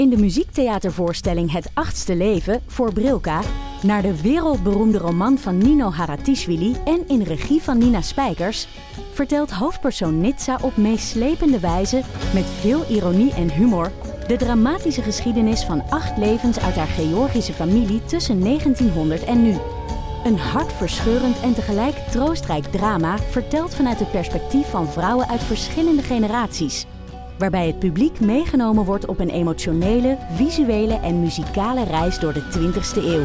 in de muziektheatervoorstelling Het Achtste Leven voor Brilka naar de wereldberoemde roman van Nino Haratischvili en in regie van Nina Spijkers, vertelt hoofdpersoon Nitsa op meeslepende wijze, met veel ironie en humor, de dramatische geschiedenis van 8 levens uit haar Georgische familie tussen 1900 en nu. Een hartverscheurend en tegelijk troostrijk drama verteld vanuit het perspectief van vrouwen uit verschillende generaties, waarbij het publiek meegenomen wordt op een emotionele, visuele en muzikale reis door de 20e eeuw.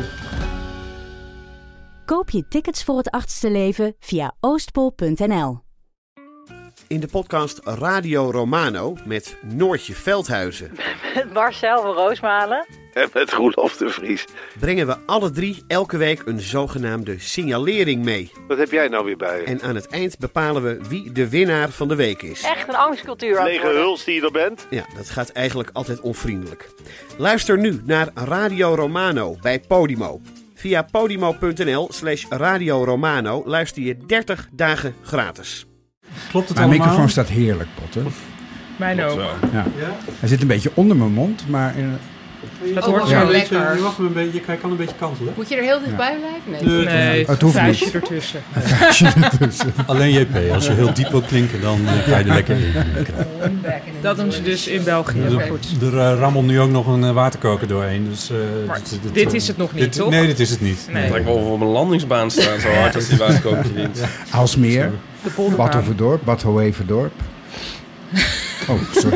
Koop je tickets voor Het Achtste Leven via oostpol.nl. In de podcast Radio Romano met Noortje Veldhuizen. Met Marcel van Roosmalen. En met Roelof de Vries. Brengen we alle 3 elke week een zogenaamde signalering mee. Wat heb jij nou weer bij? En aan het eind bepalen we wie de winnaar van de week is. Echt een angstcultuur aan het Lege worden. huls die je er bent. Ja, dat gaat eigenlijk altijd onvriendelijk. Luister nu naar Radio Romano bij Podimo. Via podimo.nl/Radio Romano luister je 30 dagen gratis. Klopt het Mijn allemaal? microfoon staat heerlijk, Potter. Mijn ook. Ja. Hij zit een beetje onder mijn mond, maar... Dat hoort Ja, zo weet lekker. je mag hem een beetje, je kan een beetje kantelen. Moet je er heel dichtbij blijven? Nee. Nee, het hoeft vuistje niet. ertussen. Alleen JP, als je heel diep wil klinken, dan ga je er lekker in. Dat doen ze dus in België. Maar goed. Er rammelt nu ook nog een waterkoker doorheen. Dus, Maar dit is het nog niet, toch? Nee, dit is het niet. Nee. Het lijkt wel of we op een landingsbaan staan, zo hard als die waterkoker wint. Aalsmeer, De polderbaan. Bad Overdorp, Bad Hoeverdorp. Oh, sorry.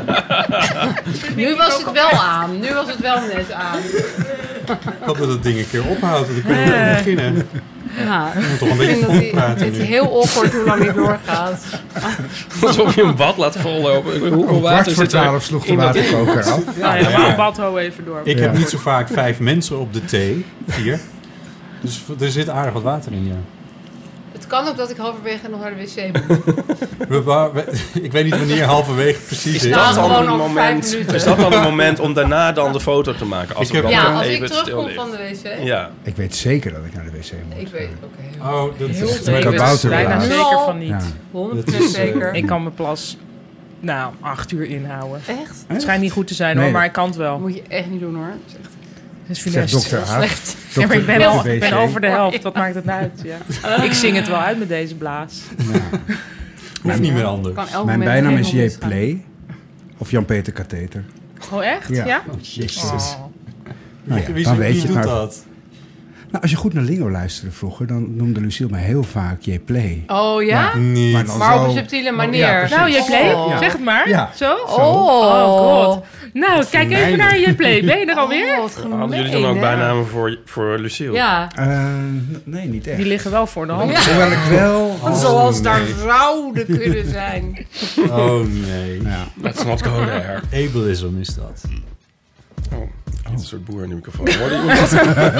Nu was het wel aan. Nu was het wel net aan. Ik hoop dat het ding een keer ophoudt. Dan kunnen we weer beginnen. Ja. We moeten toch een Ik beetje vind dat vol praten het nu. heel awkward hoe lang dit doorgaat. Alsof je een bad laat vollopen. Hoeveel Om water zit er 11:15 sloeg de in dat- waterkoker af. Ja, helemaal Badho even door. Ik Ja. heb niet zo vaak 5 mensen op de thee. 4. Dus er zit aardig wat water in, ja. Het kan ook dat ik halverwege nog naar de wc moet. Ik weet niet wanneer halverwege precies is. Is Nou, dat dan gewoon een over 5 moment? minuten. Is dat dan een moment om daarna dan de foto te maken? Als Ik het heb- dan Ja, als ik even stil terugkom ligt? van de wc. Ja. Ik weet zeker dat ik naar de wc moet. Ik weet ook heel. Oh, dat Heel is zeker. Een kabouter. Bijna Ja. zeker van niet. Ja. 100% zeker. Ik kan mijn plas 8 uur inhouden. Echt? Het schijnt niet goed te zijn Nee. hoor, maar ik kan het wel. Dat moet je echt niet doen hoor. Dat is echt Het is Zegt funest. dokter heel Aaf. slecht. Ja, maar ik ben, Dokter al, ik ben WC. over de helft, wat maakt het nou uit? Ja. Ik zing het wel uit met deze blaas. hoeft niet meer anders. Kan elk Mijn moment bijnaam is helemaal J. misgaan. Play. Of Jan-Peter Katheter. Oh echt? Ja. Ja? Jezus. Oh. Nou ja, Wie dan weet je doet het maar. dat? Nou, als je goed naar Lingo luisterde vroeger, dan noemde Lucille mij heel vaak J. Play. Oh ja? Niet. Maar dan Maar op zo- een subtiele manier. Ja, precies. Nou, je play, Oh. zeg het maar. Ja. Zo? Oh. God. Nou, kijk even naar je play. Ben je er alweer? Oh, wat gemeen, Hadden jullie dan ook hè? bijnamen voor Lucille? Ja. Nee, niet echt. Die liggen wel voor de hand. Ja. Hoewel ik wel... Zoals nee. daar zouden kunnen zijn. Oh nee. Ja. Let's not go there. Ableism is dat. Een soort boer in de microfoon. Hoorde iemand dat?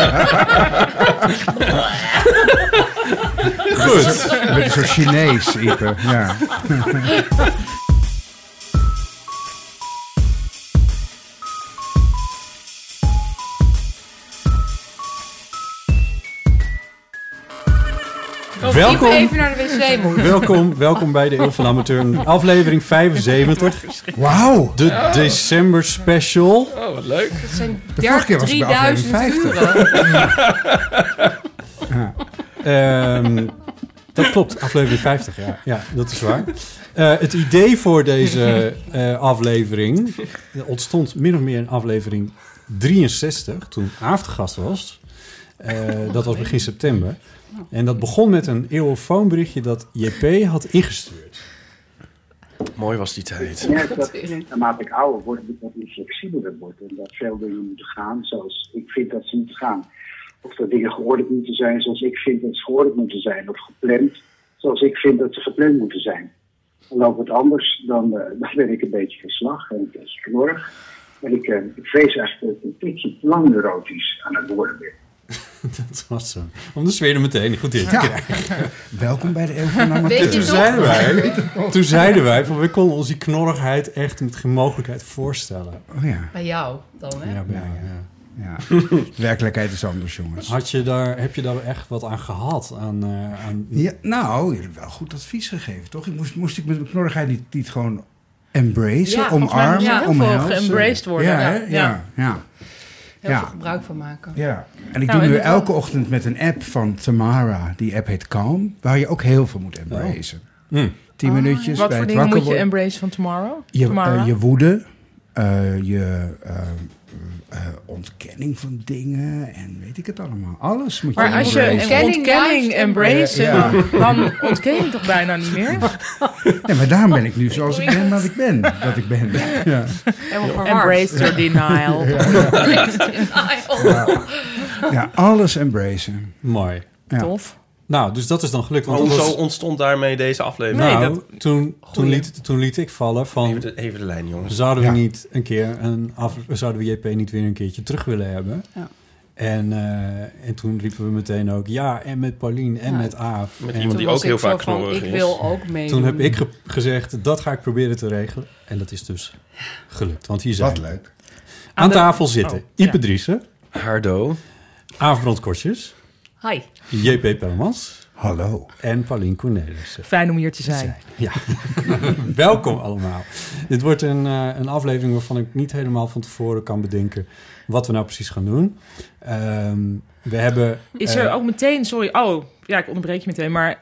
Goed. Je bent een soort Chinees, Ipe. Ja. Welkom. Ik even naar de wc moet. Welkom bij de Eeuw van de Amateur. Aflevering 75. Wauw! De december special. Oh, wat leuk. Het zijn De vorige keer was ik bij aflevering 3000 50. uren. Dat klopt, aflevering 50, ja. Ja, dat is waar. Het idee voor deze aflevering ontstond min of meer in aflevering 63, toen Aaf de gast was. Dat was begin september. En dat begon met een eeuwofoonberichtje dat JP had ingestuurd. Mooi was die tijd. Ik merk dat naarmate ik ouder word, ik wat flexibeler word. En dat veel dingen moeten gaan zoals ik vind dat ze moeten gaan. Of dat dingen geordend moeten zijn zoals ik vind dat ze geordend moeten zijn. Of gepland zoals ik vind dat ze gepland moeten zijn. En loopt het anders, dan ben ik een beetje verslag en een beetje knorrig. En ik vrees eigenlijk dat ik een beetje plangneurotisch aan het worden ben. Dat was zo. Om de sfeer er meteen goed in te krijgen. Welkom bij de Eeuw van de Amateur. Weet je Toen zeiden wij van we konden ons die knorrigheid echt met geen mogelijkheid voorstellen. Oh ja. Bij jou dan, hè? Ja. Ja. De werkelijkheid is anders, jongens. Heb je daar echt wat aan gehad? Aan... Ja, nou, je hebt wel goed advies gegeven, toch? Moest ik met mijn knorrigheid niet gewoon embracen, omarmen, heel omhelzen. veel geëmbraced worden. Ja. Heel veel gebruik van maken. Ja, en ik doe nu elke ochtend met een app van Tamara. Die app heet Calm, waar je ook heel veel moet embracen. 10 minuutjes Wat bij voor het dingen wakker moet je worden. embrace van Tomorrow? Je woede, je ontkenning van dingen en weet ik het allemaal. Alles moet je Maar als je embracen. ontkenning embrace, dan ontken je toch bijna niet meer? Nee, maar daarom ben ik nu zoals ik ben wat ik ben. Dat ik ben. Ja. Embrace your denial. Ja, alles embracen. Mooi. Ja. Tof. Nou, dus dat is dan gelukt. Maar hoezo ontstond daarmee deze aflevering? Nou, toen liet ik vallen van... Even de lijn, jongens. Zouden we niet een keer zouden we JP niet weer een keertje terug willen hebben? Ja. En toen riepen we meteen ook en met Paulien en met Aaf. Met en iemand die ook heel vaak knorrig is. Ik wil ook mee. Toen heb ik gezegd, dat ga ik proberen te regelen. En dat is dus gelukt. Want hier zijn Wat leuk. aan tafel zitten Ipe Driessen, Hardo, Aaf Brandkortjes, Hi. JP Pellemans. Hallo. En Paulien Cornelissen. Fijn om hier te zijn. Ja. Welkom allemaal. Dit wordt een aflevering waarvan ik niet helemaal van tevoren kan bedenken wat we nou precies gaan doen. We hebben... Is er ook meteen... Sorry, ik onderbreek je meteen. Maar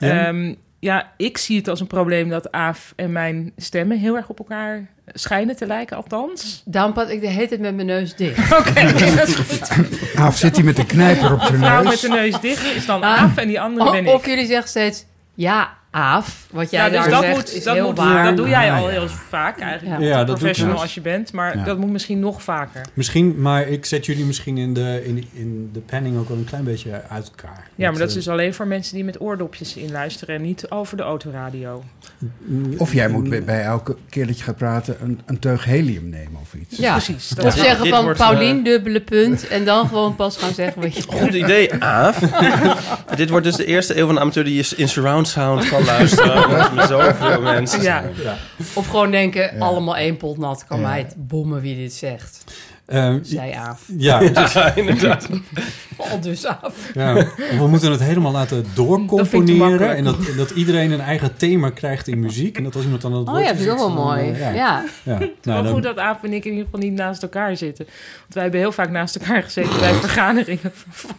ik zie het als een probleem dat Aaf en mijn stemmen heel erg op elkaar schijnen te lijken, althans. Daarom praat ik de hele tijd met mijn neus dicht. Oké, dat is goed. Aaf zit hij met de knijper op de De vrouw neus. met de neus dicht is dan Aaf en die andere ben ik. Of jullie zeggen steeds, Aaf, wat jij daar zegt is heel waar. Dat doe jij al heel vaak eigenlijk. Ja, dat professional doe ik als je bent, maar dat moet misschien nog vaker. Misschien, maar ik zet jullie misschien in de planning ook wel een klein beetje uit elkaar. Ja, maar dat is dus alleen voor mensen die met oordopjes inluisteren en niet over de autoradio. Of jij moet bij elke keer dat je gaat praten een teug helium nemen of iets. Ja, precies. Of zeggen van Paulien, dubbele punt. En dan gewoon pas gaan zeggen wat je... Goed idee, Aaf. Dit wordt dus de eerste eeuw van de amateur die in surround sound kan luisteren. Omdat er zoveel mensen zijn. Ja. Of gewoon denken, allemaal één pot nat. Kan mij het bommen wie dit zegt. Zij Aaf. Ja, inderdaad. Al dus Aaf. Ja, we moeten het helemaal laten doorcomponeren. En dat iedereen een eigen thema krijgt in muziek. En dat als iemand dan het woord ja, dat is ook wel mooi. Ja. Het is wel goed dat Aaf en ik in ieder geval niet naast elkaar zitten. Want wij hebben heel vaak naast elkaar gezeten bij vergaderingen.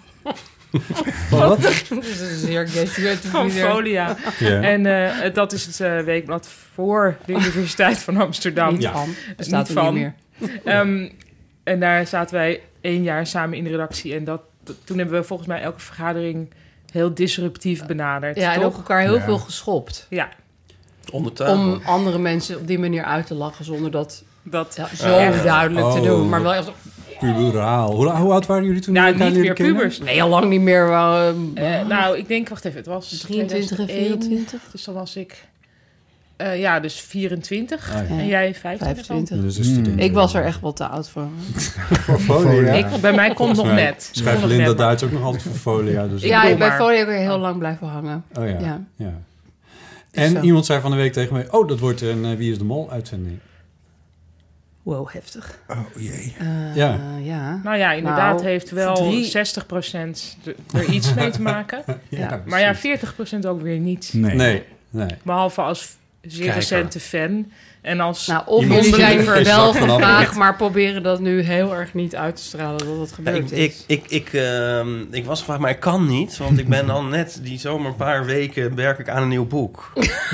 Wat? Dat is een zeer gestuurd. Van Folia. Ja. En dat is het weekblad voor de Universiteit van Amsterdam. Niet van. Bestaat niet er van. niet meer. En daar zaten wij 1 jaar samen in de redactie. En toen hebben we volgens mij elke vergadering heel disruptief benaderd. Ja, en toch? ook elkaar heel veel geschopt. Ja. Onder tafel. Om andere mensen op die manier uit te lachen zonder dat zo echt duidelijk te doen. Maar wel echt... Puberaal. Hoe oud waren jullie toen? Nou, niet meer pubers. Nee, al lang niet meer. Nou, ik denk, wacht even, het was 23 en 24. Dus dan was ik, dus 24. Ah, ja. En jij 25. Dus een student. Ik was er echt wel te oud voor. Voor Folia. Bij mij komt nog net. Schrijft Linda Duits ook nog altijd voor Folia. Dus Ja, ik ben Folia ook heel lang blijven hangen. Oh ja. Ja. En zo. iemand zei van de week tegen mij... dat wordt een Wie is de Mol uitzending. Wow, heftig. Oh jee. Ja. Nou ja, inderdaad heeft wel 3... 60% er iets mee te maken. Ja, maar ja, 40% ook weer niet. Nee. Behalve als zeer recente fan. En als Nou, of Iemand jullie zijn er wel vanaf gevraagd, weet. maar proberen dat nu heel erg niet uit te stralen dat het gebeurd is. Ik was gevraagd, maar ik kan niet. Want ik ben dan net die zomer een paar weken werk ik aan een nieuw boek.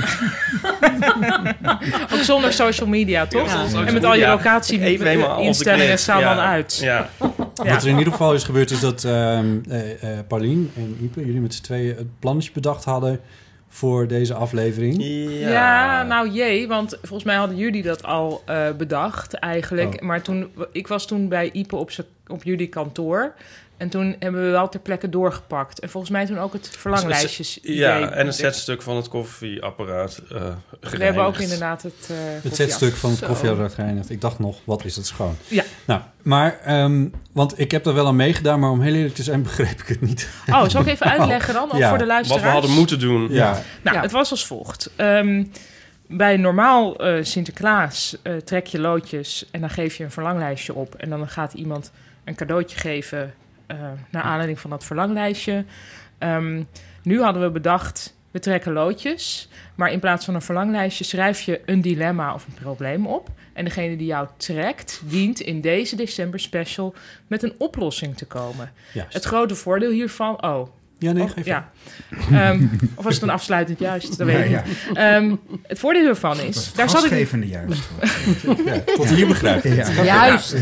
ook zonder social media, toch? Ja, en met al je locatie-instellingen staan dan uit. Ja. Wat er in ieder geval is gebeurd is dat Paulien en Ipe... jullie met z'n tweeën het plannetje bedacht hadden... voor deze aflevering. Ja, nou want volgens mij hadden jullie dat al bedacht eigenlijk. Oh. Maar ik was toen bij Ipe op jullie kantoor. En toen hebben we wel ter plekke doorgepakt. En volgens mij toen ook het verlanglijstjes. Ja, en een zetstuk van het koffieapparaat gereinigd. We hebben ook inderdaad het zetstuk van het koffieapparaat gereinigd. Ik dacht nog, wat is het schoon. Ja. Nou, maar, want ik heb er wel aan meegedaan... maar om heel eerlijk te zijn begreep ik het niet. Oh, zal ik even uitleggen dan? Ook voor de luisteraars? Wat we hadden moeten doen. Ja. Nou, het was als volgt. Bij normaal Sinterklaas trek je loodjes... en dan geef je een verlanglijstje op. En dan gaat iemand een cadeautje geven... naar aanleiding van dat verlanglijstje. Nu hadden we bedacht... We trekken loodjes, maar in plaats van een verlanglijstje schrijf je een dilemma of een probleem op. En degene die jou trekt, dient in deze december special met een oplossing te komen. Juist. Het grote voordeel hiervan... Ja, nee, geef ja. Of was het een afsluitend juist? Dat weet ik niet. Het voordeel hiervan is... Daar zat ik juist. Tot hier begrijp ik. Ja. Juist.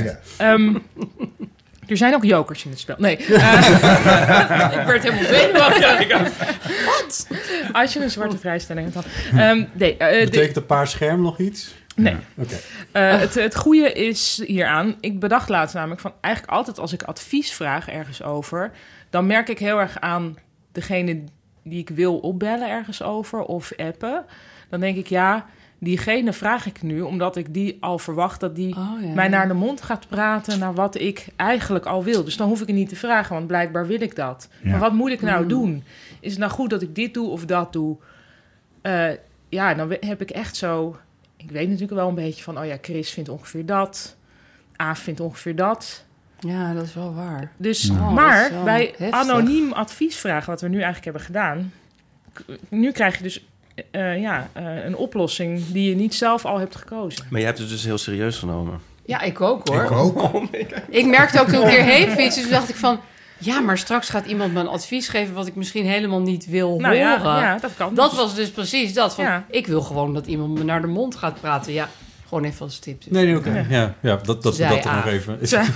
Er zijn ook jokers in het spel. Nee. Ik werd helemaal zenuwachtig. Wat? Als je een zwarte vrijstelling had. Betekent een paar scherm nog iets? Nee. Okay. Het goede is hieraan... Ik bedacht laatst namelijk van... Eigenlijk altijd als ik advies vraag ergens over... dan merk ik heel erg aan degene die ik wil opbellen ergens over... of appen. Dan denk ik, diegene vraag ik nu... omdat ik die al verwacht dat die mij naar de mond gaat praten... naar wat ik eigenlijk al wil. Dus dan hoef ik het niet te vragen, want blijkbaar wil ik dat. Ja. Maar wat moet ik nou doen? Is het nou goed dat ik dit doe of dat doe? Dan heb ik echt zo... Ik weet natuurlijk wel een beetje van... Chris vindt ongeveer dat. Aaf vindt ongeveer dat. Ja, dat is wel waar. Dus, maar bij anoniem adviesvragen... wat we nu eigenlijk hebben gedaan... nu krijg je dus een oplossing... die je niet zelf al hebt gekozen. Maar je hebt het dus heel serieus genomen. Ja, ik ook hoor. Ik ook. Ik merkte ook toen ik hierheen fietste... toen dacht ik van... Ja, maar straks gaat iemand me een advies geven... wat ik misschien helemaal niet wil horen. Ja, dat kan. Dat was dus precies dat. Van, ik wil gewoon dat iemand me naar de mond gaat praten. Ja, gewoon even als tip. Dus. Nee, oké. Ja, dat nog even.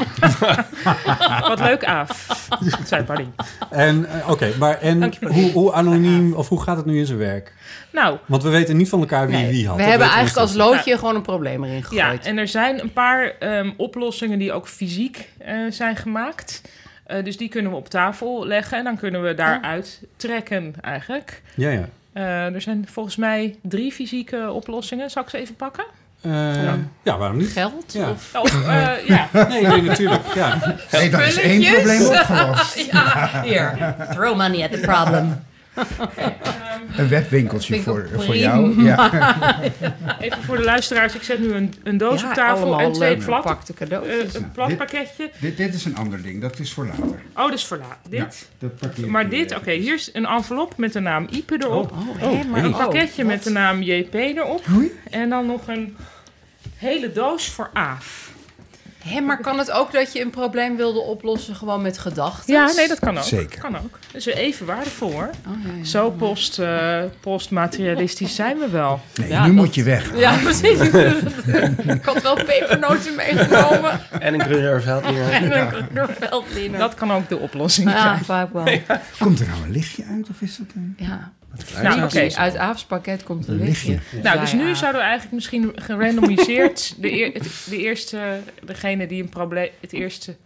Wat leuk, Aaf. Zei Paris. En hoe anoniem... of hoe gaat het nu in zijn werk? Nou... Want we weten niet van elkaar wie had. We hebben eigenlijk als loodje gewoon een probleem erin gegooid. Ja, en er zijn een paar oplossingen... die ook fysiek zijn gemaakt... dus die kunnen we op tafel leggen en dan kunnen we daaruit trekken eigenlijk. Ja. Er zijn volgens mij 3 fysieke oplossingen. Zal ik ze even pakken? Ja, waarom niet? Geld? Ja. Nee, natuurlijk. Ja. Hey, dat is 1 probleem opgelost. Hier, throw money at the problem. Een webwinkeltje voor jou. Ja. Even voor de luisteraars. Ik zet nu een doos op tafel en 2 cadeautjes. Een plat pakketje. Dit is een ander ding. Dat is voor later. Oh, dat is voor later. Dit? Ja, maar dit, hier is een envelop met de naam Ipe erop. Een pakketje met de naam JP erop. En dan nog een hele doos voor Aaf. Maar kan het ook dat je een probleem wilde oplossen gewoon met gedachten? Ja, nee, dat kan ook. Zeker. Kan ook. Dus even waardevol hoor. Zo postmaterialistisch zijn we wel. Nee, nu moet je weg. Ja, precies. Ik had wel pepernoten meegenomen. En een Gruyère-Veltliner. Dat kan ook de oplossing zijn. Ja, vaak wel. Komt er nou een lichtje uit of is dat een... Ja. Uit Aafs pakket komt een lichtje. Nou, dus nu zouden we eigenlijk misschien gerandomiseerd de eerste, degene die een probleem, de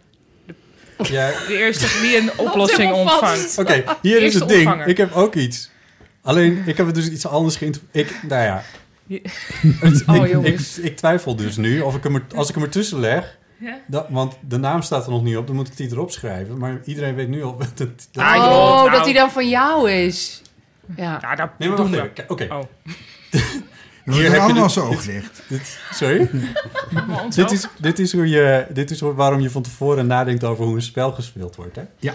eerste die een oplossing ontvangt. Oké, hier is het ding. Ik heb ook iets. Alleen, ik heb het dus iets anders geïnterpreteerd. Ik twijfel dus nu of als ik hem ertussen leg. Ja? Want de naam staat er nog niet op, dan moet ik die erop schrijven. Maar iedereen weet nu al dat hij dan van jou is. Ja, dat nee, maar wacht even. Oké. Hier heb je allemaal zo oog dicht. Sorry? Dit is waarom je van tevoren nadenkt over hoe een spel gespeeld wordt, hè? Ja.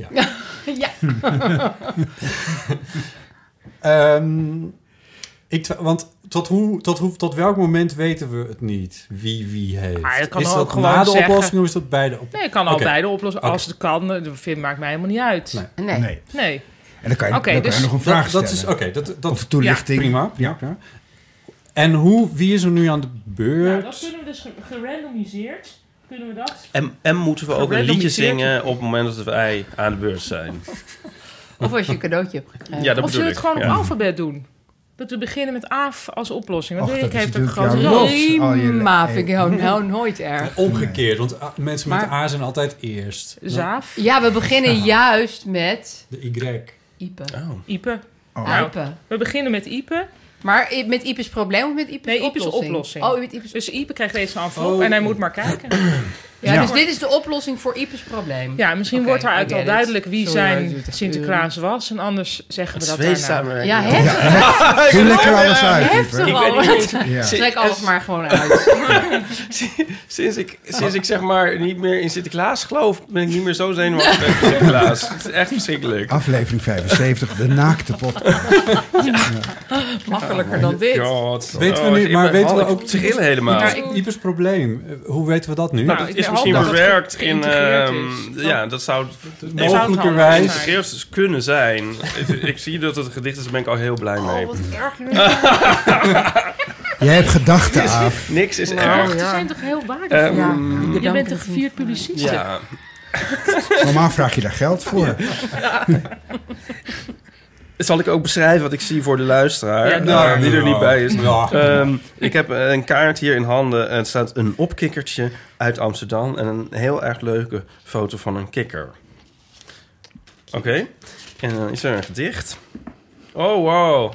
Want tot welk moment weten we het niet wie heeft? Is dat na de oplossing of is dat bij de oplossing? Nee, het kan al beide oplossingen. Als het kan, maakt mij helemaal niet uit. Nee. En dan kan je, nog een vraag stellen. Of toelichting. Prima. En wie is er nu aan de beurt? Nou, dat kunnen we dus gerandomiseerd. Kunnen we dat? En moeten we ook een liedje zingen op het moment dat wij aan de beurt zijn? Of als je een cadeauwje hebt gekregen. Ja, dat of zullen we het gewoon op alfabet doen? Dat we beginnen met Aaf als oplossing. Want Dirk heeft een grote rol. Prima, vind ik nooit erg. Omgekeerd, want mensen met A zijn altijd eerst. Zaaf? Ja, we beginnen juist met... De Y. Ipe. Ipe. Ipe. We beginnen met Ipe. Maar met Ipe's probleem of met Ipe's oplossing? Ipe's oplossing. Oh, met Ipe's... Dus Ipe krijgt deze envelop en hij moet maar kijken. Ja, dus dit is de oplossing voor Ipes probleem. Ja, misschien wordt eruit al duidelijk wie zijn Sinterklaas was. En anders zeggen we dat daarna. Ja, heftig. Doe lekker alles uit. Heftig alles. Trek alles maar gewoon uit. Sinds ik zeg maar niet meer in Sinterklaas geloof, ben ik niet meer zo zenuwachtig met Sinterklaas. Het is echt verschrikkelijk. Aflevering 75, de naakte podcast. Makkelijker dan dit. Weten we nu, maar weten we ook trillen helemaal. Ipes probleem. Hoe weten we dat nu? Nou, het is misschien verwerkt in... dat zou mogelijkerwijs geïntegreerd kunnen zijn. Ik zie dat het een gedicht is, daar ben ik al heel blij mee. Wat erg. Jij hebt gedachten af. Niks is erg. Ze zijn toch heel waardevol? Je bent een gevierd publicist. Ja. Normaal vraag je daar geld voor. Zal ik ook beschrijven wat ik zie voor de luisteraar, die er niet bij is? Ik heb een kaart hier in handen. En het staat een opkikkertje uit Amsterdam. En een heel erg leuke foto van een kikker. Oké. En dan is er een gedicht. Oh, wow.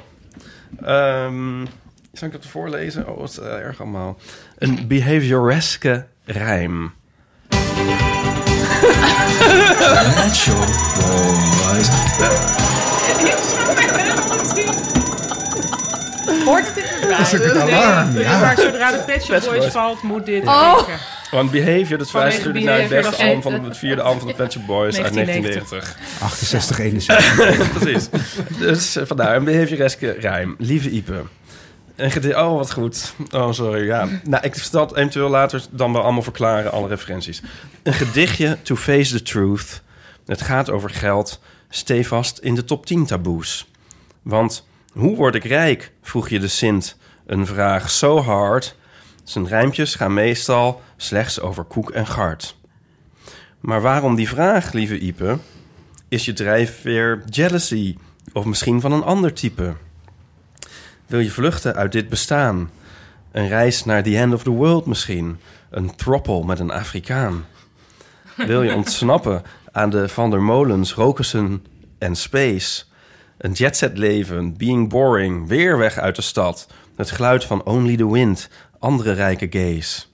Zal ik dat voorlezen? Oh, wat erg allemaal. Een behavioreske rijm. Hoort dit erbij? Dat is ook het alarm. Maar zodra de Pet Shop Boys valt, moet dit Want Behavior, dat vrij natuurlijk naar het beste album van het vierde album van de Pet Shop Boys uit 1990. 68, 71. Precies. Dus vandaar een behavioreske rijm. Lieve Ipe. Oh, wat goed. Oh, sorry. Ja. Nou, ik zal het eventueel later dan wel allemaal verklaren, alle referenties. Een gedichtje to face the truth. Het gaat over geld. Stevast in de top 10 taboes. Want hoe word ik rijk? Vroeg je de Sint. Een vraag zo hard. Zijn rijmpjes gaan meestal slechts over koek en gart. Maar waarom die vraag, lieve Ipe? Is je drijfveer jealousy? Of misschien van een ander type? Wil je vluchten uit dit bestaan? Een reis naar the end of the world misschien? Een throppel met een Afrikaan? Wil je ontsnappen aan de Van der Molens, Rokussen en Space? Een jetset leven, being boring, weer weg uit de stad. Het geluid van Only the Wind, andere rijke gays.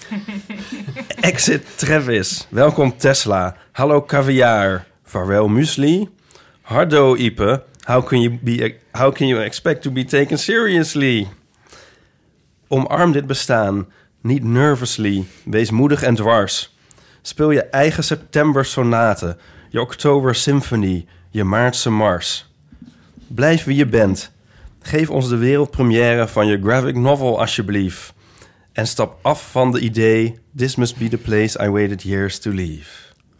Exit Travis, welkom Tesla. Hallo caviar, vaarwel muesli. Hardo Ipe, how can you expect to be taken seriously? Omarm dit bestaan, niet nervously. Wees moedig en dwars. Speel je eigen september sonate, je oktober symphony, je maartse mars. Blijf wie je bent. Geef ons de wereldpremière van je graphic novel alsjeblieft. En stap af van de idee, this must be the place I waited years to leave.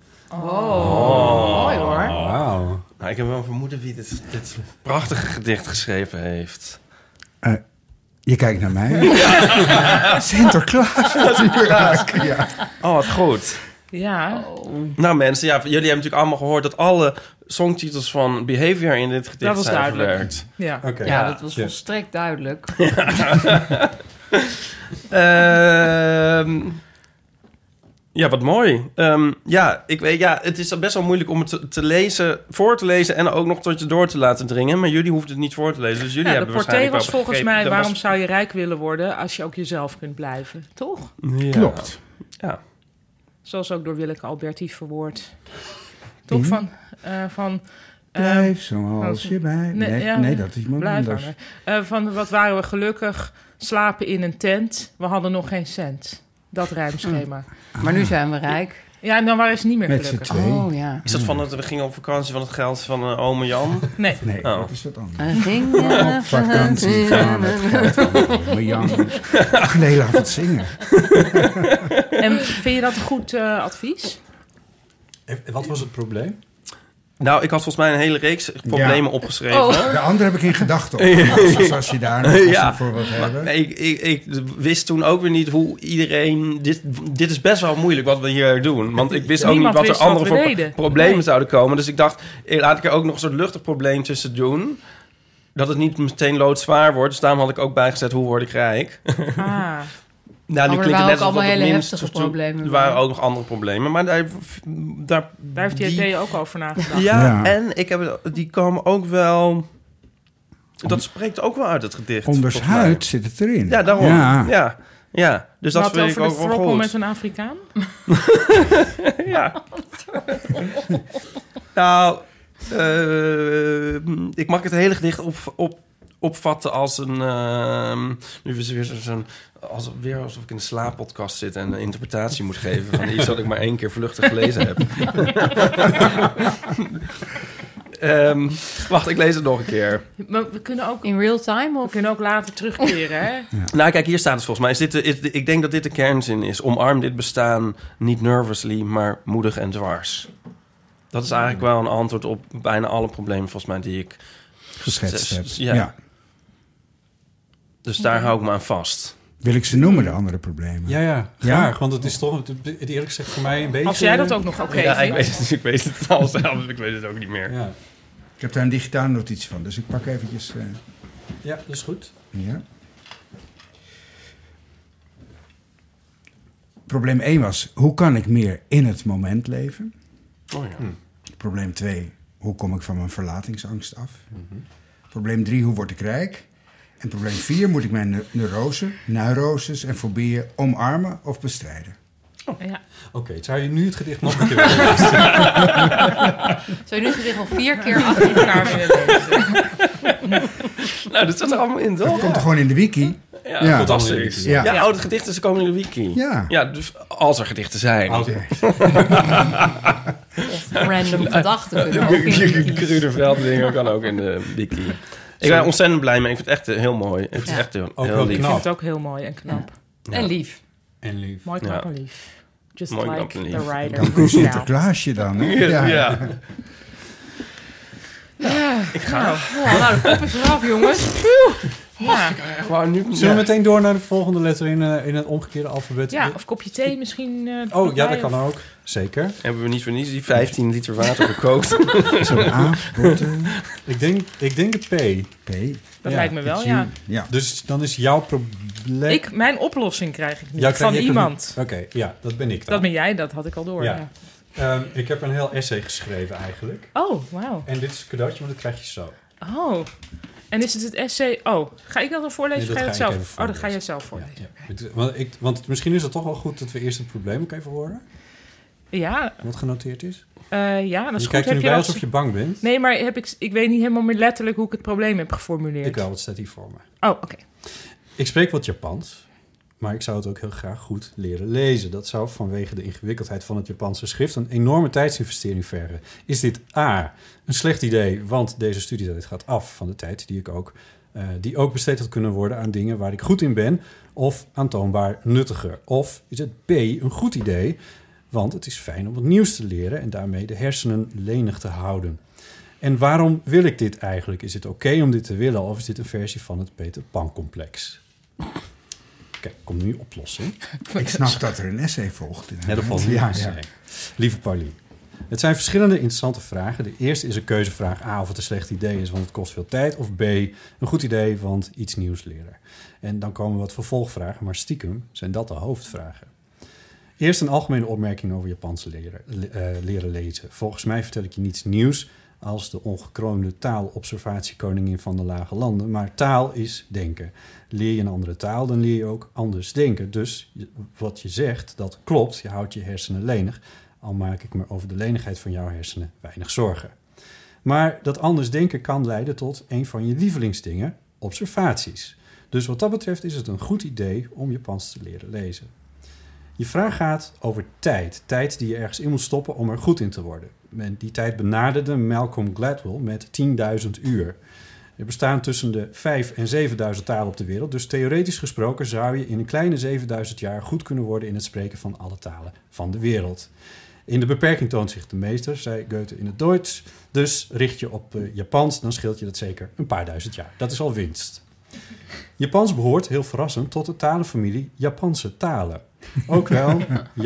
Mooi hoor. Wauw. Nou, ik heb wel vermoeden wie dit prachtige gedicht geschreven heeft. Je kijkt naar mij. Sinterklaas natuurlijk. Ja. Oh, wat goed. Ja. Nou mensen, jullie hebben natuurlijk allemaal gehoord dat alle songtitels van Behavior in dit gedicht was zijn duidelijk. verwerkt. Ja. Okay. Ja, dat was volstrekt duidelijk. Ja, wat mooi. Ik weet, het is best wel moeilijk om het te lezen, voor te lezen en ook nog tot je door te laten dringen. Maar jullie hoefden het niet voor te lezen, dus jullie hebben waarschijnlijk was wel volgens begrepen. mij, waarom zou je rijk willen worden als je ook jezelf kunt blijven, toch? Ja. Klopt. Ja. Zoals ook door Willeke Alberti verwoord. Toch van Blijf zoals je bij... Nee, dat is iemand anders. Van wat waren we gelukkig, slapen in een tent. We hadden nog geen cent. Dat rijmschema. Maar nu zijn we rijk. Ja, en dan waren ze niet meer Met gelukkig. z'n twee. Oh ja. Is dat van we gingen op vakantie van het geld van ome Jan? Nee. Nee, Oh. dat is wat anders. En ging Op vakantie van het geld van ome Jan. Ach nee, laat het zingen. En vind je dat een goed advies? Wat was het probleem? Nou, ik had volgens mij een hele reeks problemen opgeschreven. Oh. De andere heb ik in gedachten op. Dus als je daar nog voor wilt hebben. Maar ik wist toen ook weer niet hoe iedereen... Dit is best wel moeilijk wat we hier doen. Want ik wist ook niet wat er andere problemen zouden komen. Dus ik dacht, laat ik er ook nog een soort luchtig probleem tussen doen. Dat het niet meteen loodzwaar wordt. Dus daarom had ik ook bijgezet, hoe word ik rijk? Nou, nu klinkt het net allemaal hele minst, heftige problemen. Er waren ook nog andere problemen. Maar daar heeft JP ook over nagedacht. Ja, en die komen ook wel... Dat spreekt ook wel uit het gedicht. Ondershuid zit het erin. Ja, daarom. Ja. Ja, dus dat vind ik ook wel goed. Met een Afrikaan? Ja. Nou, ik mag het hele gedicht opvatten als een... nu is het weer zo'n... alsof ik in een slaappodcast zit en een interpretatie moet geven van iets dat ik maar 1 keer vluchtig gelezen heb. Wacht, ik lees het nog een keer. Maar we kunnen ook in real time of we kunnen ook later terugkeren, hè? Ja. Nou, kijk, hier staat het volgens mij. Ik denk dat dit de kernzin is. Omarm dit bestaan niet nervously, maar moedig en dwars. Dat is eigenlijk wel een antwoord op bijna alle problemen volgens mij die ik geschetst heb. Ja. Dus daar hou ik me aan vast. Wil ik ze noemen, de andere problemen? Ja, graag. Want het is toch, eerlijk gezegd, voor mij een beetje... Als jij dat ook nog oké ja, vindt. ik weet het al zelf, ik weet het ook niet meer. Ja. Ik heb daar een digitale notitie van, dus ik pak eventjes... Ja, dat is goed. Ja. Probleem 1 was, hoe kan ik meer in het moment leven? Oh ja. Probleem 2, hoe kom ik van mijn verlatingsangst af? Probleem 3, hoe word ik rijk? En probleem 4, moet ik mijn neuroses en fobieën omarmen of bestrijden? Oh, ja. Oké, zou je nu het gedicht nog een keer willen lezen? Zou je nu het gedicht al 4 keer achter elkaar willen lezen? Nou, dat staat er allemaal in, toch? Dat komt er gewoon in de wiki. Ja, fantastisch. Ja. Ja, oude gedichten, ze komen in de wiki. Ja. Dus als er gedichten zijn. Of random gedachten kunnen ook in de wiki. Kruderveld dingen kan ook in de wiki. Ik ben ontzettend blij mee. Ik vind het echt heel mooi. Ik vind het echt heel lief. Ik vind het ook heel mooi en knap. Ja. En lief. Mooi, knap en lief. Just mooi, like knap en lief. the rider. Dan kun je Sinterklaasje dan, hè? Ja. Ik ga. Nou, de kop is eraf, jongens. Ja. Zullen we meteen door naar de volgende letter in het omgekeerde alfabet? Ja, of kopje thee misschien. Ja, dat kan ook. Zeker. Hebben we niet voor niets die 15 liter water gekookt? Zo'n A, Ik denk het P. Dat lijkt me wel, ja. Dus dan is jouw probleem... Mijn oplossing krijg ik niet van iemand. Oké, ja, dat ben ik dan. Dat ben jij, dat had ik al door. Ja. Ik heb een heel essay geschreven eigenlijk. Oh, wauw. En dit is een cadeautje, maar dat krijg je zo. Oh, en is het essay... Oh, ga ik dat dan voorlezen of ga je dat zelf? Dat ga je zelf voorlezen. Ja. Want misschien is het toch wel goed dat we eerst het probleem ook even horen. Ja. Wat genoteerd is. Ja, dat is je goed. kijkt er nu bij alsof je bang bent. Nee, maar ik weet niet helemaal meer letterlijk hoe ik het probleem heb geformuleerd. Ik wel, het staat hier voor me. Oh, oké. Ik spreek wat Japans, maar ik zou het ook heel graag goed leren lezen. Dat zou vanwege de ingewikkeldheid van het Japanse schrift een enorme tijdsinvestering vergen. Is dit A, een slecht idee, want deze studietijd gaat af van de tijd die ook besteed had kunnen worden aan dingen waar ik goed in ben, of aantoonbaar nuttiger? Of is het B, een goed idee, want het is fijn om wat nieuws te leren en daarmee de hersenen lenig te houden? En waarom wil ik dit eigenlijk? Is het oké om dit te willen of is dit een versie van het Peter Pan-complex? Kijk, komt nu oplossing. Ik snap dat er een essay volgt. Ja, dat volgt een essay. Ja. Lieve Pauline, het zijn verschillende interessante vragen. De eerste is een keuzevraag A, of het een slecht idee is, want het kost veel tijd. Of B, een goed idee, want iets nieuws leren. En dan komen wat vervolgvragen, maar stiekem zijn dat de hoofdvragen. Eerst een algemene opmerking over Japans leren lezen. Volgens mij vertel ik je niets nieuws als de ongekroonde taalobservatiekoningin van de lage landen. Maar taal is denken. Leer je een andere taal, dan leer je ook anders denken. Dus wat je zegt, dat klopt. Je houdt je hersenen lenig. Al maak ik me over de lenigheid van jouw hersenen weinig zorgen. Maar dat anders denken kan leiden tot een van je lievelingsdingen, observaties. Dus wat dat betreft is het een goed idee om Japans te leren lezen. Je vraag gaat over tijd. Tijd die je ergens in moet stoppen om er goed in te worden. En die tijd benaderde Malcolm Gladwell met 10.000 uur. Er bestaan tussen de 5.000 en 7.000 talen op de wereld. Dus theoretisch gesproken zou je in een kleine 7.000 jaar goed kunnen worden in het spreken van alle talen van de wereld. In de beperking toont zich de meester, zei Goethe in het Duits. Dus richt je op Japans, dan scheelt je dat zeker een paar duizend jaar. Dat is al winst. Japans behoort, heel verrassend, tot de talenfamilie Japanse talen. Ook wel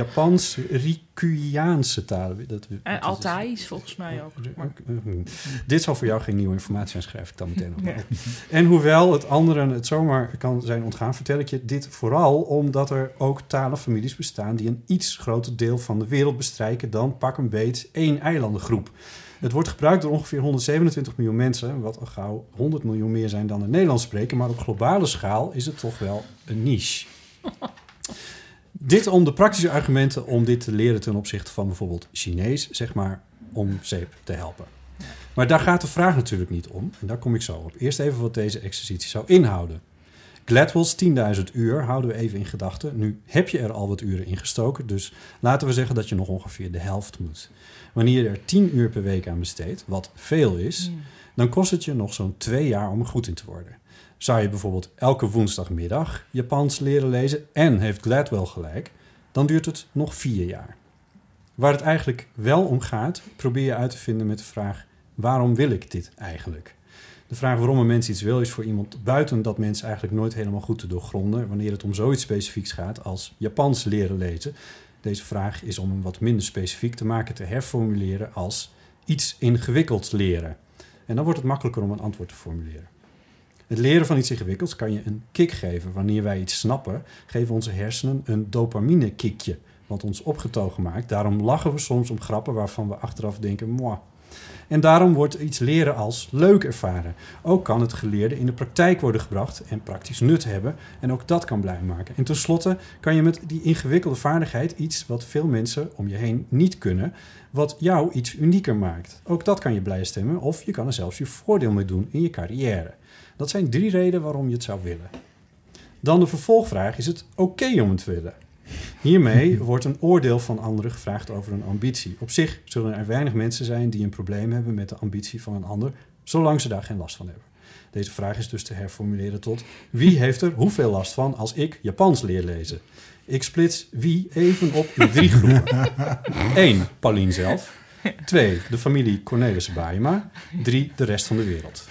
Japans-Rikuiaanse talen. En Altaïs volgens mij ook. Dit zal voor jou geen nieuwe informatie zijn, schrijf ik dan meteen nog wel. En hoewel het anderen het zomaar kan zijn ontgaan, vertel ik je dit vooral omdat er ook talenfamilies bestaan die een iets groter deel van de wereld bestrijken dan pak een beet 1 eilandengroep. Het wordt gebruikt door ongeveer 127 miljoen mensen, wat al gauw 100 miljoen meer zijn dan het Nederlands spreken, maar op globale schaal is het toch wel een niche. Dit om de praktische argumenten om dit te leren ten opzichte van bijvoorbeeld Chinees, zeg maar, om zeep te helpen. Maar daar gaat de vraag natuurlijk niet om. En daar kom ik zo op. Eerst even wat deze exercitie zou inhouden. Gladwell's 10.000 uur houden we even in gedachten. Nu heb je er al wat uren in gestoken, dus laten we zeggen dat je nog ongeveer de helft moet. Wanneer je er 10 uur per week aan besteedt, wat veel is, dan kost het je nog zo'n 2 jaar om er goed in te worden. Zou je bijvoorbeeld elke woensdagmiddag Japans leren lezen en heeft Gladwell gelijk, dan duurt het nog 4 jaar. Waar het eigenlijk wel om gaat, probeer je uit te vinden met de vraag: waarom wil ik dit eigenlijk? De vraag waarom een mens iets wil is voor iemand buiten dat mens eigenlijk nooit helemaal goed te doorgronden wanneer het om zoiets specifieks gaat als Japans leren lezen. Deze vraag is om hem wat minder specifiek te maken, te herformuleren als iets ingewikkelds leren. En dan wordt het makkelijker om een antwoord te formuleren. Het leren van iets ingewikkelds kan je een kick geven. Wanneer wij iets snappen, geven onze hersenen een dopamine-kickje, wat ons opgetogen maakt. Daarom lachen we soms om grappen waarvan we achteraf denken, moi. En daarom wordt iets leren als leuk ervaren. Ook kan het geleerde in de praktijk worden gebracht en praktisch nut hebben. En ook dat kan blij maken. En tenslotte kan je met die ingewikkelde vaardigheid iets wat veel mensen om je heen niet kunnen, wat jou iets unieker maakt. Ook dat kan je blij stemmen of je kan er zelfs je voordeel mee doen in je carrière. Dat zijn 3 redenen waarom je het zou willen. Dan de vervolgvraag: is het oké om het te willen? Hiermee wordt een oordeel van anderen gevraagd over een ambitie. Op zich zullen er weinig mensen zijn die een probleem hebben met de ambitie van een ander, zolang ze daar geen last van hebben. Deze vraag is dus te herformuleren tot: wie heeft er hoeveel last van als ik Japans leer lezen? Ik splits wie even op in 3 groepen. 1. Paulien zelf. 2. De familie Cornelissen Baema. 3. De rest van de wereld.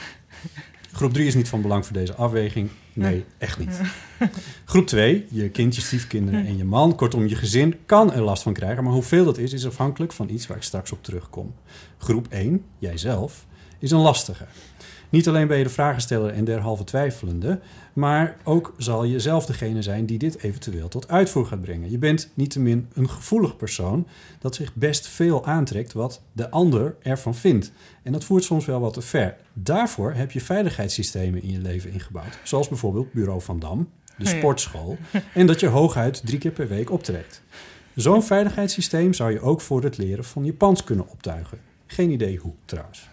Groep 3 is niet van belang voor deze afweging. Nee, echt niet. Groep 2, je kind, je stiefkinderen en je man. Kortom, je gezin kan er last van krijgen. Maar hoeveel dat is afhankelijk van iets waar ik straks op terugkom. Groep 1, jijzelf, is een lastige. Niet alleen ben je de vragensteller en derhalve twijfelende, maar ook zal je zelf degene zijn die dit eventueel tot uitvoer gaat brengen. Je bent niettemin een gevoelig persoon dat zich best veel aantrekt wat de ander ervan vindt. En dat voert soms wel wat te ver. Daarvoor heb je veiligheidssystemen in je leven ingebouwd. Zoals bijvoorbeeld Bureau Van Dam, de sportschool, en dat je hooguit 3 keer per week optreedt. Zo'n veiligheidssysteem zou je ook voor het leren van Japans kunnen optuigen. Geen idee hoe, trouwens.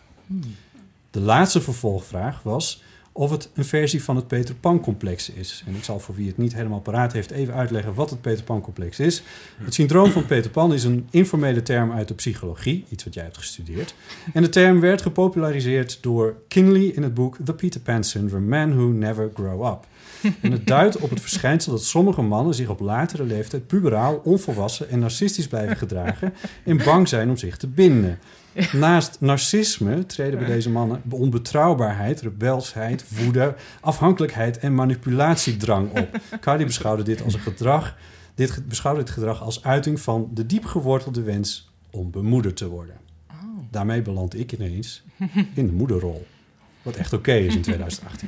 De laatste vervolgvraag was of het een versie van het Peter Pan-complex is. En ik zal voor wie het niet helemaal paraat heeft even uitleggen wat het Peter Pan-complex is. Het syndroom van Peter Pan is een informele term uit de psychologie, iets wat jij hebt gestudeerd. En de term werd gepopulariseerd door Kinley in het boek The Peter Pan Syndrome, Men Who Never Grow Up. En het duidt op het verschijnsel dat sommige mannen zich op latere leeftijd puberaal, onvolwassen en narcistisch blijven gedragen en bang zijn om zich te binden. Naast narcisme treden bij deze mannen onbetrouwbaarheid, rebelsheid, woede, afhankelijkheid en manipulatiedrang op. Cardi beschouwde dit als een gedrag. Beschouwde dit gedrag als uiting van de diep gewortelde wens om bemoederd te worden. Daarmee beland ik ineens in de moederrol. Wat echt oké is in 2018.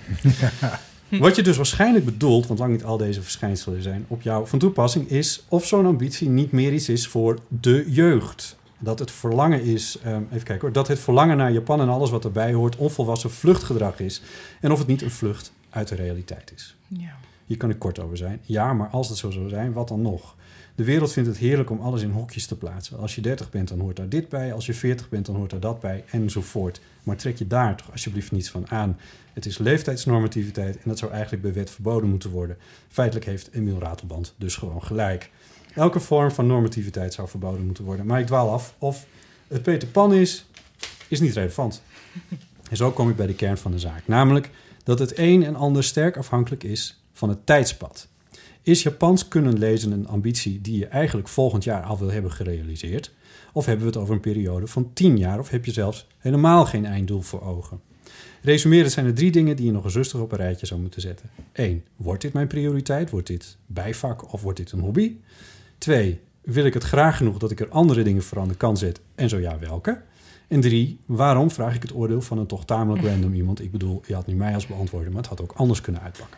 Wat je dus waarschijnlijk bedoelt, want lang niet al deze verschijnselen zijn op jou van toepassing, is of zo'n ambitie niet meer iets is voor de jeugd. Dat het verlangen is, even kijken hoor, dat het verlangen naar Japan en alles wat erbij hoort onvolwassen vluchtgedrag is. En of het niet een vlucht uit de realiteit is. Ja. Hier kan ik kort over zijn. Ja, maar als het zo zou zijn, wat dan nog? De wereld vindt het heerlijk om alles in hokjes te plaatsen. Als je 30 bent, dan hoort daar dit bij. Als je 40 bent, dan hoort daar dat bij. Enzovoort. Maar trek je daar toch alsjeblieft niets van aan. Het is leeftijdsnormativiteit en dat zou eigenlijk bij wet verboden moeten worden. Feitelijk heeft Emiel Ratelband dus gewoon gelijk. Elke vorm van normativiteit zou verboden moeten worden. Maar ik dwaal af. Of het Peter Pan is niet relevant. En zo kom ik bij de kern van de zaak. Namelijk dat het een en ander sterk afhankelijk is van het tijdspad. Is Japans kunnen lezen een ambitie die je eigenlijk volgend jaar al wil hebben gerealiseerd? Of hebben we het over een periode van 10 jaar? Of heb je zelfs helemaal geen einddoel voor ogen? Resumerend zijn er 3 dingen die je nog eens rustig op een rijtje zou moeten zetten. 1. Wordt dit mijn prioriteit? Wordt dit bijvak of wordt dit een hobby? 2. Wil ik het graag genoeg dat ik er andere dingen voor aan de kant zet? En zo ja, welke? En 3. Waarom vraag ik het oordeel van een toch tamelijk random iemand? Ik bedoel, je had nu mij als beantwoorder, maar het had ook anders kunnen uitpakken.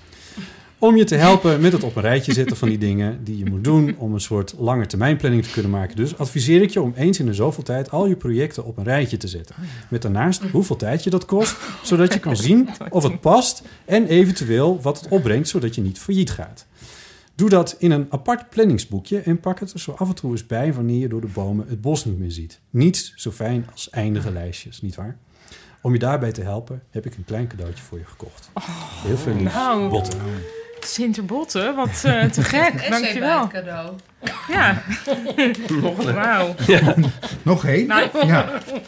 Om je te helpen met het op een rijtje zetten van die dingen die je moet doen om een soort langetermijnplanning te kunnen maken. Dus adviseer ik je om eens in de zoveel tijd al je projecten op een rijtje te zetten. Met daarnaast hoeveel tijd je dat kost, zodat je kan zien of het past en eventueel wat het opbrengt, zodat je niet failliet gaat. Doe dat in een apart planningsboekje en pak het er zo af en toe eens bij wanneer je door de bomen het bos niet meer ziet. Niets zo fijn als eindige lijstjes, nietwaar? Om je daarbij te helpen heb ik een klein cadeautje voor je gekocht. Heel veel lief. Botte. Sinterbotten, wat te gek. Dankjewel. Een cadeau. Ja. Wauw. Ja. Nog één? Nou, ja.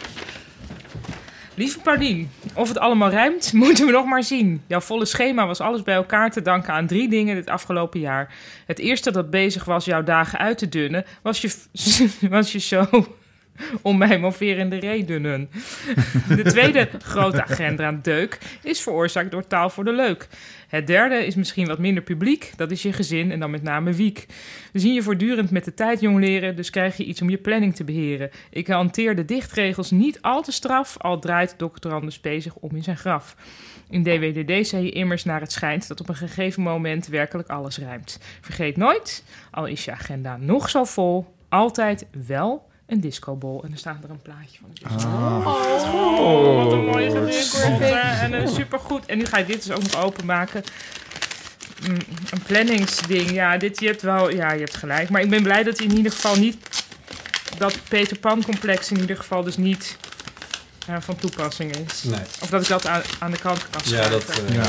Lieve Paulien, of het allemaal rijmt, moeten we nog maar zien. Jouw volle schema was alles bij elkaar te danken aan 3 dingen dit afgelopen jaar. Het eerste dat bezig was jouw dagen uit te dunnen, was je show om mij moverende redenen. De tweede grote agenda deuk is veroorzaakt door Taal voor de Leuk. Het derde is misschien wat minder publiek, dat is je gezin en dan met name Wiek. We zien je voortdurend met de tijd jongleren, dus krijg je iets om je planning te beheren. Ik hanteer de dichtregels niet al te straf, al draait Dr. Anders bezig om in zijn graf. In DWDD zei je immers naar het schijnt dat op een gegeven moment werkelijk alles rijmt. Vergeet nooit, al is je agenda nog zo vol, altijd wel een discobol. En er staat er een plaatje van. Wat een mooie gedicht. En supergoed. En nu ga je dit dus ook nog openmaken. Een planningsding. Ja, je hebt gelijk. Maar ik ben blij dat in ieder geval niet... dat Peter Pan complex in ieder geval dus niet van toepassing is. Nee. Of dat ik dat aan de kant kan schrijven.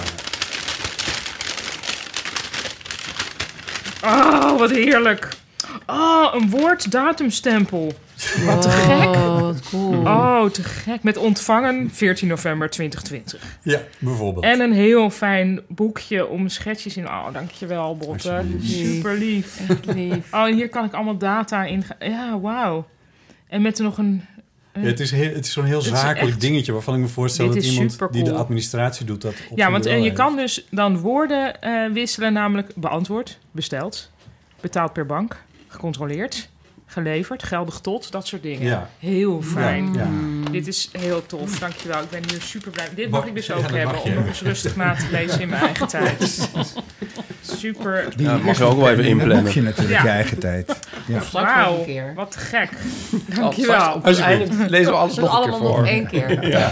Oh, wat heerlijk. Oh, een woorddatumstempel. Wat te gek. Wat cool. Oh, te gek. Met ontvangen 14 november 2020. Ja, bijvoorbeeld. En een heel fijn boekje om schetsjes in. Oh, dankjewel, Botte. Super lief. Echt lief. Oh, en hier kan ik allemaal data in. Ja, wauw. En met er nog een... Ja, het is zo'n heel zakelijk echt dingetje waarvan ik me voorstel dat iemand die de administratie doet dat op ja, want en je kan dus dan woorden wisselen, namelijk beantwoord, besteld, betaald per bank, gecontroleerd, geleverd, geldig tot, dat soort dingen. Ja. Heel fijn. Ja. Dit is heel tof, dankjewel. Ik ben hier super blij. Dit mag ik dus ook hebben om nog eens rustig na te lezen in mijn eigen tijd. Super. Ja, mag je ook wel even inplannen. Mag je natuurlijk je eigen tijd. Ja. Wauw, wat gek. Dankjewel. Uiteindelijk lezen we alles nog een keer voor. Nog 1 keer. Ja.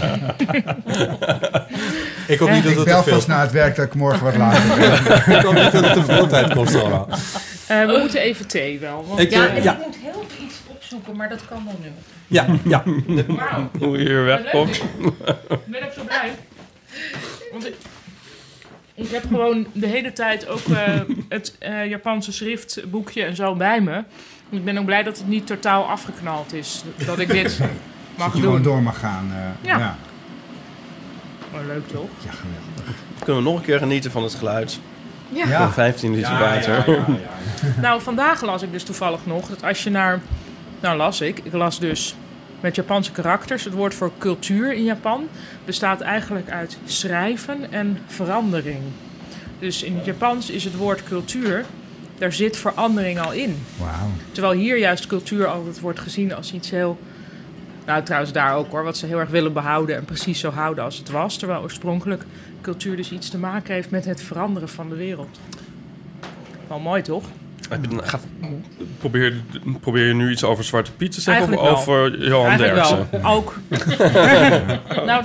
Ik hoop niet dat het bel vast na het werk dat ik morgen wat later ben. Ik hoop niet dat het te veel tijd kost allemaal. We moeten even thee wel. Want ik moet heel veel iets opzoeken, maar dat kan dan nu. Ja. Wauw. Hoe je hier wegkomt. Ik ben ook zo blij. Want ik heb gewoon de hele tijd ook het Japanse schriftboekje en zo bij me. Ik ben ook blij dat het niet totaal afgeknald is. Dat ik dit mag doen. Gewoon door mag gaan. Ja. Oh, leuk toch? Ja, geweldig. Kunnen we nog een keer genieten van het geluid? Ja. Van 15 liter water. Ja. Nou, vandaag las ik dus toevallig nog dat als je naar... Nou, ik las dus met Japanse karakters. Het woord voor cultuur in Japan bestaat eigenlijk uit schrijven en verandering. Dus in het Japans is het woord cultuur, daar zit verandering al in. Wauw. Terwijl hier juist cultuur altijd wordt gezien als iets heel... Nou, trouwens daar ook hoor, wat ze heel erg willen behouden en precies zo houden als het was. Terwijl oorspronkelijk cultuur dus iets te maken heeft met het veranderen van de wereld. Wel mooi, toch? Probeer je nu iets over Zwarte Piet te zeggen eigenlijk of over Johan eigenlijk Derksen? Wel, ook. Nou,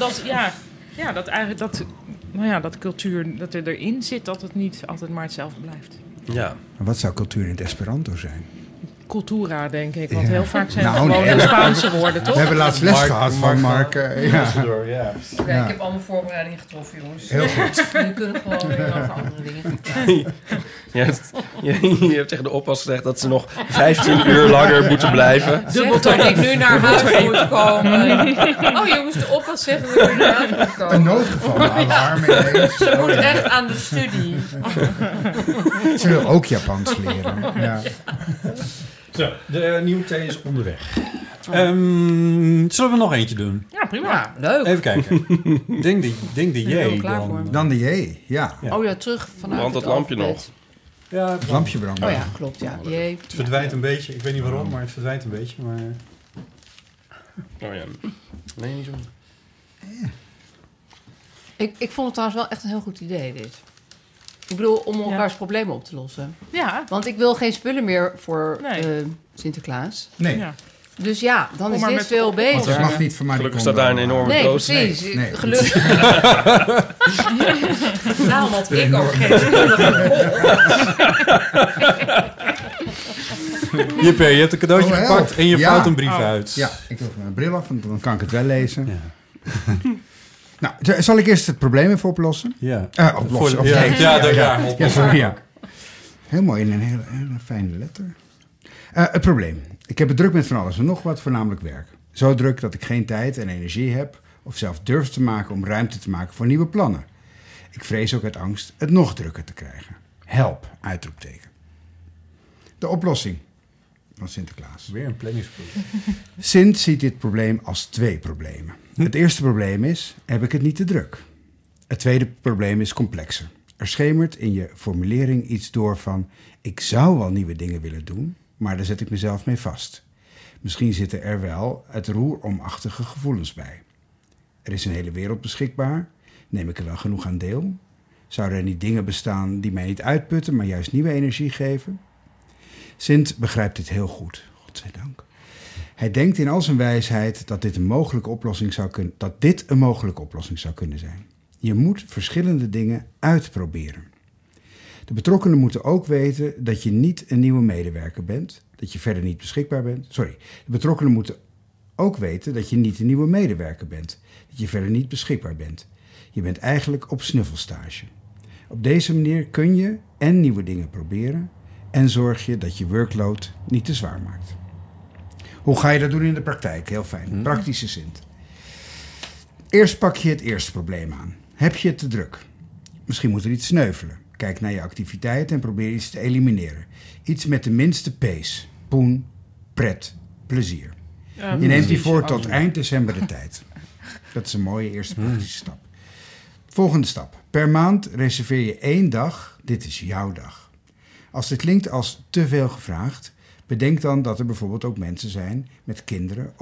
dat cultuur, dat er erin zit, dat het niet altijd maar hetzelfde blijft. Ja. Wat zou cultuur in het Esperanto zijn? Cultura, denk ik. Want heel vaak zijn het gewoon Spaanse woorden, toch? We hebben laatst les gehad van Mark. Oké, ik heb al mijn voorbereidingen getroffen, jongens. Heel goed. Nu kunnen we gewoon weer over andere dingen. Je hebt tegen de oppas gezegd dat ze nog 15 uur langer moeten blijven. Dubbel dat ik nu naar huis moet komen. Oh jongens, de oppas zegt dat ik nu naar huis moet komen. Een noodgeval, alarm ineens. Ze moet echt aan de studie. Ze wil ook Japans leren. Ja. Zo, de nieuwe thee is onderweg. Zullen we nog eentje doen? Ja, prima. Ja, leuk. Even kijken. Denk de J dan de J, ja. Oh ja, terug vanuit Want dat lampje nog. Ja, het lampje brandt. Oh ja, klopt, ja. Het verdwijnt een beetje. Ik weet niet waarom, maar het verdwijnt een beetje. Maar... Oh ja. Nee, niet zo. Ik vond het trouwens wel echt een heel goed idee, dit. Ik bedoel, om elkaars problemen op te lossen. Ja. Want ik wil geen spullen meer voor Sinterklaas. Nee. Ja. Dus ja, dan Kom is maar dit met veel op- beter. Want het mag niet van mij. Gelukkig staat daar een enorme Nee, doos. precies. Nee. Gelukkig. Daarom had ik ook geen Jippe, je hebt een cadeautje Oh, gepakt en je ja. vouwt een brief uit. Ja, ik doe mijn bril af, want dan kan ik het wel lezen. Nou, zal ik eerst het probleem even oplossen? Ja. Oplossen. Voor- ja, Sorry, ja. Heel mooi, in een hele fijne letter. Het probleem. Ik heb het druk met van alles en nog wat, voornamelijk werk. Zo druk dat ik geen tijd en energie heb of zelf durf te maken om ruimte te maken voor nieuwe plannen. Ik vrees ook uit angst het nog drukker te krijgen. Help, uitroepteken. De oplossing van Sinterklaas. Weer een planningsprobleem. Sint ziet dit probleem als 2 problemen. Het eerste probleem is, heb ik het niet te druk? Het tweede probleem is complexer. Er schemert in je formulering iets door van, ik zou wel nieuwe dingen willen doen, maar daar zet ik mezelf mee vast. Misschien zitten er wel het roeromachtige gevoelens bij. Er is een hele wereld beschikbaar. Neem ik er wel genoeg aan deel? Zouden er niet dingen bestaan die mij niet uitputten, maar juist nieuwe energie geven? Sint begrijpt dit heel goed, godzijdank. Hij denkt in al zijn wijsheid dat dit een mogelijke oplossing zou kunnen zijn. Je moet verschillende dingen uitproberen. De betrokkenen moeten ook weten dat je niet een nieuwe medewerker bent, dat je verder niet beschikbaar bent. De betrokkenen moeten ook weten dat je niet een nieuwe medewerker bent, dat je verder niet beschikbaar bent. Je bent eigenlijk op snuffelstage. Op deze manier kun je en nieuwe dingen proberen en zorg je dat je workload niet te zwaar maakt. Hoe ga je dat doen in de praktijk? Heel fijn. Praktische Sint. Eerst pak je het eerste probleem aan. Heb je het te druk? Misschien moet er iets sneuvelen. Kijk naar je activiteit en probeer iets te elimineren. Iets met de minste pace. Poen, pret, plezier. Je neemt hiervoor tot eind december de tijd. Dat is een mooie eerste praktische stap. Volgende stap. Per maand reserveer je 1 dag. Dit is jouw dag. Als dit klinkt als te veel gevraagd, bedenk dan dat er bijvoorbeeld ook mensen zijn met kinderen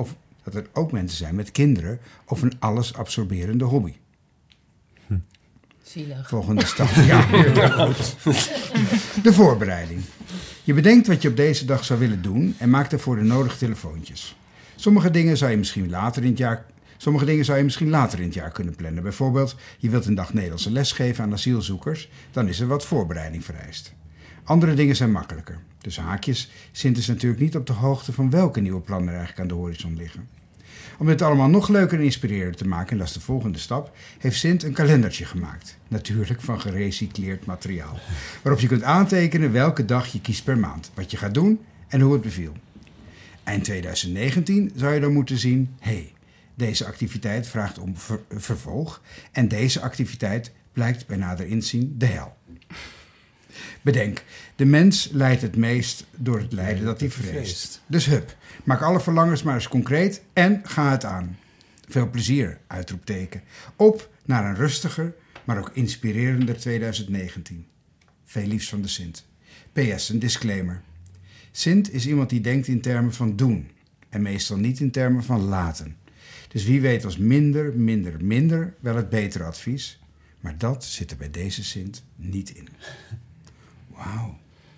of een alles absorberende hobby. Zielig. Volgende stap. Ja, goed. De voorbereiding. Je bedenkt wat je op deze dag zou willen doen en maakt daarvoor de nodige telefoontjes. Sommige dingen zou je misschien later in het jaar kunnen plannen. Bijvoorbeeld, je wilt een dag Nederlandse les geven aan asielzoekers, dan is er wat voorbereiding vereist. Andere dingen zijn makkelijker. Tussen haakjes, Sint is natuurlijk niet op de hoogte van welke nieuwe plannen er eigenlijk aan de horizon liggen. Om dit allemaal nog leuker en inspirerender te maken, en dat is de volgende stap, heeft Sint een kalendertje gemaakt. Natuurlijk van gerecycleerd materiaal. Waarop je kunt aantekenen welke dag je kiest per maand, wat je gaat doen en hoe het beviel. Eind 2019 zou je dan moeten zien, deze activiteit vraagt om vervolg en deze activiteit blijkt bij nader inzien de hel. Bedenk, de mens lijdt het meest door het lijden dat hij vreest. Dus hup, maak alle verlangens maar eens concreet en ga het aan. Veel plezier, uitroepteken. Op naar een rustiger, maar ook inspirerender 2019. Veel liefs van de Sint. PS, een disclaimer. Sint is iemand die denkt in termen van doen en meestal niet in termen van laten. Dus wie weet was minder wel het betere advies. Maar dat zit er bij deze Sint niet in. Wauw.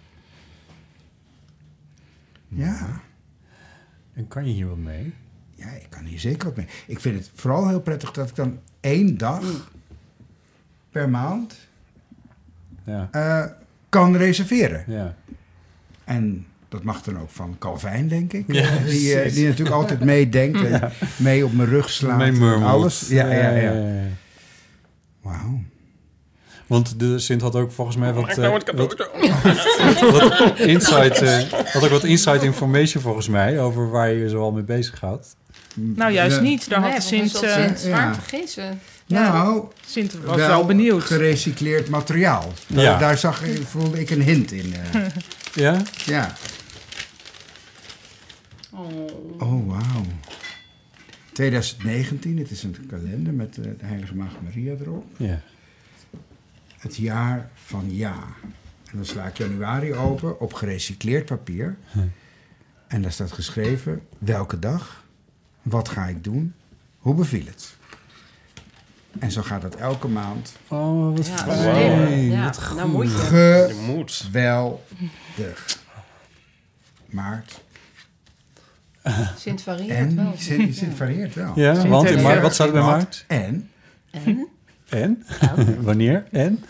Ja. En kan je hier wat mee? Ja, ik kan hier zeker wat mee. Ik vind het vooral heel prettig dat ik dan 1 dag per maand kan reserveren. Ja. En dat mag dan ook van Calvijn, denk ik. Ja, die natuurlijk altijd meedenkt en mee op mijn rug slaat. En alles. Ja. Wauw. Want de Sint had ook volgens mij wat inside information volgens mij over waar je zoal mee bezig gaat. Nou, juist niet. Daar had de Sint... zwaar vergissen. Nou, Sint was wel benieuwd. Gerecycleerd materiaal. Daar voelde ik een hint in. Ja? Ja. Oh, wauw. 2019, het is een kalender met de Heilige Maagd Maria erop. Ja. Het jaar van ja. En dan sla ik januari open op gerecycleerd papier. En daar staat geschreven welke dag, wat ga ik doen, hoe beviel het. En zo gaat het elke maand. Oh, wat wat goed. Nou moet geweldig. Maart. Sint varieert wel. Sint varieert wel. Ja, Sint want in en maart, wat staat er bij maart? En? Wanneer? En?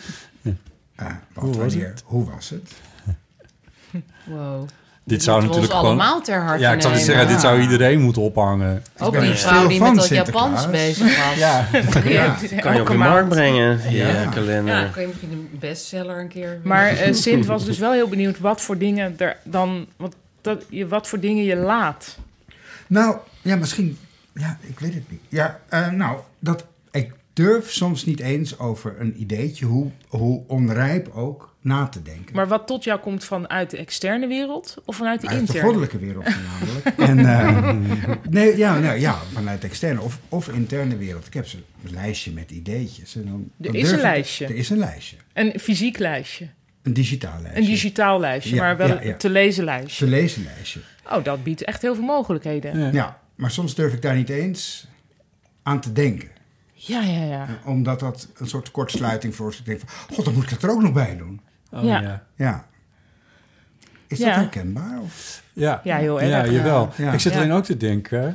Hoe was het? Wow. Dit zou natuurlijk gewoon allemaal ter harte Ja, ik zou niet zeggen, dit zou iedereen moeten ophangen. Ook die vrouw die met dat Japans bezig was. Ja. Kan je op de markt brengen, kalender. Ja, kan je misschien een bestseller een keer... Maar Sint was dus wel heel benieuwd wat voor dingen er dan... Wat voor dingen je laat. Nou, ja, misschien... Ja, ik weet het niet. Ja, ik durf soms niet eens over een ideetje, hoe onrijp ook, na te denken. Maar wat tot jou komt vanuit de externe wereld of vanuit de Uit interne? de goddelijke wereld namelijk. Vanuit de externe of interne wereld. Ik heb zo'n lijstje met ideetjes. En Er is een lijstje. Er is een lijstje. Een fysiek lijstje. Een digitaal lijstje. Een digitaal lijstje, maar wel een te lezen lijstje. Te lezen lijstje. Oh, dat biedt echt heel veel mogelijkheden. Ja, maar soms durf ik daar niet eens aan te denken. Ja. Omdat dat een soort kortsluiting veroorzaakt. Ik denk van, god, dan moet ik dat er ook nog bij doen. Ja. Is dat herkenbaar? Of? Ja, heel erg. Ja, jawel. Ja. Ik zit alleen ook te denken...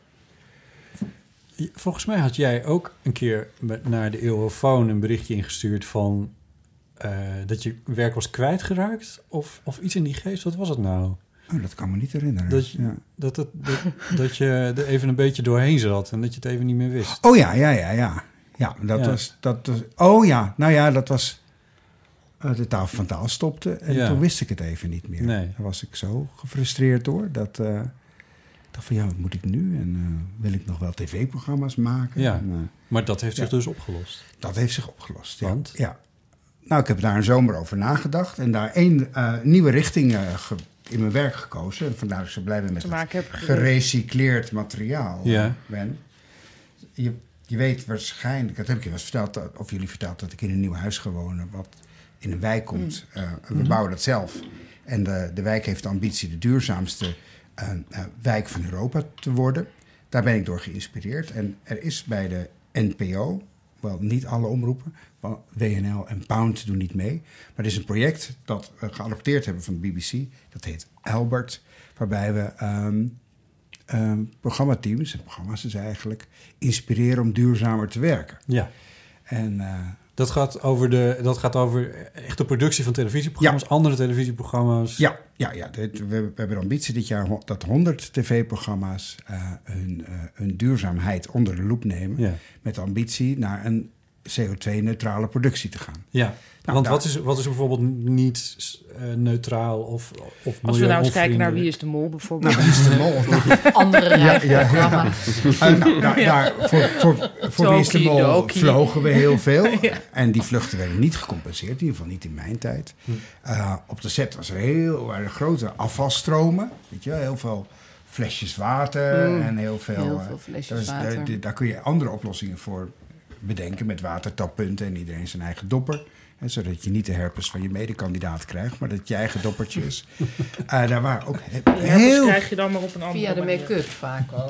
Volgens mij had jij ook een keer naar de Eeuwofoon een berichtje ingestuurd van... dat je werk was kwijtgeraakt? Of iets in die geest? Wat was het nou? Oh, dat kan me niet herinneren. Dat je er even een beetje doorheen zat en dat je het even niet meer wist. Oh ja. Ja, dat was... Oh ja, nou ja, dat was... de tafel van taal stopte en toen wist ik het even niet meer. Nee. Daar was ik zo gefrustreerd door. Dat ik dacht van, wat moet ik nu? En wil ik nog wel tv-programma's maken? Ja, En, maar dat heeft zich dus opgelost. Dat heeft zich opgelost, ja. Want? Ja. Nou, ik heb daar een zomer over nagedacht en daar één nieuwe richting in mijn werk gekozen. En vandaar dat ik zo blij ben met het gerecycleerd materiaal ben. Je weet waarschijnlijk, dat heb ik je wel eens verteld, of jullie verteld, dat ik in een nieuw huis ga wonen, wat in een wijk komt. We bouwen dat zelf. En de wijk heeft de ambitie de duurzaamste wijk van Europa te worden. Daar ben ik door geïnspireerd. En er is bij de NPO, wel niet alle omroepen, WNL en Pound doen niet mee. Maar er is een project dat we geadopteerd hebben van de BBC. Dat heet Albert, waarbij we programmateams, en programma's dus eigenlijk, inspireren om duurzamer te werken. Ja. En dat gaat over echt de productie van televisieprogramma's, andere televisieprogramma's. Ja. We hebben de ambitie dit jaar dat 100 tv-programma's hun duurzaamheid onder de loep nemen. Ja. Met de ambitie naar een CO2-neutrale productie te gaan. Ja, want wat is bijvoorbeeld niet neutraal of als we nou eens kijken naar Wie is de Mol bijvoorbeeld. Wie is de Mol? Andere rijprogramma. Voor Wie is de Mol vlogen we heel veel. En die vluchten werden niet gecompenseerd, in ieder geval niet in mijn tijd. Op de set was er grote afvalstromen. Weet je, heel veel flesjes water en heel veel flesjes water. Daar kun je andere oplossingen voor bedenken met watertappunten en iedereen zijn eigen dopper. Hè, zodat je niet de herpes van je medekandidaat krijgt, maar dat het je eigen doppertje is. Daar waren ook heel... krijg je dan maar op een andere via de make-up vaak wel.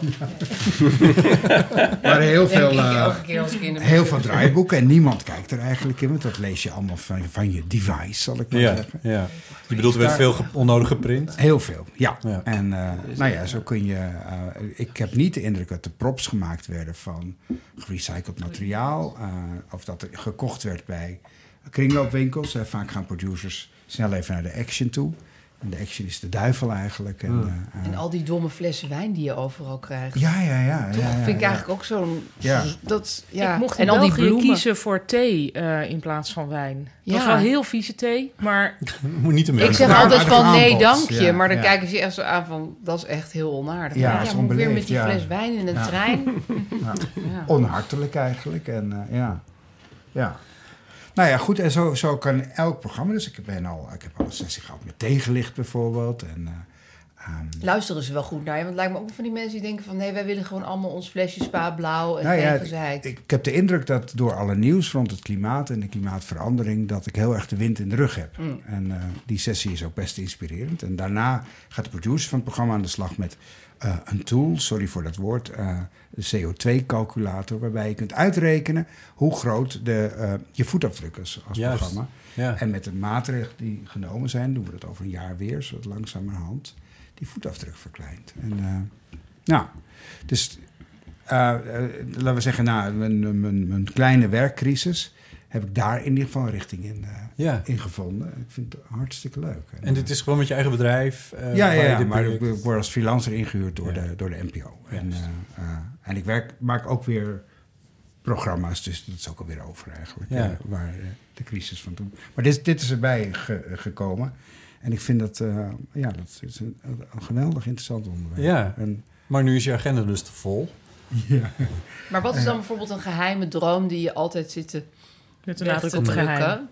Maar heel veel draaiboeken en niemand kijkt er eigenlijk in, want dat lees je allemaal van je device, zal ik maar zeggen. Ja. Je bedoelt, er werd veel onnodig geprint? Heel veel, ja. En zo kun je... ik heb niet de indruk dat er props gemaakt werden van gerecycled materiaal, of dat er gekocht werd bij kringloopwinkels. Vaak gaan producers snel even naar de Action toe. En de Action is de duivel eigenlijk. En al die domme flessen wijn die je overal krijgt. Ja. Toch vind ik eigenlijk ook zo'n... Ik mocht en in al die België bloemen kiezen voor thee in plaats van wijn. Het was wel heel vieze thee, maar... Moet niet te ik zeg altijd van nee, dank je. Maar dan kijken ze je echt zo aan van... dat is echt heel onaardig. Ja, moet weer met die fles wijn in een trein. Onhartelijk eigenlijk. En ja. Nou ja, goed. En zo kan elk programma. Dus ik heb al een sessie gehad met tegenlicht bijvoorbeeld. Luisteren ze wel goed naar je? Want het lijkt me ook van die mensen die denken van... nee, wij willen gewoon allemaal ons flesje Spa blauw en geen gezeik. Ik heb de indruk dat door alle nieuws rond het klimaat en de klimaatverandering... dat ik heel erg de wind in de rug heb. En die sessie is ook best inspirerend. En daarna gaat de producer van het programma aan de slag met... een tool, sorry voor dat woord, de CO2-calculator... waarbij je kunt uitrekenen hoe groot je voetafdruk is als programma. Ja. En met de maatregelen die genomen zijn, doen we dat over een jaar weer, zo langzamerhand... die voetafdruk verkleint. En, dus laten we zeggen, na mijn kleine werkcrisis heb ik daar in ieder geval een richting in gevonden. Ik vind het hartstikke leuk. En dit is gewoon met je eigen bedrijf? Maar ik word als freelancer ingehuurd door de NPO. En ik maak ook weer programma's, dus dat is ook alweer over eigenlijk. Waar de crisis van toen. Maar dit is erbij gekomen. En ik vind dat is een geweldig interessant onderwerp. Ja, maar nu is je agenda dus te vol. Ja. Maar wat is dan bijvoorbeeld een geheime droom die je altijd zit te met de nadruk op geheim?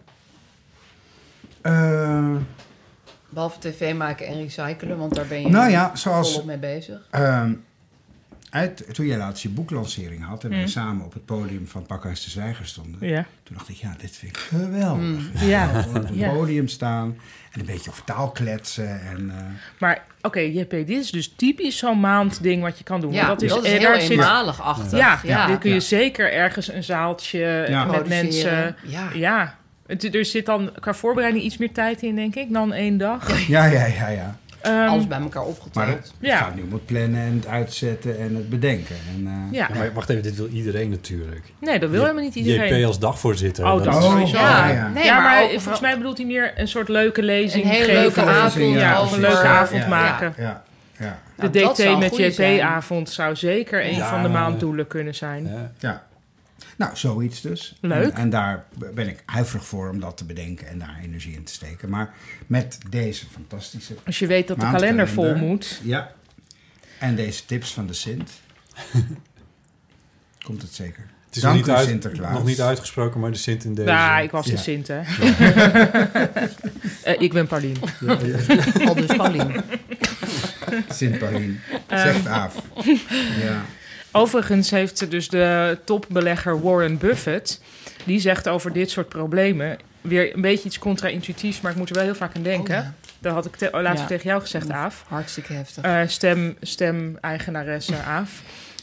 Behalve tv maken en recyclen, want daar ben je volop mee bezig. Toen jij laatst je boeklancering had... en we samen op het podium van Pakhuis de Zwijger stonden... Ja. Toen dacht ik, dit vind ik geweldig. Op het podium staan en een beetje over taal kletsen. Maar Jeppe, dit is dus typisch zo'n maandding wat je kan doen. Ja, dat is heel eenmalig achter. Dit kun je zeker ergens een zaaltje met mensen... Ja. Er zit dan qua voorbereiding iets meer tijd in, denk ik, dan 1 dag. Ja. Alles bij elkaar opgeteld. Maar het gaat nu om het plannen en het uitzetten en het bedenken. Maar wacht even, dit wil iedereen natuurlijk. Nee, dat wil helemaal niet iedereen. JP als dagvoorzitter. Oh, dat is sowieso. Nee, maar volgens mij bedoelt hij meer een soort leuke lezing. Een hele leuke avond. Of een leuke avond maken. Ja. De DT met JP-avond zou zeker een van de maanddoelen kunnen zijn. Ja. Nou, zoiets dus. Leuk. En daar ben ik huiverig voor om dat te bedenken en daar energie in te steken. Maar met deze fantastische... Als je weet dat de kalender vol moet. Ja. En deze tips van de Sint. komt het zeker. Het is Dank u, Sinterklaas. Nog niet uitgesproken, maar de Sint in deze... Ja, ik was de Sint, hè. Ik ben Paulien. Al dus Paulien. Sint Paulien. Zegt af. Ja. Overigens heeft dus de topbelegger Warren Buffett... die zegt over dit soort problemen... weer een beetje iets contra-intuïtiefs... maar ik moet er wel heel vaak aan denken. Dat had ik laatst tegen jou gezegd, Aaf. Hartstikke heftig. Stem-eigenaresse Aaf.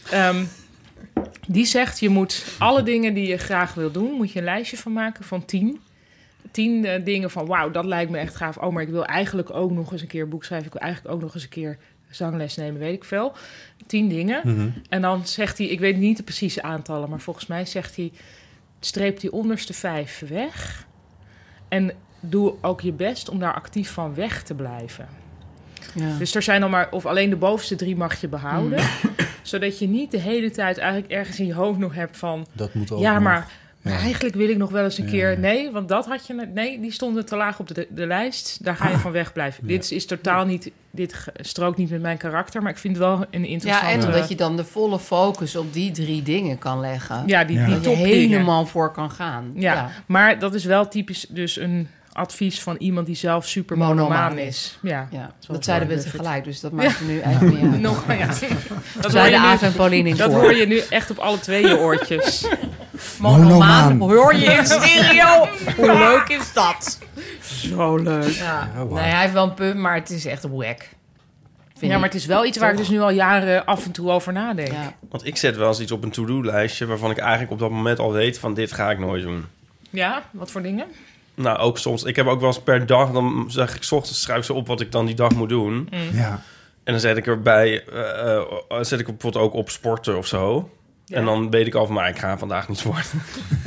Die zegt, je moet alle dingen die je graag wil doen... moet je een lijstje van maken van 10. 10 dingen van, wauw, dat lijkt me echt gaaf. Oh, maar ik wil eigenlijk ook nog eens een keer boek schrijven. Ik wil eigenlijk ook nog eens een keer... zangles nemen, weet ik veel. 10 dingen. Mm-hmm. En dan zegt hij, ik weet niet de precieze aantallen... maar volgens mij zegt hij... streep die onderste 5 weg... en doe ook je best om daar actief van weg te blijven. Ja. Dus er zijn dan maar... of alleen de bovenste 3 mag je behouden... zodat je niet de hele tijd eigenlijk ergens in je hoofd nog hebt van... dat moet ook maar eigenlijk wil ik nog wel eens een keer... Nee, want dat had je... Nee, die stonden te laag op de lijst. Daar ga je van wegblijven. Ja. Dit is totaal niet... Dit strookt niet met mijn karakter, maar ik vind het wel een interessante... Ja, en omdat je dan de volle focus op die 3 dingen kan leggen. Ja, die je helemaal voor kan gaan. Ja, maar dat is wel typisch dus een advies van iemand die zelf super monomaan is. Ja. Dat zeiden we tegelijk, dus dat maakt er nu eigenlijk niet uit. Nog, dat zeiden Aaf en Paulien in dat hoor je nu echt op alle 2 je oortjes. Monomaan hoor je in stereo. Hoe leuk is dat? Zo leuk. Ja. Nee, hij heeft wel een punt, maar het is echt een wack. Maar het is wel iets waar ik dus nu al jaren af en toe over nadenk. Ja. Want ik zet wel eens iets op een to-do-lijstje... waarvan ik eigenlijk op dat moment al weet van dit ga ik nooit doen. Ja, wat voor dingen? Nou, ook soms. Ik heb ook wel eens per dag... dan zeg ik 's ochtends schrijf ze op wat ik dan die dag moet doen. Ja. En dan zet ik erbij... zet ik bijvoorbeeld ook op sporten of zo... Ja. En dan weet ik al van, maar ik ga vandaag niet sporten.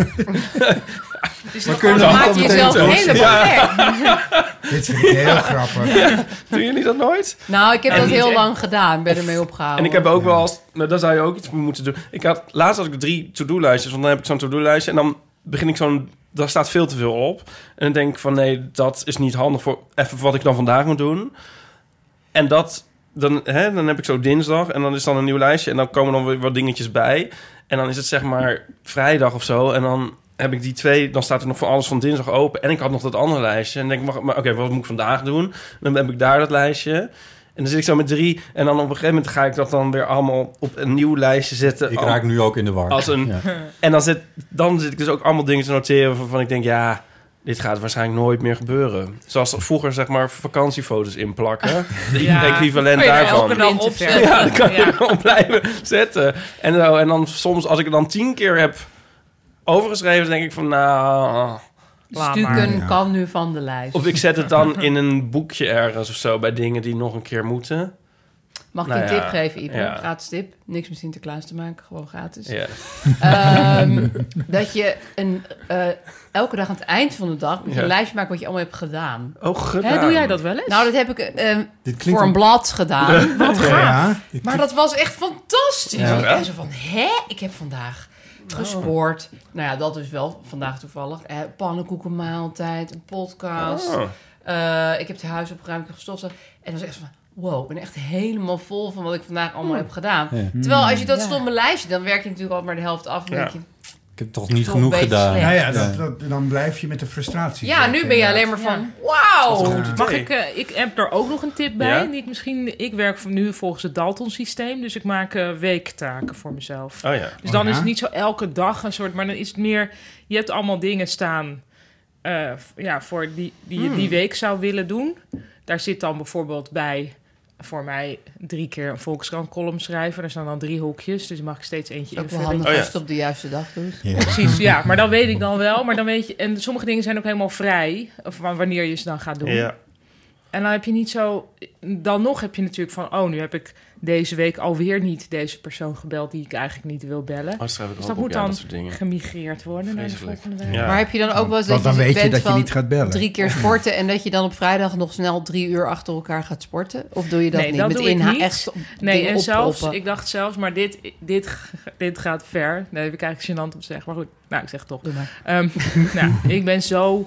Dus dan maak je jezelf helemaal gek. Dit vind ik heel grappig. Ja. Doen jullie dat nooit? Nou, ik heb dat heel lang gedaan. Ben ermee opgehouden. En ik heb ook wel eens... Nou, daar zou je ook iets mee moeten doen. Laatst had ik 3 to-do-lijstjes. Want dan heb ik zo'n to-do-lijstje. En dan begin ik daar staat veel te veel op. En dan denk ik van, nee, dat is niet handig voor even wat ik dan vandaag moet doen. En dan heb ik zo dinsdag en dan is dan een nieuw lijstje... en dan komen dan weer wat dingetjes bij. En dan is het zeg maar vrijdag of zo... en dan heb ik die 2... dan staat er nog van alles van dinsdag open... en ik had nog dat andere lijstje. En dan denk ik, maar oké, wat moet ik vandaag doen? Dan heb ik daar dat lijstje... en dan zit ik zo met 3... en dan op een gegeven moment ga ik dat dan weer allemaal... op een nieuw lijstje zetten. Ik raak nu ook in de war. En dan zit ik dus ook allemaal dingen te noteren... waarvan ik denk, ja... dit gaat waarschijnlijk nooit meer gebeuren. Zoals vroeger, zeg maar, vakantiefoto's inplakken. De equivalent daarvan. Dan dan kan je er dan blijven zetten. En dan soms, als ik het dan 10 keer heb overgeschreven... denk ik van, nou... Stukken kan nu van de lijst. Of ik zet het dan in een boekje ergens of zo... bij dingen die nog een keer moeten. Mag ik een tip geven, Ipe? Ja. Gratis tip. Niks met Sinterklaas te maken, gewoon gratis. Ja. Dat je elke dag aan het eind van de dag... een lijstje maakt wat je allemaal hebt gedaan. Oh, gedaan. Doe jij dat wel eens? Nou, dat heb ik voor een blad gedaan. Wat gaaf. Ja. Maar dat was echt fantastisch. Ja. En zo van, ik heb vandaag gesport. Nou ja, dat is wel vandaag toevallig. Pannenkoekenmaaltijd, een podcast. Ik heb het huis opgeruimd, ik heb gestofzuigd. En dat was echt van... Wow, ik ben echt helemaal vol van wat ik vandaag allemaal heb gedaan. Ja. Terwijl als je dat stomme lijstje... dan werk je natuurlijk al maar de helft af. En denk je, ik heb toch niet genoeg gedaan. Dan blijf je met de frustratie. Ja, nu ben je alleen maar van... Wauw! Mag ik heb er ook nog een tip bij. Ja? Niet misschien, ik werk nu volgens het Dalton-systeem. Dus ik maak weektaken voor mezelf. Oh ja. Dus dan is het niet zo elke dag een soort... maar dan is het meer... je hebt allemaal dingen staan... voor die je die week zou willen doen. Daar zit dan bijvoorbeeld bij... voor mij 3 keer een Volkskrant-column schrijven. Daar staan dan 3 hoekjes, dus mag ik steeds eentje invullen. Ook wel handig als je het op de juiste dag doet. Ja. Precies, ja. Maar dan weet ik dan wel. Maar dan weet je... En sommige dingen zijn ook helemaal vrij. Of wanneer je ze dan gaat doen. Ja. En dan heb je niet zo... Dan nog heb je natuurlijk van... nu heb ik deze week alweer niet deze persoon gebeld... die ik eigenlijk niet wil bellen. Dus dat moet dan gemigreerd worden naar de volgende week. Ja. Maar heb je dan ook wel eens... Want dan weet je dat je niet gaat bellen. 3 keer sporten... en dat je dan op vrijdag nog snel 3 uur achter elkaar gaat sporten? Of doe je dat niet? Dat met doe ik niet. Echt en zelfs... Ik dacht zelfs... Maar dit gaat ver. Dat heb ik eigenlijk gênant om te zeggen. Maar goed, ik zeg het toch. Doe maar. Ik ben zo...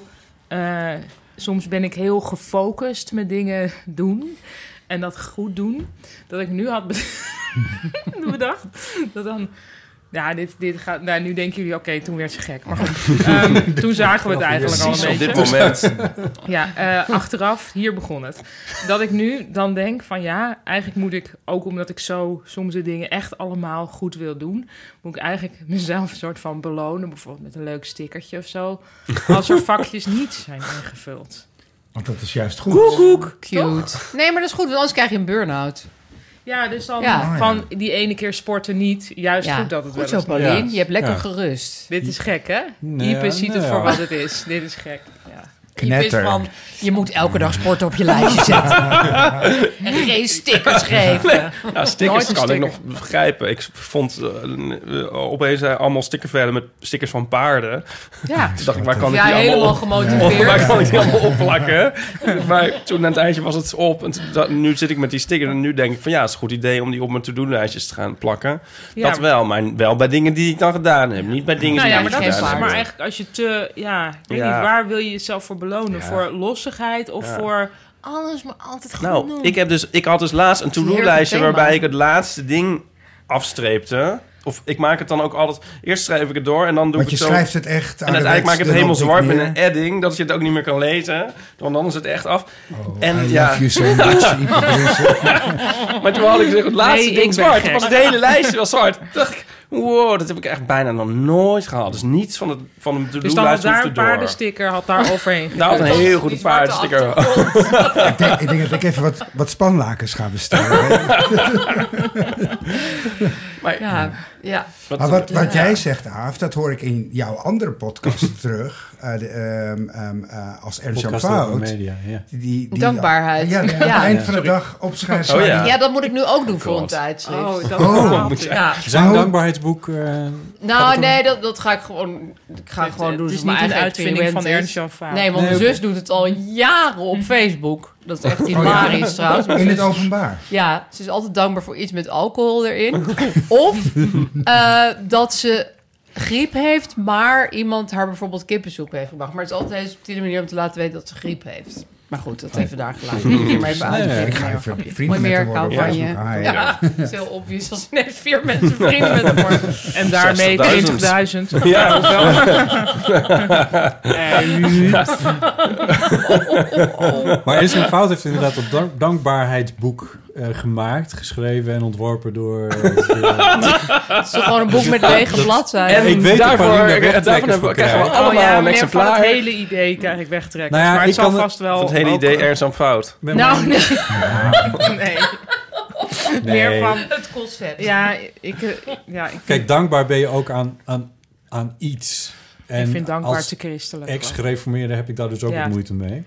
soms ben ik heel gefocust met dingen doen. En dat goed doen. Dat ik nu had bedacht. Dat dan... Ja, dit gaat... Nou, nu denken jullie... Oké, toen werd ze gek. Maar goed. Toen zagen we het eigenlijk al een beetje. Op dit moment. Achteraf. Hier begon het. Dat ik nu dan denk van... Ja, eigenlijk moet ik... Ook omdat ik zo soms de dingen echt allemaal goed wil doen... Moet ik eigenlijk mezelf een soort van belonen. Bijvoorbeeld met een leuk stickertje of zo. Als er vakjes niet zijn ingevuld. Want dat is juist goed. Koekoek. Cute. Toch? Nee, maar dat is goed, want anders krijg je een burn-out. Ja, dus dan van die ene keer sporten niet. Juist goed dat het wel is. Goed zo, Paulien. Je hebt lekker gerust. Dit is gek, hè? Ipe ziet het voor wat het is. Dit is gek, ja. Ipe is van, je moet elke dag sporten op je lijstje zetten. En geen stickers geven. Stickers kan ik nog begrijpen. Ik vond opeens allemaal stickervellen met stickers van paarden. Ja. Toen dacht ik, waar kan ik die helemaal allemaal gemotiveerd. Waar kan ik die allemaal opplakken? Maar toen aan het eindje was het op. En nu zit ik met die stickers en nu denk ik van het is een goed idee om die op mijn to-do-lijstjes te gaan plakken. Ja. Dat wel, maar wel bij dingen die ik dan gedaan heb. Niet bij dingen die ik niet gedaan heb. Maar eigenlijk als je ik weet niet, waar wil je jezelf voor belonen? Voor lossigheid of voor alles maar altijd goed doen? Ik had dus laatst een to-do-lijstje waarbij ik het laatste ding afstreepte. Of ik maak het dan ook altijd... Eerst schrijf ik het door en dan doe ik het zo... Want je schrijft het echt... En uiteindelijk maak ik het helemaal zwart met een edding... dat je het ook niet meer kan lezen. Want dan is het echt af. I love you so much. Maar toen had ik gezegd, het laatste ding zwart. Toen was het hele lijstje wel zwart. Toen dacht ik... Wow, dat heb ik echt bijna nog nooit gehad. Dus niets van een to-do-lijst dus dan had daar een paardensticker had daar overheen. Daar had een heel goede paardensticker. Ik denk dat ik even wat spanlakens ga bestellen. Maar wat jij zegt, Aaf, dat hoor ik in jouw andere podcast terug. Als Ernst-Jan Fout. Dankbaarheid. Aan het eind van de dag opschrijven. Ja, dat moet ik nu ook doen voor een tijdschrift. Zijn dankbaarheidsboek... nee, dat ga ik gewoon... doen. Het is niet een uitvinding van Ernst-Jan Fout. Nee, want mijn zus doet het al jaren op Facebook. Dat is echt hilarisch trouwens. In het openbaar? Ja, ze is altijd dankbaar voor iets met alcohol erin. Of dat ze griep heeft, maar iemand haar bijvoorbeeld kippensoep heeft gebracht. Maar het is altijd een subtiele manier om te laten weten dat ze griep heeft. Maar goed, dat even daar gelaten. Ik hier maar even uit. Ik ga even vrienden met hem worden. Van je. Ja, het is heel obvious als net 4 mensen vrienden met hem worden. En daarmee 20.000. Ja, Maar Ernst-Jan Fout heeft inderdaad dat dankbaarheidsboek geschreven en ontworpen door... Het is toch gewoon een boek met lege bladzijden. En ik weet daarvan krijgen we allemaal een exemplaar. Van het hele idee krijg ik wegtrekken. Nou ja, maar het zal vast wel... Van het hele idee Ernst-Jan Fout. Nee. Meer van... Het concept. Ja, ik Kijk, dankbaar ben je ook aan iets. En ik vind dankbaar als te christelijk. ex-gereformeerde heb ik daar dus ook wat moeite mee.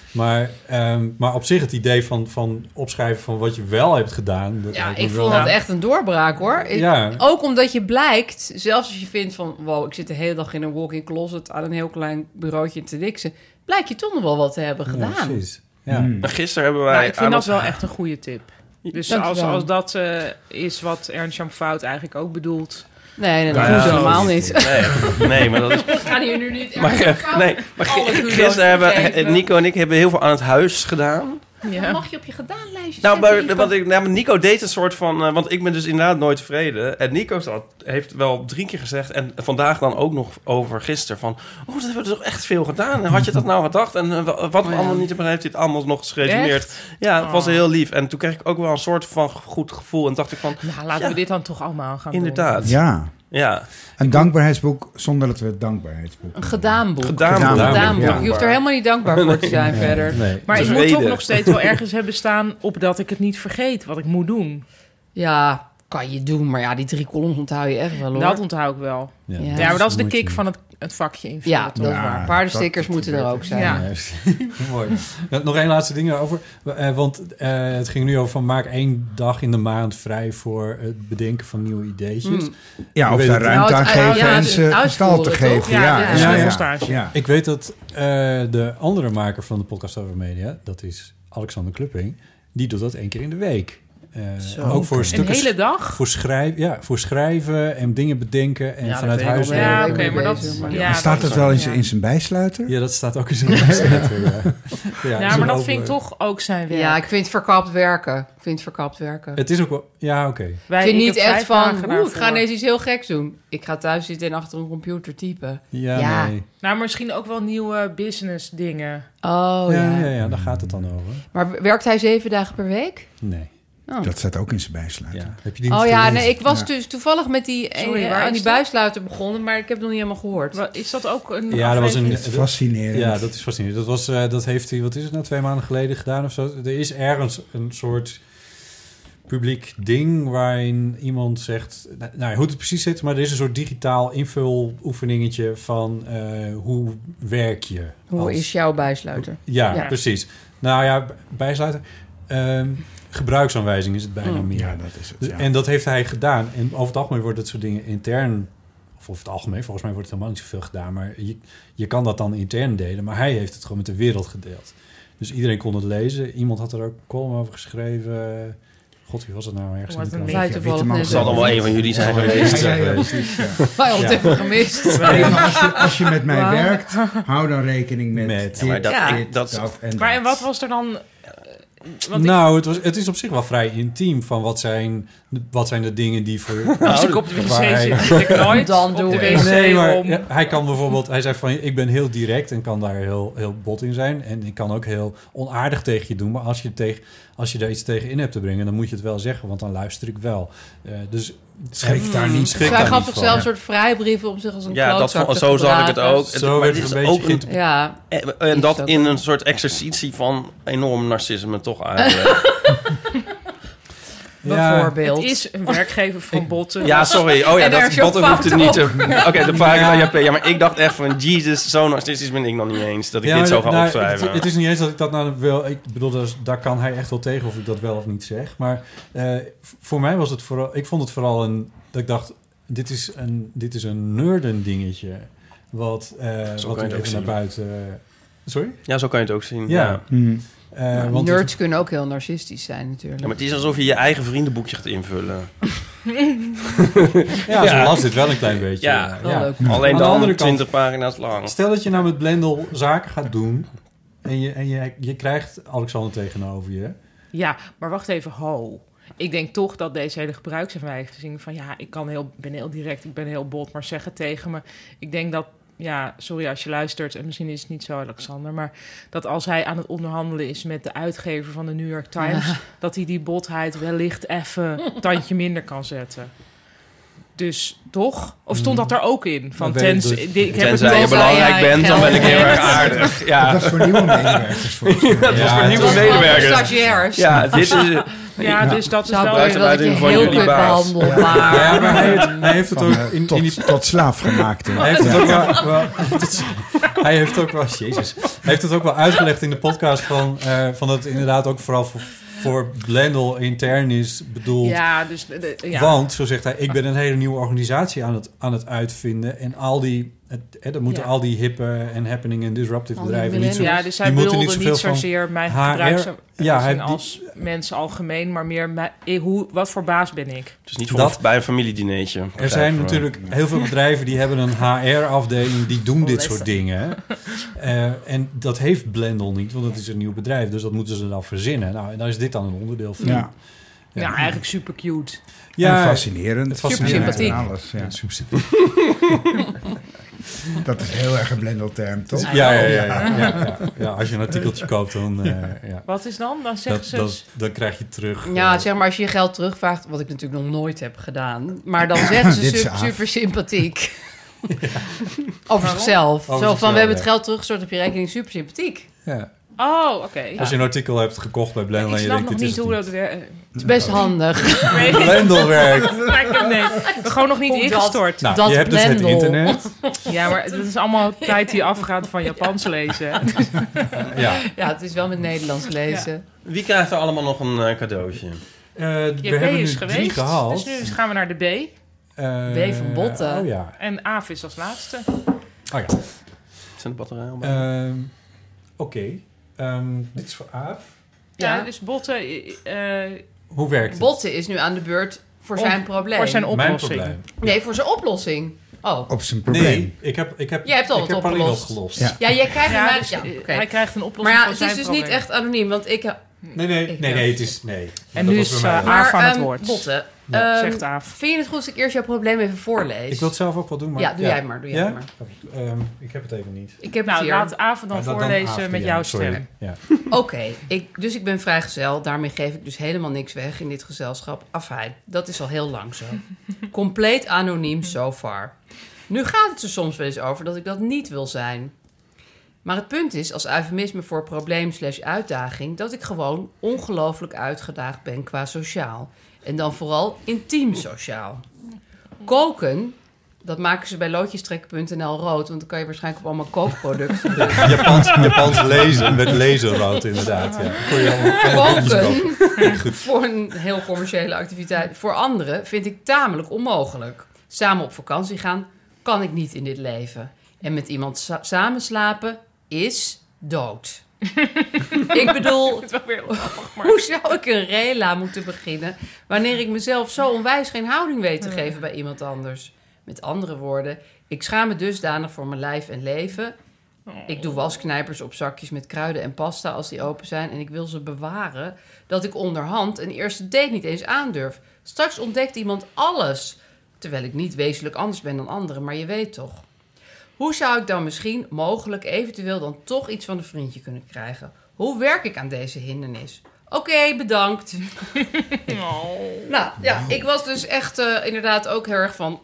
Maar op zich het idee van opschrijven van wat je wel hebt gedaan... ik vond dat echt een doorbraak, hoor. Ook omdat je blijkt, zelfs als je vindt van... wow, ik zit de hele dag in een walk-in closet... aan een heel klein bureautje te diksen... blijkt je toch nog wel wat te hebben gedaan. Ja, precies. Ja. Gisteren hebben wij... ik vind dat wel echt een goede tip. Dus als dat is wat Ernst-Jan Fout eigenlijk ook bedoelt... Nee, dat hoeft helemaal niet. Nee, maar dat is... Ik ga hier nu niet... Maar gisteren hebben Nico en ik hebben heel veel aan het huis gedaan. Ja. Mag je op je gedaanlijstje zetten? Nico deed een soort van... want ik ben dus inderdaad nooit tevreden. En Nico heeft wel 3 keer gezegd... en vandaag dan ook nog over gisteren... van, dat hebben we toch echt veel gedaan. En had je dat nou gedacht? En wat we allemaal niet hebben... heeft hij het allemaal nog geresumeerd. Echt? Ja, het was heel lief. En toen kreeg ik ook wel een soort van goed gevoel. En dacht ik van... Nou, laten we dit dan toch allemaal gaan doen. Inderdaad. Ja. Een dankbaarheidsboek zonder dat we het dankbaarheidsboek... Een gedaanboek. Gedaanboek. Ja. Je hoeft er helemaal niet dankbaar voor te zijn verder. Nee. Maar ik moet toch nog steeds wel ergens hebben staan... op dat ik het niet vergeet wat ik moet doen. Ja, kan je doen. Maar die 3 columns onthoud je echt wel, hoor. Dat onthoud ik wel. Ja, maar dat is de kick van het vakje invullen. Ja, dat is waar. Paardenstickers moeten er ook zijn. Ja. Mooi. Nog 1 laatste ding over. Want het ging nu over van maak 1 dag in de maand vrij... voor het bedenken van nieuwe ideetjes. Ja, of daar ruimte aan geven en ze stal te geven. Ja. Ik weet dat de andere maker van de podcast over media... dat is Alexander Klupping... die doet dat 1 keer in de week. Ook voor stukken, een hele dag? Voor schrijven en dingen bedenken en vanuit huis. Maar staat dat wel in zijn bijsluiter? Ja, dat staat ook in zijn bijsluiter. Maar dat vind ik toch ook zijn werk. Ja, ik vind het verkapt werken. Het is ook wel... Ja, oké. Ik vind niet echt van... ik ga ineens iets heel geks doen. Ik ga thuis zitten en achter een computer typen. Ja. Nee. Nou, misschien ook wel nieuwe business dingen. Oh, ja, daar gaat het dan over. Maar werkt hij 7 dagen per week? Nee. Oh. Dat staat ook in zijn bijsluiter. Ja. Heb je die niet ik was dus toevallig met aan die bijsluiter begonnen, maar ik heb het nog niet helemaal gehoord. Is dat ook een... Ja, dat was fascinerend. Ja, dat is fascinerend. Dat heeft hij, wat is het nou, 2 maanden geleden gedaan of zo? Er is ergens een soort publiek ding waarin iemand zegt... Nou, hoe het precies zit, maar er is een soort digitaal invuloefeningetje van hoe werk je? Hoe is jouw bijsluiter? Ja, precies. Nou ja, bijsluiter... gebruiksaanwijzing is het bijna meer. Ja, dat is het. Ja. En dat heeft hij gedaan. En over het algemeen wordt dat soort dingen intern... of over het algemeen, volgens mij wordt het helemaal niet zoveel gedaan... maar je kan dat dan intern delen. Maar hij heeft het gewoon met de wereld gedeeld. Dus iedereen kon het lezen. Iemand had er ook een column over geschreven... God, wie was het nou ergens? Het zal dan wel een van jullie zijn geweest. Wij hadden het even gemist. Als je met mij werkt, hou dan rekening met Maar en wat was er dan... Het is op zich wel vrij intiem van wat zijn de dingen die voor... Als ik op de wc zit, ik nooit dan doe ik. Nee, maar hij kan bijvoorbeeld... Hij zegt van, ik ben heel direct en kan daar heel bot in zijn. En ik kan ook heel onaardig tegen je doen. Maar als je daar iets tegen in hebt te brengen, dan moet je het wel zeggen. Want dan luister ik wel. Dus schrik daar niet. Hij gaf toch zelf een soort vrijbrieven om zich als een klootzak te zo zag ik het ook. Zo werd het een beetje... En dat in een soort exercitie van enorm narcisme toch eigenlijk. Bijvoorbeeld. Het is een werkgever van Botten. Ja, sorry. Oh ja, dat Botten hoeft het niet te... Oké, dan vraag ik aan JP. Ja, maar ik dacht echt van... Jesus, zo narcistisch ben ik nog niet eens... dat ik dit zo ga opschrijven. Het is niet eens dat ik dat nou wil... Ik bedoel, daar kan hij echt wel tegen... of ik dat wel of niet zeg. Maar voor mij was het vooral... Ik vond het vooral dat ik dacht... Dit is een nerden dingetje... wat ik even naar buiten... Sorry? Ja, zo kan je het ook zien. Ja. Want nerds kunnen ook heel narcistisch zijn natuurlijk. Ja, maar het is alsof je je eigen vriendenboekje gaat invullen. Zo las dit wel een klein beetje. Ja. Alleen dan 20 pagina's lang. Stel dat je nou met Blendel zaken gaat doen... en je krijgt Alexander tegenover je. Ja, maar wacht even, Ik denk toch dat deze hele gebruiksaanwijzing van... ik ben heel direct, ik ben heel bot, maar zeg het tegen me. Ik denk dat... Ja, sorry als je luistert, en misschien is het niet zo, Alexander... maar dat als hij aan het onderhandelen is met de uitgever van de New York Times... dat hij die botheid wellicht even een tandje minder kan zetten. Dus toch? Of stond dat er ook in? Van tenzij je belangrijk bent, dan ben ik heel erg aardig. Dat is voor nieuwe medewerkers. Dat is voor nieuwe medewerkers. Stagiairs. Ja, dit is... Ja, dus dat is wel... dat je heel kut behandeld, maar... maar hij heeft het ook... Tot slaaf gemaakt. Hij heeft het ook wel... Hij heeft ook wel... Jezus. Hij heeft het ook wel uitgelegd in de podcast van dat het inderdaad ook vooral voor Blendel intern is bedoeld. Ja, dus... Want, zo zegt hij, ik ben een hele nieuwe organisatie aan het uitvinden. En al die... Dan moeten al die hippe en happening en disruptive bedrijven niet zo... Ja, dus hij wilde niet zozeer mijn gebruiksoplossing als mensen algemeen, maar meer wat voor baas ben ik. Dus niet voor bij een familiedineetje. Er zijn natuurlijk heel veel bedrijven die hebben een HR-afdeling, die doen dit soort dingen. En dat heeft Blendel niet, want het is een nieuw bedrijf. Dus dat moeten ze dan verzinnen. Nou, en daar is dit dan een onderdeel van. Ja, eigenlijk super cute. Ja, en fascinerend. Super sympathiek. Alles, ja. Super sympathiek. Dat is heel erg een Blendel-term, toch? Ja, als je een artikeltje koopt, dan... Wat is dan? Dan zeggen ze... Dan krijg je terug... Ja, zeg maar, als je je geld terugvraagt... wat ik natuurlijk nog nooit heb gedaan... maar dan zeggen ze super sympathiek. Over zichzelf. Zo van, we hebben het geld teruggestort op je rekening. Super sympathiek. Ja. Oh, oké. Als je een artikel hebt gekocht bij Blendel... Ik snap nog niet hoe dat werkt. Het is best handig. Blendel werkt. Nee, gewoon nog niet ingestort. Nou, je hebt dus het internet. Ja, maar het is allemaal tijd die afgaat van Japans lezen. Ja, het is wel met Nederlands lezen. Ja. Wie krijgt er allemaal nog een cadeautje? We hebben nu 3 gehaald. Dus nu gaan we naar de B. B van Botten. Oh ja. En Aaf is als laatste. Oh ja. Zijn de batterijen al Oké. Dit is voor Aaf. Ja, dus Botten... Hoe werkt het? Botten is nu aan de beurt voor zijn probleem. Voor zijn oplossing. Mijn probleem. Nee, voor zijn oplossing. Oh. Op zijn probleem. Nee, jij hebt al wat opgelost. Ja, jij krijgt hij krijgt een oplossing voor voor zijn probleem. Maar het is dus niet echt anoniem, want ik... Nee, het is... Nee. En nu is Aaf aan het woord. Botten, zegt Aaf. vind je het goed als ik eerst jouw probleem even voorlees? Ik wil het zelf ook wel doen, maar... Ja, doe jij maar. Ik heb het even niet. Ik heb het hier. Laat Aaf dan voorlezen met jouw stem. Ja. Oké, ik ben vrijgezel. Daarmee geef ik dus helemaal niks weg in dit gezelschap. Afijn, dat is al heel lang zo. Compleet anoniem so far. Nu gaat het er soms wel eens over dat ik dat niet wil zijn. Maar het punt is, als eufemisme voor probleem/uitdaging... dat ik gewoon ongelooflijk uitgedaagd ben qua sociaal. En dan vooral intiem sociaal. Koken, dat maken ze bij loodjestrekken.nl rood... want dan kan je waarschijnlijk op allemaal kookproducten... Japans lezen, met laserrood inderdaad. Ja. Koken, voor een heel commerciële activiteit... voor anderen vind ik tamelijk onmogelijk. Samen op vakantie gaan kan ik niet in dit leven. En met iemand samen slapen is dood. Ik bedoel, hoe zou ik een rela moeten beginnen... wanneer ik mezelf zo onwijs geen houding weet te geven bij iemand anders? Met andere woorden, ik schaam me dusdanig voor mijn lijf en leven. Ik doe wasknijpers op zakjes met kruiden en pasta als die open zijn... en ik wil ze bewaren dat ik onderhand een eerste date niet eens aandurf. Straks ontdekt iemand alles... terwijl ik niet wezenlijk anders ben dan anderen, maar je weet toch... Hoe zou ik dan misschien, mogelijk, eventueel dan toch iets van een vriendje kunnen krijgen? Hoe werk ik aan deze hindernis? Oké, bedankt. Nou, ja, ik was dus echt inderdaad ook heel erg van...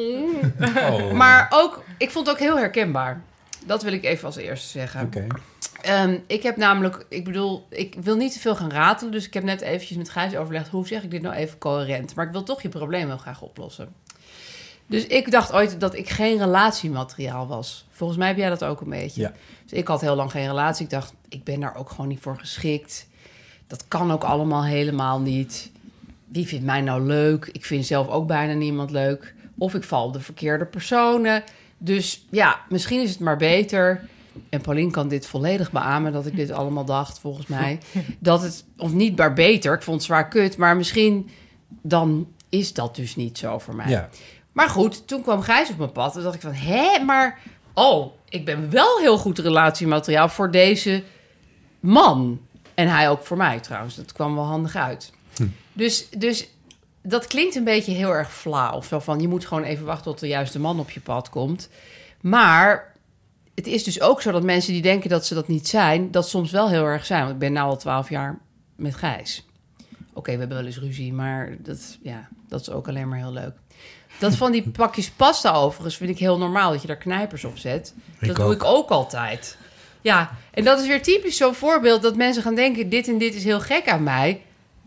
Maar ook, ik vond het ook heel herkenbaar. Dat wil ik even als eerste zeggen. Oké. Ik heb namelijk, ik wil niet te veel gaan ratelen... dus ik heb net eventjes met Gijs overlegd... hoe zeg ik dit nou even coherent? Maar ik wil toch je probleem wel graag oplossen. Dus ik dacht ooit dat ik geen relatiemateriaal was. Volgens mij heb jij dat ook een beetje. Ja. Dus ik had heel lang geen relatie. Ik dacht, ik ben daar ook gewoon niet voor geschikt. Dat kan ook allemaal helemaal niet. Wie vindt mij nou leuk? Ik vind zelf ook bijna niemand leuk. Of ik val op de verkeerde personen. Dus ja, misschien is het maar beter... en Paulien kan dit volledig beamen... dat ik dit allemaal dacht, volgens mij. Dat het, of niet maar beter, ik vond het zwaar kut... maar misschien dan is dat dus niet zo voor mij. Ja. Maar goed, toen kwam Gijs op mijn pad... en dacht ik van, maar... ik ben wel heel goed relatiemateriaal voor deze man. En hij ook voor mij trouwens. Dat kwam wel handig uit. Dus dat klinkt een beetje heel erg flauw. Of zo van, je moet gewoon even wachten tot de juiste man op je pad komt. Maar het is dus ook zo dat mensen die denken dat ze dat niet zijn... dat soms wel heel erg zijn. Want ik ben nu al 12 jaar met Gijs. Oké, we hebben wel eens ruzie, maar dat is ook alleen maar heel leuk. Dat van die pakjes pasta overigens vind ik heel normaal... dat je daar knijpers op zet. Dat doe ik ook altijd. Ja, en dat is weer typisch zo'n voorbeeld... dat mensen gaan denken, dit en dit is heel gek aan mij.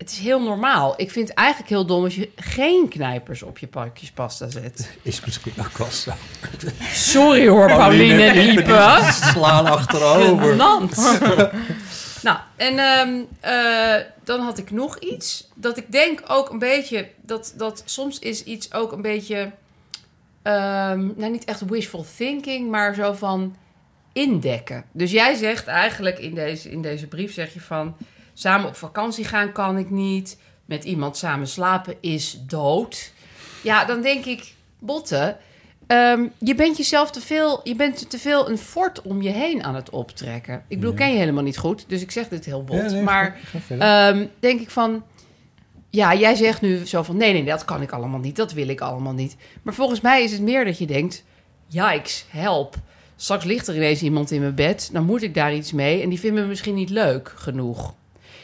Het is heel normaal. Ik vind het eigenlijk heel dom als je geen knijpers op je pakjes pasta zet. Is misschien ook wel zo. Sorry hoor, Pauline en Ipe. Slaan achterover. Nou, en dan had ik nog iets. Dat ik denk ook een beetje... Dat soms is iets ook een beetje... niet echt wishful thinking, maar zo van indekken. Dus jij zegt eigenlijk in deze brief... zeg je van... samen op vakantie gaan kan ik niet. Met iemand samen slapen is dood. Ja, dan denk ik... Botte... je bent jezelf te veel een fort om je heen aan het optrekken. Ik bedoel, ken je helemaal niet goed, dus ik zeg dit heel bot. Ja, nee, maar denk ik van... Ja, jij zegt nu zo van... Nee, dat kan ik allemaal niet, dat wil ik allemaal niet. Maar volgens mij is het meer dat je denkt... Yikes, help. Straks ligt er ineens iemand in mijn bed, dan moet ik daar iets mee... en die vindt me misschien niet leuk genoeg.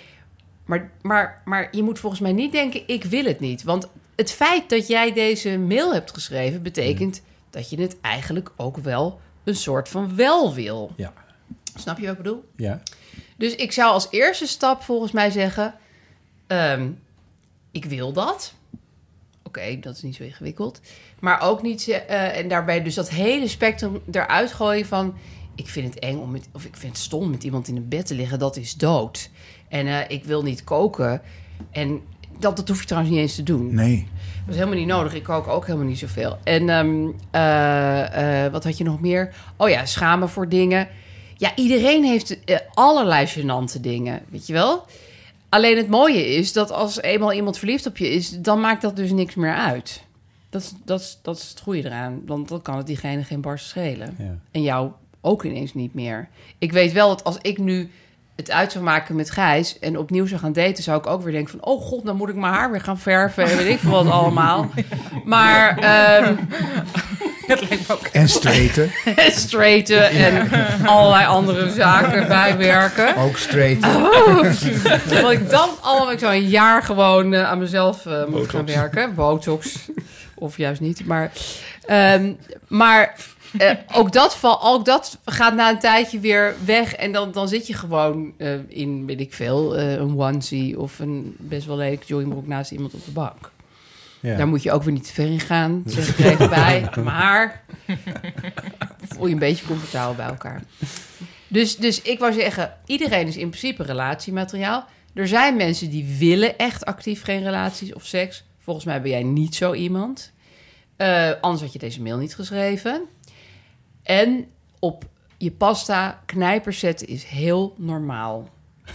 Maar je moet volgens mij niet denken, ik wil het niet. Want het feit dat jij deze mail hebt geschreven... betekent... dat je het eigenlijk ook wel een soort van wel wil. Ja. Snap je wat ik bedoel? Ja. Dus ik zou als eerste stap volgens mij zeggen... ik wil dat. Oké, dat is niet zo ingewikkeld. Maar ook niet... en daarbij dus dat hele spectrum eruit gooien van... ik vind het eng of ik vind het stom met iemand in een bed te liggen. Dat is dood. En ik wil niet koken. En dat hoef je trouwens niet eens te doen. Nee. Dat is helemaal niet nodig. Ik kook ook helemaal niet zoveel. En wat had je nog meer? Oh ja, schamen voor dingen. Ja, iedereen heeft allerlei gênante dingen, weet je wel? Alleen het mooie is dat als eenmaal iemand verliefd op je is... dan maakt dat dus niks meer uit. Dat is het goede eraan. Want dan kan het diegene geen barst schelen. Ja. En jou ook ineens niet meer. Ik weet wel dat als ik nu... het uit zou maken met Gijs en opnieuw zou gaan daten... zou ik ook weer denken van... oh god, dan moet ik mijn haar weer gaan verven... en weet ik veel wat allemaal. Maar... het lijkt me ook en straighten. En straighten en allerlei andere zaken bijwerken. Ook straighten. Wat ik dan allemaal... Ik zou een jaar gewoon aan mezelf moet gaan werken. Botox. Of juist niet. Maar ook dat gaat na een tijdje weer weg. En dan zit je gewoon in, weet ik veel, een onesie... of een best wel lelijk joggingbroek naast iemand op de bank. Ja. Daar moet je ook weer niet te ver in gaan. Zeg ik er even bij. Maar voel je een beetje comfortabel bij elkaar. Dus ik wou zeggen, iedereen is in principe relatiemateriaal. Er zijn mensen die willen echt actief geen relaties of seks. Volgens mij ben jij niet zo iemand. Anders had je deze mail niet geschreven. En op je pasta knijpers zetten is heel normaal.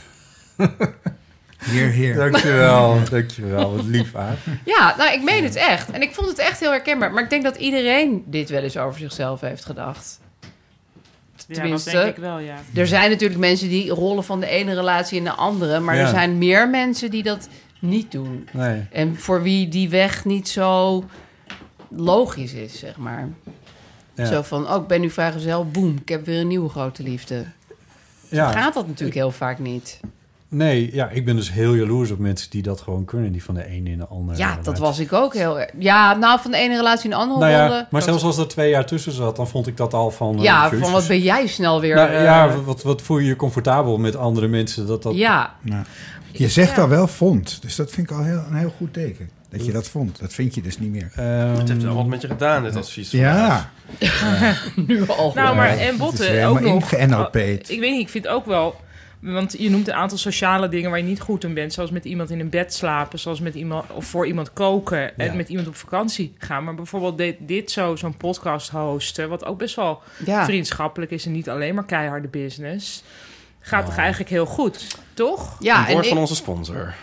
Heer. Dankjewel. Wat lief, Aad. Ja, nou, ik meen het echt. En ik vond het echt heel herkenbaar. Maar ik denk dat iedereen dit wel eens over zichzelf heeft gedacht. Tenminste, dat denk ik wel, ja. Er zijn natuurlijk mensen die rollen van de ene relatie in de andere. Maar er zijn meer mensen die dat niet doen. Nee. En voor wie die weg niet zo logisch is, zeg maar. Ja. Zo van, ik ben nu vrijgezel, boem, ik heb weer een nieuwe grote liefde. Zo gaat dat natuurlijk heel vaak niet. Nee, ja, ik ben dus heel jaloers op mensen die dat gewoon kunnen. Die van de ene in de andere relatie. Dat was ik ook heel erg. Ja, nou, van de ene relatie in de andere rollen. Maar zelfs als er 2 jaar tussen zat, dan vond ik dat al van... van wat ben jij snel weer... wat voel je je comfortabel met andere mensen? Ja. Nou, je zegt al wel vond, dus dat vind ik al een heel goed teken. Dat je dat vond. Dat vind je dus niet meer. Het heeft wel wat met je gedaan, dit advies. Ja. Nu al. Nou, maar en Botte ook nog. Ik weet niet, ik vind ook wel... Want je noemt een aantal sociale dingen waar je niet goed in bent. Zoals met iemand in een bed slapen. Zoals met iemand of voor iemand koken. En met iemand op vakantie gaan. Maar bijvoorbeeld zo'n podcast hosten. Wat ook best wel vriendschappelijk is. En niet alleen maar keiharde business. Gaat toch eigenlijk heel goed, toch? Ja, een woord van onze sponsor.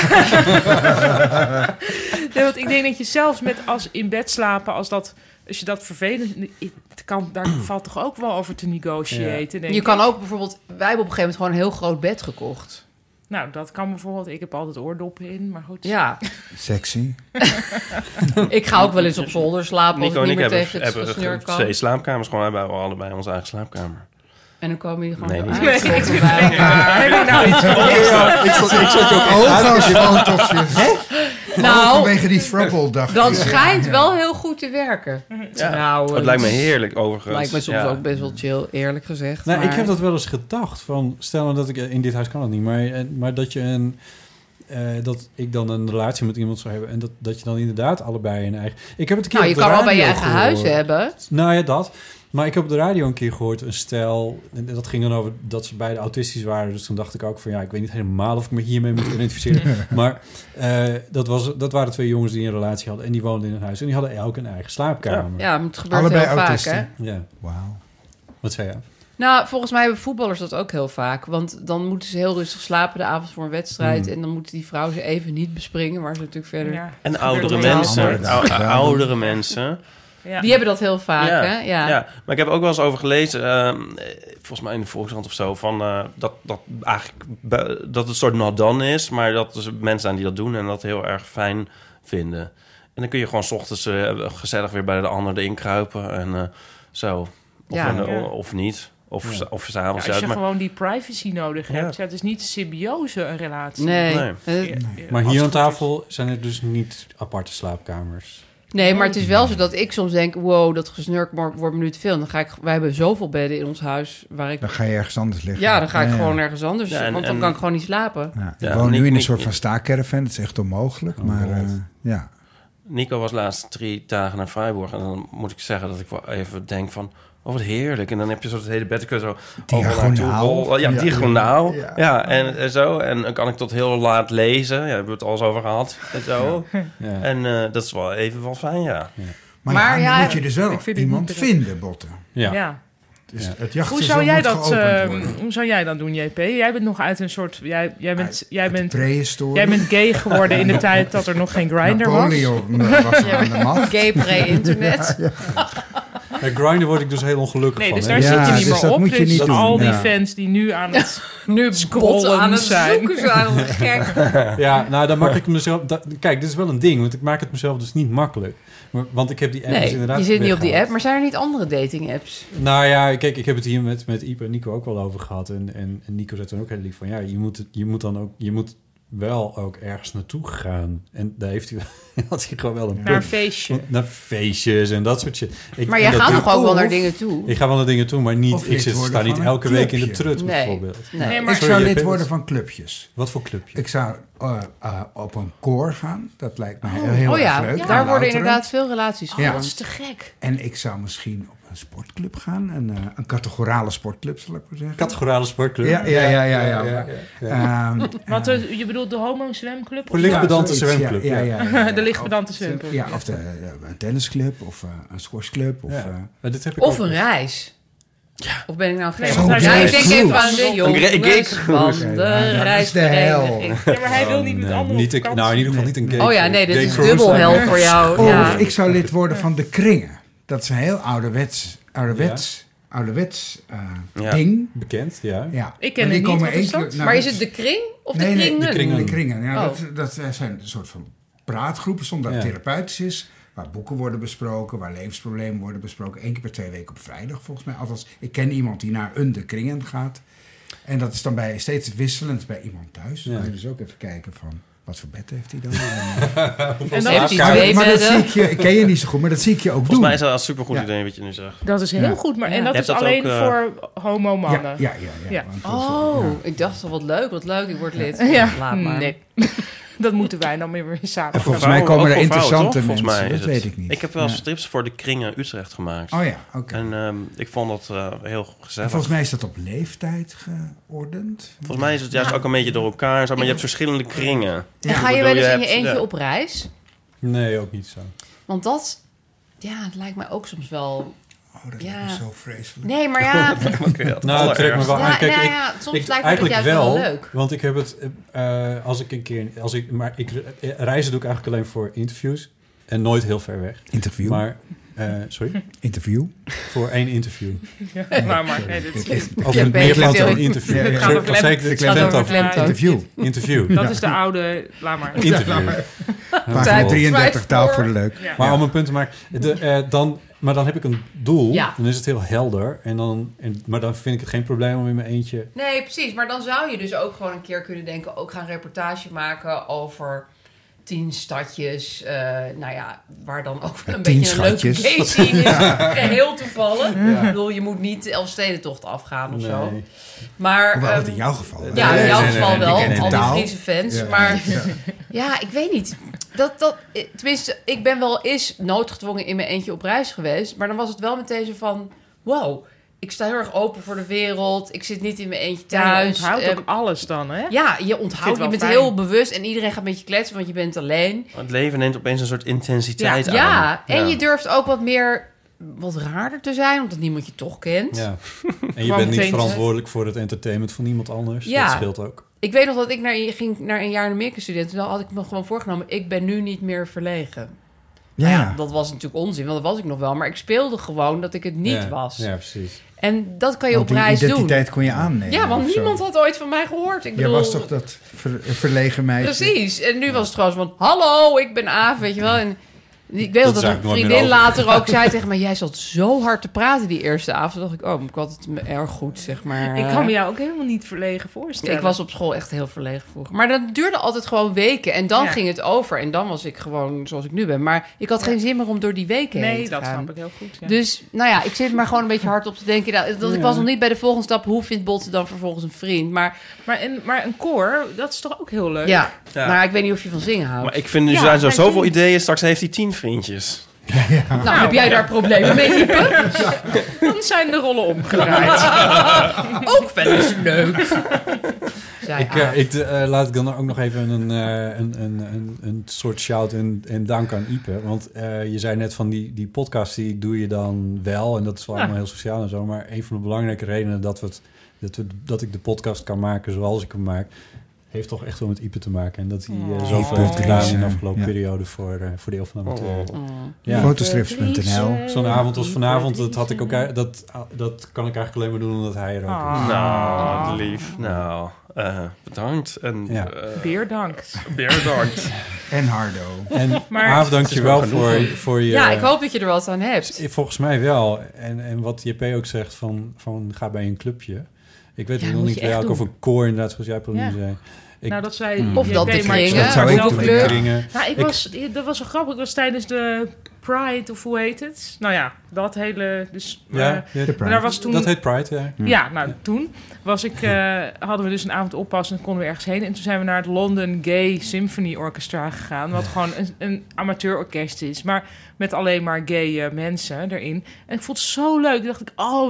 Nee, want ik denk dat je zelfs met als in bed slapen... Als je dat vervelend... Daar valt toch ook wel over te negotiëren. Ja. Je kan ook bijvoorbeeld... Wij hebben op een gegeven moment gewoon een heel groot bed gekocht. Nou, dat kan bijvoorbeeld... Ik heb altijd oordoppen in, maar goed. Ja. Sexy. Ik ga ook wel eens op zolder slapen... Nico als ik en niet ik meer tegen het hebben 2 slaapkamers. Gewoon hebben we allebei onze eigen slaapkamer. En dan komen jullie gewoon niet. Heb ik nou iets Ik zat je ook Nou, vanwege die Throuble dacht dat schijnt wel heel goed te werken. Trouwens. Het lijkt me heerlijk, overigens. Lijkt me soms ook best wel chill, eerlijk gezegd. Nou, maar... Ik heb dat wel eens gedacht. Stel dat ik in dit huis kan het niet, maar dat je dat ik dan een relatie met iemand zou hebben... en dat je dan inderdaad allebei een eigen... Ik heb het een keer nou, je op de kan wel bij je radio eigen gehoord. huis hebben. Nou ja, dat. Maar ik heb op de radio een keer gehoord, een stel... en dat ging dan over dat ze beide autistisch waren. Dus toen dacht ik ook van, ja, ik weet niet helemaal of ik me hiermee moet identificeren. Maar dat waren 2 jongens die een relatie hadden... en die woonden in een huis. En die hadden elk een eigen slaapkamer. Ja, het gebeurt allebei heel autisten. vaak, hè? Ja. Wauw. Wat zei je? Nou, volgens mij hebben voetballers dat ook heel vaak. Want dan moeten ze heel rustig slapen de avond voor een wedstrijd... en dan moeten die vrouw ze even niet bespringen... waar ze natuurlijk verder... Ja. En oudere mensen. Oudere mensen. Ja. Die hebben dat heel vaak, hè? Ja. Ja, maar ik heb ook wel eens over gelezen... volgens mij in de Volkskrant of zo... van dat eigenlijk dat het een soort not done is... maar dat er mensen zijn die dat doen... en dat heel erg fijn vinden. En dan kun je gewoon 's ochtends gezellig weer bij de ander erin kruipen... en zo. Of niet. Of s'avonds. Als je gewoon die privacy nodig hebt. Ja, het is niet een symbiose, een relatie. Nee. Maar hier aan tafel zijn er dus niet aparte slaapkamers. Nee, maar het is wel zo dat ik soms denk... wow, dat gesnurk wordt me nu te veel. Dan ga ik... Wij hebben zoveel bedden in ons huis waar ik... Dan ga je ergens anders liggen. Ja, dan ga ik gewoon ergens anders. Ja, want dan kan ik gewoon niet slapen. Ja, ik woon nu in een soort van staakcaravan. Dat is echt onmogelijk. Maar ja... Nico was laatst 3 dagen naar Freiburg. En dan moet ik zeggen dat ik wel even denk van... oh, wat heerlijk. En dan heb je zo het hele bed zo... diagonaal. Ja, diagonaal. Ja, en zo. En dan kan ik tot heel laat lezen. Ja, daar hebben we het al eens over gehad. En zo. Ja. En dat is wel even wel fijn, ja. Maar dan moet je dus wel iemand vinden, Botte. Ja. Dus het jachtseizoen hoe zou jij dat doen, JP? Jij bent nog uit een soort... Jij bent gay geworden in de tijd dat er nog geen Grindr was. Napoleon was aan de macht. Gay pre-internet. Grindr word ik dus heel ongelukkig van. Dus daar zit je niet dus meer op. Moet je niet doen. Al die fans die nu aan het scrollen aan het zijn. zoeken zijn. Gek. Ja, nou, dan maak ik mezelf... Kijk, dit is wel een ding, want ik maak het mezelf dus niet makkelijk. Want ik heb die app dus inderdaad... je zit niet op die app, maar zijn er niet andere dating-apps? Nou ja, kijk, ik heb het hier met Ipe en Nico ook wel over gehad. En Nico zei toen ook heel lief van... ja, je moet wel ook ergens naartoe gaan. En daar had hij gewoon wel een punt. Naar een feestje. Naar feestjes en dat soort shit. Maar jij gaat toch ook wel naar dingen toe? Ik ga wel naar dingen toe, maar niet... Ik sta niet elke week in de trut, bijvoorbeeld. Nee, maar ik zou lid worden van clubjes. Wat voor clubjes? Ik zou op een koor gaan. Dat lijkt me heel erg leuk. Ja, daar worden inderdaad veel relaties gevormd. Dat is te gek. En ik zou misschien op een sportclub gaan. Een categorale sportclub, zal ik maar zeggen. Categorale sportclub? Ja. Want je bedoelt de homo-zwemclub? Voor lichtpedante zwemclub. Ja. De lichtpedante zwemclub. Ja, of een tennisclub of een squashclub. Of een reis. Ja. Of ben ik nou gek? Ik denk even aan de jongens van de reisvereniging. Ja, maar hij wil niet met anderen in ieder geval niet een gay. Oh ja, nee, dit is dubbel hel voor jou. Of ik zou lid worden van de kringen. Dat is een heel ouderwets ding. Bekend, ja. Ik ken het niet. Maar is het de kring of de kringen? De kringen. Ja, dat zijn een soort van praatgroepen zonder dat het therapeutisch is. Waar boeken worden besproken, waar levensproblemen worden besproken. 1 keer per 2 weken op vrijdag, volgens mij. Althans, ik ken iemand die naar de kringen gaat. En dat is dan steeds wisselend bij iemand thuis. Dan kan je dus ook even kijken van... wat voor bed heeft hij dan? En dan heeft hij 2 bedden. Dat zie ik ken je niet zo goed, maar dat zie ik je ook volgens mij is dat een supergoed idee wat je nu zegt. Dat is heel goed, maar en dat is alleen voor homo-mannen. Ja. Ik dacht al, wat leuk, ik word lid. Laat maar. Nee. Dat moeten wij dan weer samen. En volgens mij komen er interessante mensen, dat weet ik niet. Ik heb wel strips voor de kringen Utrecht gemaakt. Oh ja, oké. En ik vond dat heel gezellig. En volgens mij is dat op leeftijd geordend. Volgens mij is het juist ook een beetje door elkaar. Maar je hebt verschillende kringen. En ga je wel eens in je eentje op reis? Nee, ook niet zo. Want dat lijkt mij ook soms wel... Oh, dat lijkt me zo vreselijk. Nee, maar ja... Nou, het trekt me wel aan. Kijk, soms lijkt me dat juist wel leuk. Want ik heb het... reizen doe ik eigenlijk alleen voor interviews. En nooit heel ver weg. Interview? Maar... sorry? Interview? Voor 1 interview. Maar nee, dit is... Over een meervoud van interview. Interview. Dat is de oude... Laat maar. Interview. Pagina 33, taal voor de leuk. Maar om een punt te maken... Maar dan heb ik een doel. Ja. Dan is het heel helder. Maar dan vind ik het geen probleem om in mijn eentje... Nee, precies. Maar dan zou je dus ook gewoon een keer kunnen denken... ook gaan een reportage maken over... 10 stadjes, waar dan ook een 10 beetje een leuke schatjes. gay scene is. Geheel toevallig. Ik bedoel, je moet niet de Elfstedentocht afgaan of zo. Maar, hoewel het in jouw geval. Ja, in jouw geval wel. Al die taal. Friese fans. Ja. Maar ja, ik weet niet. Tenminste, ik ben wel eens noodgedwongen in mijn eentje op reis geweest. Maar dan was het wel meteen zo van... Wow, ik sta heel erg open voor de wereld. Ik zit niet in mijn eentje thuis. Je onthoudt ook alles dan, hè? Ja, je onthoudt. Je bent heel bewust en iedereen gaat met je kletsen, want je bent alleen. Het leven neemt opeens een soort intensiteit aan. Ja, en je durft ook wat raarder te zijn, omdat niemand je toch kent. Ja. En je bent niet verantwoordelijk voor het entertainment van niemand anders. Ja. Dat scheelt ook. Ik weet nog dat ik ging naar een jaar in Amerika studeren. Toen had ik me gewoon voorgenomen, ik ben nu niet meer verlegen. Ja. Dat was natuurlijk onzin, want dat was ik nog wel. Maar ik speelde gewoon dat ik het niet was. Ja, precies. En dat kan je Want op reis doen. die identiteit kon je aannemen. Ja, want of niemand zo. had ooit van mij gehoord. Ik bedoel, Jij was toch dat verlegen meisje? Precies. En nu was het gewoon van... Hallo, ik ben Aaf, weet je wel. En ik weet dat een vriendin later ook zei tegen mij... Jij zat zo hard te praten die eerste avond. Toen dacht ik, ik had het erg goed, zeg maar. Ik kan me jou ook helemaal niet verlegen voorstellen. Ik was op school echt heel verlegen vroeger. Maar dat duurde altijd gewoon weken. En dan ging het over. En dan was ik gewoon zoals ik nu ben. Maar ik had geen zin meer om door die weken heen te gaan. Nee, dat snap ik heel goed. Ja. Dus, ik zit maar gewoon een beetje hard op te denken. Dat ik was nog niet bij de volgende stap. Hoe vindt Botte dan vervolgens een vriend? Maar een koor, dat is toch ook heel leuk? Ja, maar ik weet niet of je van zingen houdt. Maar ik vind, er zijn zoveel ideeën. Straks heeft hij 10 vriendjes. Nou, heb jij daar problemen mee, Ipe? Dan zijn de rollen omgedraaid. Ook wel eens leuk. Laat ik dan ook nog even een soort shout en dank aan Ipe. Want je zei net van die podcast, die doe je dan wel. En dat is wel allemaal heel sociaal en zo. Maar een van de belangrijke redenen dat ik de podcast kan maken zoals ik hem maak... heeft toch echt wel met Ipe te maken. En dat hij zoveel heeft gedaan in de afgelopen periode voor Deel van de Amateur. Ja. Fotostrips.nl. Zo'n avond als vanavond, dat had ik ook. Dat kan ik eigenlijk alleen maar doen omdat hij er ook is. Nou, lief. Nou, bedankt. En, Beerdankt. Beerdankt. En Hardo. En Aaf, dank je wel voor je... Ja, ik hoop dat je er wat aan hebt. Volgens mij wel. En wat JP ook zegt van ga bij een clubje. Ik weet nog niet bij of een koor inderdaad, zoals jij nu zei. Dat zei... Of dat de kringen. Dat zou ik doen. Dat was zo grappig. Ik was tijdens de Pride, of hoe heet het? Nou ja, dat hele... Dus, de Pride. Daar was toen, dat heet Pride, ja. Ja, toen hadden we dus een avond oppassen en konden we ergens heen. En toen zijn we naar het London Gay Symphony Orchestra gegaan. Wat gewoon een amateurorkest is. Maar met alleen maar gay mensen erin. En ik vond het zo leuk. Dacht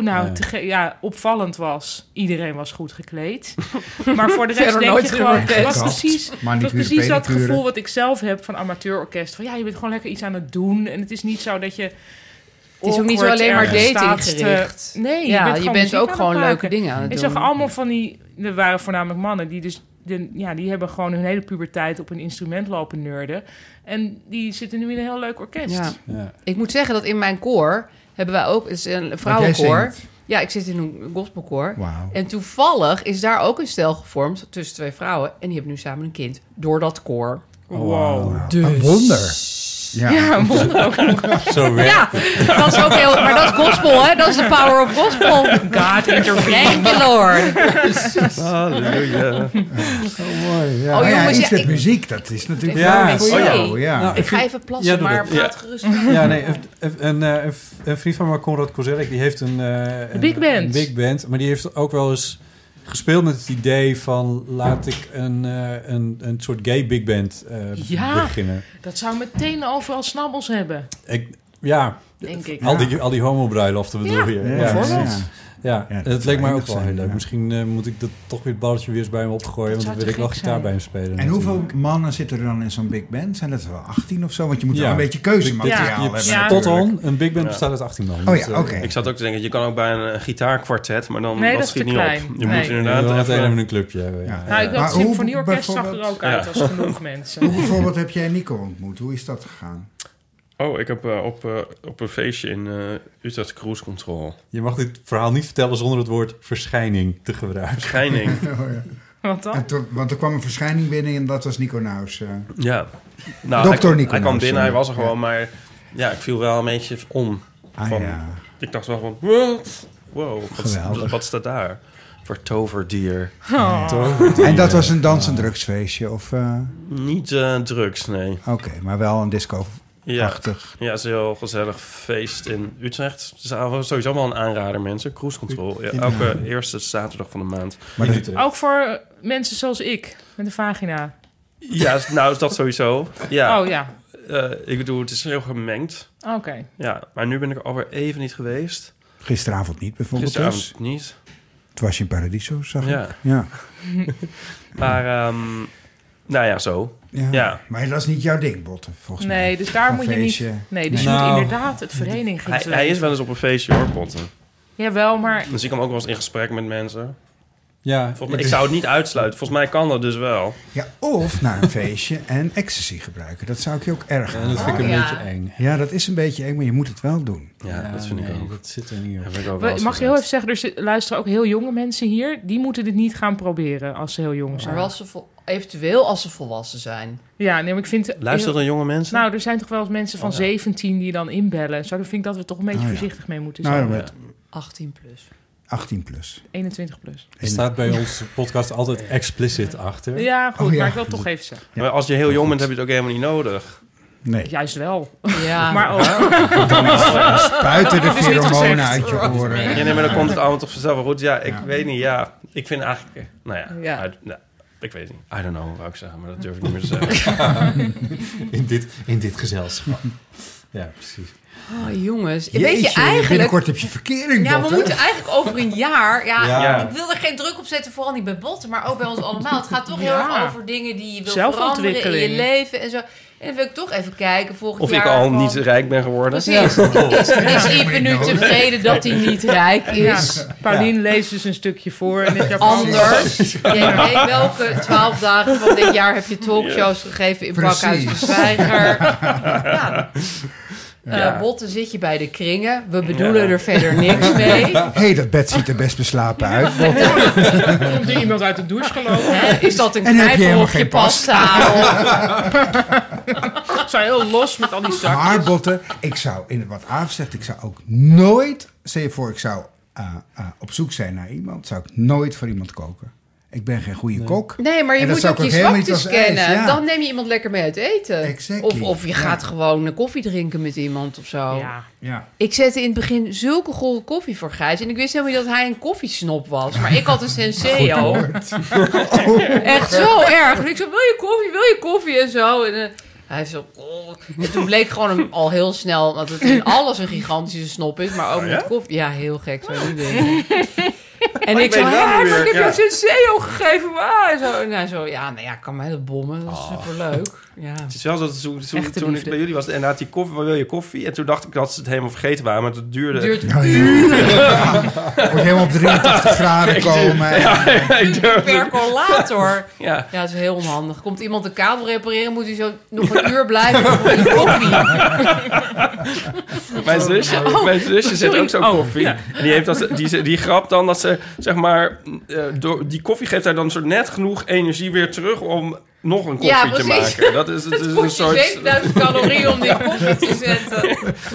ik, opvallend was. Iedereen was goed gekleed. Maar voor de rest denk je gewoon... Het was precies dat gevoel wat ik zelf heb van amateurorkest. Van je bent gewoon lekker iets aan het doen. En het is niet zo dat je... Het is ook niet zo alleen maar dating gericht. Nee, je bent ook gewoon leuke dingen aan het doen. Ik zag allemaal van die... Er waren voornamelijk mannen die dus... die hebben gewoon hun hele puberteit op een instrument lopen nerden. En die zitten nu in een heel leuk orkest. Ja. Ik moet zeggen dat in mijn koor hebben wij ook... Het is een vrouwenkoor. Ja, ik zit in een gospelkoor. Wow. En toevallig is daar ook een stel gevormd tussen 2 vrouwen. En die hebben nu samen een kind. Door dat koor. Wow. Dus... Een wonder. Ja, een wonder ook nog. Zo werkt het. Dat is ook heel... Maar dat is gospel, hè? Dat is de power of gospel. God intervene. Thank you, Lord. Halleluja. Mooi. Ja. Jongens, iets met muziek, dat is natuurlijk voor jou. Ja. Nou, ik ga even plassen, maar praat gerust. Ja, nee, een vriend van me, Konrad Kozelek, die heeft een big band. Maar die heeft ook wel eens gespeeld met het idee van... laat ik een soort gay big band beginnen. Dat zou meteen overal snabbels hebben. Denk ik. Al die homo-bruiloften bedoel je. Bijvoorbeeld. Ja, het leek mij ook wel heel leuk. Misschien moet ik dat toch weer het balletje weer eens bij hem opgooien... want dan wil ik wel gitaar bij hem spelen. En hoeveel mannen zitten er dan in zo'n big band? Zijn dat wel 18 of zo? Want je moet wel een beetje keuzemateriaal hebben. Ja, tot on. Een big band bestaat uit 18 man. Oh ja, oké. Ik zat ook te denken, je kan ook bij een gitaarkwartet... maar dan dat schiet niet klein. op. Je moet inderdaad even een clubje hebben. Ja. Nou, ik dacht, symfonieorkest zag er ook uit als genoeg mensen. Hoe bijvoorbeeld heb jij Nico ontmoet? Hoe is dat gegaan? Oh, ik heb op een feestje in Utrecht Cruise Control. Je mag dit verhaal niet vertellen zonder het woord verschijning te gebruiken. Verschijning. Wat dan? Want er kwam een verschijning binnen en dat was Nico Naus. Ja. Nou, Dokter Nico hij kwam binnen, Naus, hij was er gewoon, maar ja, ik viel wel een beetje om. Ik dacht wel van, wat? Wow, wat staat daar? Voor toverdier. En dat was een dans- en drugsfeestje? Of, Niet drugs, nee. Oké, maar wel een disco-achtig. Ja, het is een heel gezellig feest in Utrecht. Het is sowieso wel een aanrader, mensen. Cruise Control. Ja, elke eerste zaterdag van de maand. Maar ook voor mensen zoals ik, met een vagina. Ja, nou is dat sowieso. Ja. Oh ja. Ik bedoel, het is heel gemengd. Oké. Ja, maar nu ben ik er alweer even niet geweest. Gisteravond niet, bijvoorbeeld. Gisteravond niet. Het was in Paradiso, zag ik. Ja. Maar, nou ja, zo. Ja. Maar dat is niet jouw ding, Botte, volgens mij. Nee, dus daar moet je niet... Nee, dus je moet inderdaad het verenigingsleven... Hij is wel eens op een feestje, hoor, Botte. Jawel, maar... Dan zie ik hem ook wel eens in gesprek met mensen. Ja. Ik zou het niet uitsluiten. Volgens mij kan dat dus wel. Ja, of naar een feestje en ecstasy gebruiken. Dat zou ik je ook erg aan. Dat vind ik een beetje eng. Ja, dat is een beetje eng, maar je moet het wel doen. Ja, dat vind ik ook. Dat zit er niet op. Mag je heel even zeggen, er luisteren ook heel jonge mensen hier. Die moeten dit niet gaan proberen als ze heel jong zijn. Maar eventueel als ze volwassen zijn. Ja, nee, maar ik vind... Luisteren er jonge mensen? Nou, er zijn toch wel eens mensen van 17 die dan inbellen. Zo, dan vind ik dat we toch een beetje voorzichtig mee moeten zijn. Nou, 18 plus. 18 plus. 21 plus. Er staat bij onze podcast altijd explicit achter. Ja, goed, maar ik wil het toch even zeggen. Ja. Maar als je heel jong bent, heb je het ook helemaal niet nodig. Nee. Juist wel. Ja. Maar ook. Dan spuiten de pheromonen uit je oren. Ja, nee, maar dan komt het allemaal toch vanzelf wel goed. Ja, ik weet niet. Ja, ik vind eigenlijk... Nou ja, ik weet het niet. I don't know, wou ik zeggen. Maar dat durf ik niet meer te zeggen. in dit gezelschap. Ja, precies. Oh, jongens. Jeetje, weet je eigenlijk... Binnenkort heb je verkering, Ja, Botte. we moeten eigenlijk over een jaar... Ja. Ik wil er geen druk op zetten, vooral niet bij Botte, maar ook bij ons allemaal. Het gaat toch heel erg over dingen die je wil veranderen in je leven en zo. En dan wil ik toch even kijken volgend jaar... Of ik al niet rijk ben geworden. Precies. Is Ipe nu tevreden dat hij niet rijk is? Ja. Paulien leest dus een stukje voor. En is anders. Ja, welke 12 dagen van dit jaar heb je talkshows gegeven in Pakhuis de Zwijger? Botte, zit je bij de kringen. We bedoelen er verder niks mee. Dat bed ziet er best beslapen uit, Botte. Komt er iemand uit de douche gelopen? Is dat een knijper of je pasta? Zo heel los met al die zakjes. Maar Botte, ik zou, in wat Aaf zegt, ik zou ook nooit... Stel je voor, ik zou op zoek zijn naar iemand. Zou ik nooit voor iemand koken. Ik ben geen goede kok. Nee, maar je moet ook je zwaktes kennen. Ja. Dan neem je iemand lekker mee uit eten. Exactly. Of je gaat gewoon een koffie drinken met iemand of zo. Ja. Ik zette in het begin zulke gore koffie voor Gijs. En ik wist helemaal niet dat hij een koffiesnop was. Maar ik had een Senseo. Echt zo erg. En ik zei, wil je koffie? En zo. En hij zo... En toen bleek gewoon al heel snel dat het in alles een gigantische snop is. Maar ook met koffie. Ja, heel gek. Zo niet denken. En ik zei, maar ik heb je een Senseo gegeven. En zo. En hij zo, kan mij dat bommen. Dat is superleuk. Ja. Het is wel zo dat toen ik bij jullie was en had die koffie, wil je koffie? En toen dacht ik dat ze het helemaal vergeten waren, maar het duurde uren. Moet helemaal op 83 graden komen. Percolator. Ja, het is heel onhandig. Komt iemand de kabel repareren, moet hij zo nog een uur blijven voor die koffie. Mijn zusje zit ook zo'n koffie. Ja. En die heeft die grap dan dat ze, zeg maar, door die koffie geeft haar dan soort net genoeg energie weer terug om nog een koffie te maken. Dat is een soort 7000 calorieën om die koffie te zetten.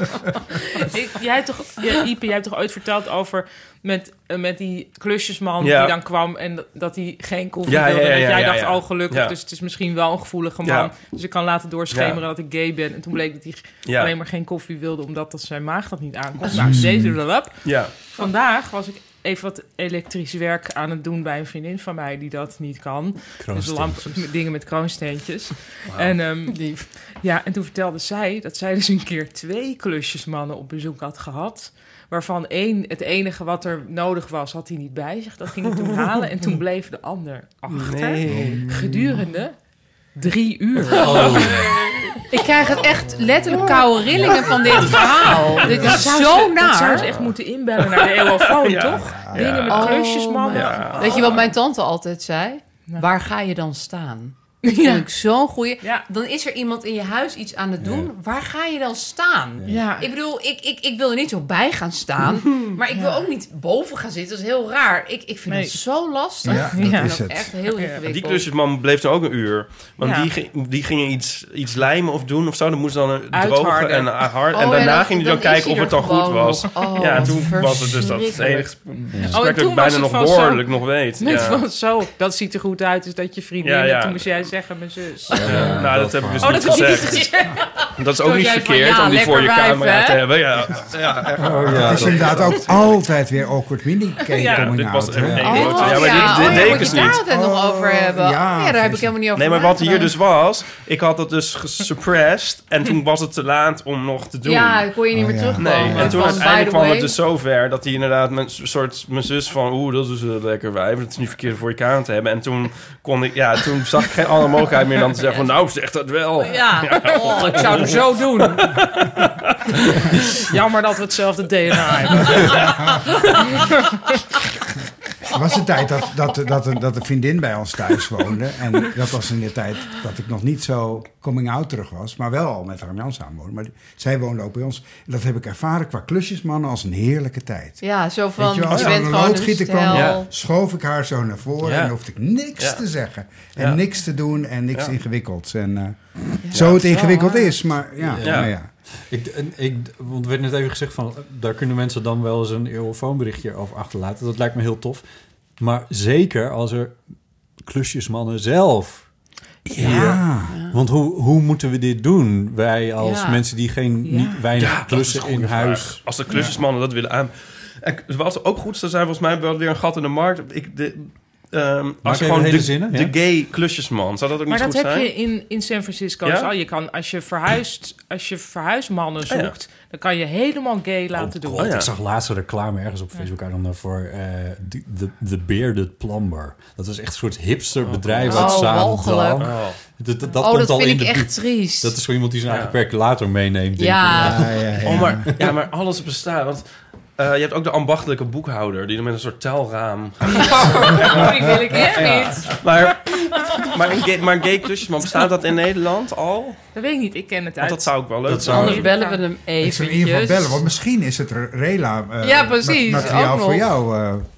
Ipe, jij hebt toch ooit verteld over met die klusjesman die dan kwam en dat hij geen koffie wilde. En jij dacht, oh gelukkig, dus het is misschien wel een gevoelige man. Ja. Dus ik kan laten doorschemeren dat ik gay ben. En toen bleek dat hij alleen maar geen koffie wilde, omdat zijn maag dat niet aankomt. Nou, deze erop. Vandaag was ik even wat elektrisch werk aan het doen bij een vriendin van mij die dat niet kan. Dus dingen met kroonsteentjes. Wow. En en toen vertelde zij dat zij dus een keer 2 klusjesmannen op bezoek had gehad. Waarvan het enige wat er nodig was, had hij niet bij zich. Dat ging hij toen halen. En toen bleef de ander achter. Gedurende 3 uur. Oh. Ik krijg het echt letterlijk koude rillingen van dit verhaal. Dit is zo naar. Dat zou ze echt moeten inbellen naar de Eeuwofoon, toch? Dingen met klusjesmannen. Weet je wat mijn tante altijd zei? Waar ga je dan staan? Dat vind ik zo'n goeie. Ja. Dan is er iemand in je huis iets aan het doen. Ja. Waar ga je dan staan? Ja. Ik bedoel, ik wil er niet zo bij gaan staan. Maar ik wil ook niet boven gaan zitten. Dat is heel raar. Ik vind het zo lastig. Ja, dat is het. Echt heel ingewikkeld. Die klusjesman bleef er ook een uur. Want die gingen iets lijmen of doen of zo. Dan moest dan drogen en hard. En daarna ging hij dan kijken of het dan goed was. Ja, en toen was het dus dat het enige gesprek dat ik bijna nog woordelijk nog weet. Zo, dat ziet er goed uit. Dus dat je vriendin, toen moest jij zeggen, mijn zus. Nou, dat heb ik dus niet gezegd. Dat is ook niet verkeerd om die voor je camera te hebben. Het is inderdaad ook altijd weer awkward mini-coming out. Dit was een maar dit moet je daar altijd nog over hebben. Ja, daar heb ik helemaal niet over. Nee, maar wat hier dus was, ik had het dus gesuppressed en toen was het te laat om nog te doen. Ja, dan kon je niet meer terugkomen. Nee, en toen uiteindelijk kwam het dus zover dat hij inderdaad mijn zus van, dat is een lekker wijf, dat is niet verkeerd voor je camera te hebben. En toen toen zag ik geen andere mogelijkheid meer dan te zeggen van, nou, zeg dat wel. Ja, ik zou het zo doen. Jammer dat we hetzelfde DNA hebben. Er was een tijd dat een vriendin bij ons thuis woonde. En dat was in de tijd dat ik nog niet zo coming-out terug was. Maar wel al met Harm Jan samenwoonde. Maar zij woonde ook bij ons. En dat heb ik ervaren qua klusjesmannen als een heerlijke tijd. Ja, zo van, je als er een loodgieter kwam, schoof ik haar zo naar voren. En hoefde ik niks te zeggen. En niks te doen en niks ingewikkelds. En zo het ingewikkeld is, maar want er werd net even gezegd van, daar kunnen mensen dan wel eens een eeuwfoonberichtje over achterlaten. Dat lijkt me heel tof. Maar zeker als er klusjesmannen zelf... Want hoe moeten we dit doen? Wij als mensen die weinig klussen in huis... Vraag. Als de klusjesmannen dat willen aan... Het was ook goed, er zijn volgens mij wel weer een gat in de markt. Als je gewoon de gay klusjesman, zou dat ook niet goed zijn? Maar dat heb je in San Francisco. Ja? Je kan, als je verhuismannen zoekt, dan kan je helemaal gay laten doen. Ik zag laatst een reclame ergens op Facebook uit voor The Bearded Plumber. Dat is echt een soort hipsterbedrijf uit Zaandam. Dat komt al in de echt triest. Dat is voor iemand die zijn eigen percolator meeneemt. Maar alles bestaat. Want je hebt ook de ambachtelijke boekhouder die dan met een soort telraam die wil ik echt niet. Maar een gay klusjesman, bestaat dat in Nederland al? Dat weet ik niet, ik ken het uit. Dat zou ik wel leuk vinden. Anders bellen we hem eventjes. Ik zou in ieder geval bellen, want misschien is het Rela materiaal voor jou.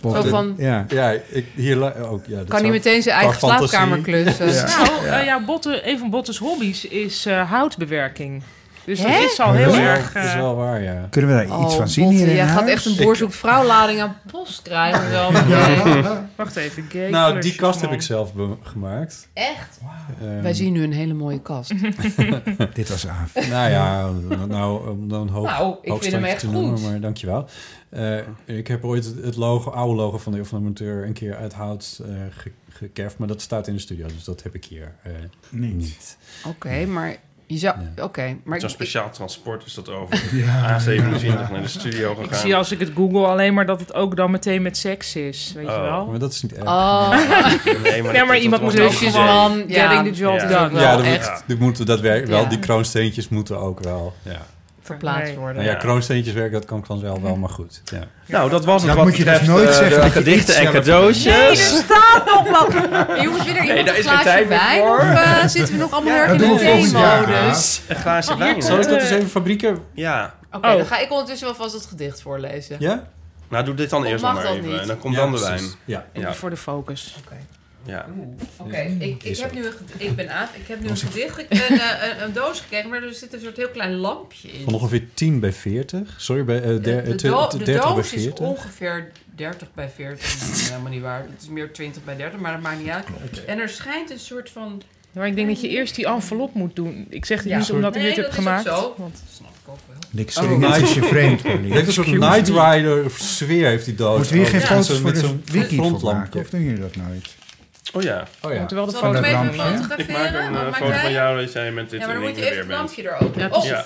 Kan hij meteen zijn eigen slaapkamer klussen? Een van Botte's hobby's is houtbewerking. Dus dat is al heel erg... Dat is wel waar, ja. Kunnen we daar iets van zien hier in jij huis? gaat echt een boerzoek-vrouwlading aan post krijgen. Wacht even, gay. Nou, die kast heb ik zelf gemaakt. Echt? Wij zien nu een hele mooie kast. Dit was af. Nou ja, om dan ik vind hem echt te goed. noemen, maar dankjewel. Ik heb ooit het oude logo van de Eeuw van de Amateur een keer uit hout gekerfd, maar dat staat in de studio, dus dat heb ik hier niet. Oké, maar... maar zo'n speciaal transport is dat over A27 naar de studio gegaan. Ik zie als ik het google alleen maar dat het ook dan meteen met seks is, weet je wel? Maar dat is niet erg. Maar iemand moet dus gewoon getting the job done. Ja, die kroonsteentjes moeten ook wel verplaatst worden. Nou ja, kroonsteentjes werken, dat kan ik dan wel, maar goed. Ja. Nou, dat was het dat wat moet je dus nooit zeggen. De gedichten en cadeautjes. Nee, er staat nog wat. Jongens, weer iemand een glaasje wijn? Of zitten we nog allemaal heel erg in de theemodus? Een glaasje wijn. Zal ik dat eens even fabrieken? Ja. Oké, dan ga ik ondertussen wel vast het gedicht voorlezen. Ja? Nou, doe dit dan eerst nog maar even. Niet. En dan komt dan de wijn. Ja. Even voor de focus. Ja. Oké, ik heb nu een gedicht, een doos gekregen, maar er zit een soort heel klein lampje in. Van ongeveer 10 bij 40. Sorry, bij 30 de doos bij 40. is ongeveer 30 bij 40. Dat is helemaal niet waar. Het is meer 20 bij 30, maar dat maakt niet uit. Okay. En er schijnt een soort van... Maar ik denk dat je eerst die envelop moet doen. Ik zeg het niet omdat ik dit heb gemaakt. Nee, dat is ook zo. Want dat snap ik ook wel. Niks nice vreemd. Ik denk een soort Night Rider sfeer heeft die doos. Moeten we hier geen foto's voor de wiki maken? Of doen jullie dat nooit? Oh ja. Moeten wel de foto maken. Ik maak een foto van jou dat jij met dit maar dan moet je even het lampje er ook.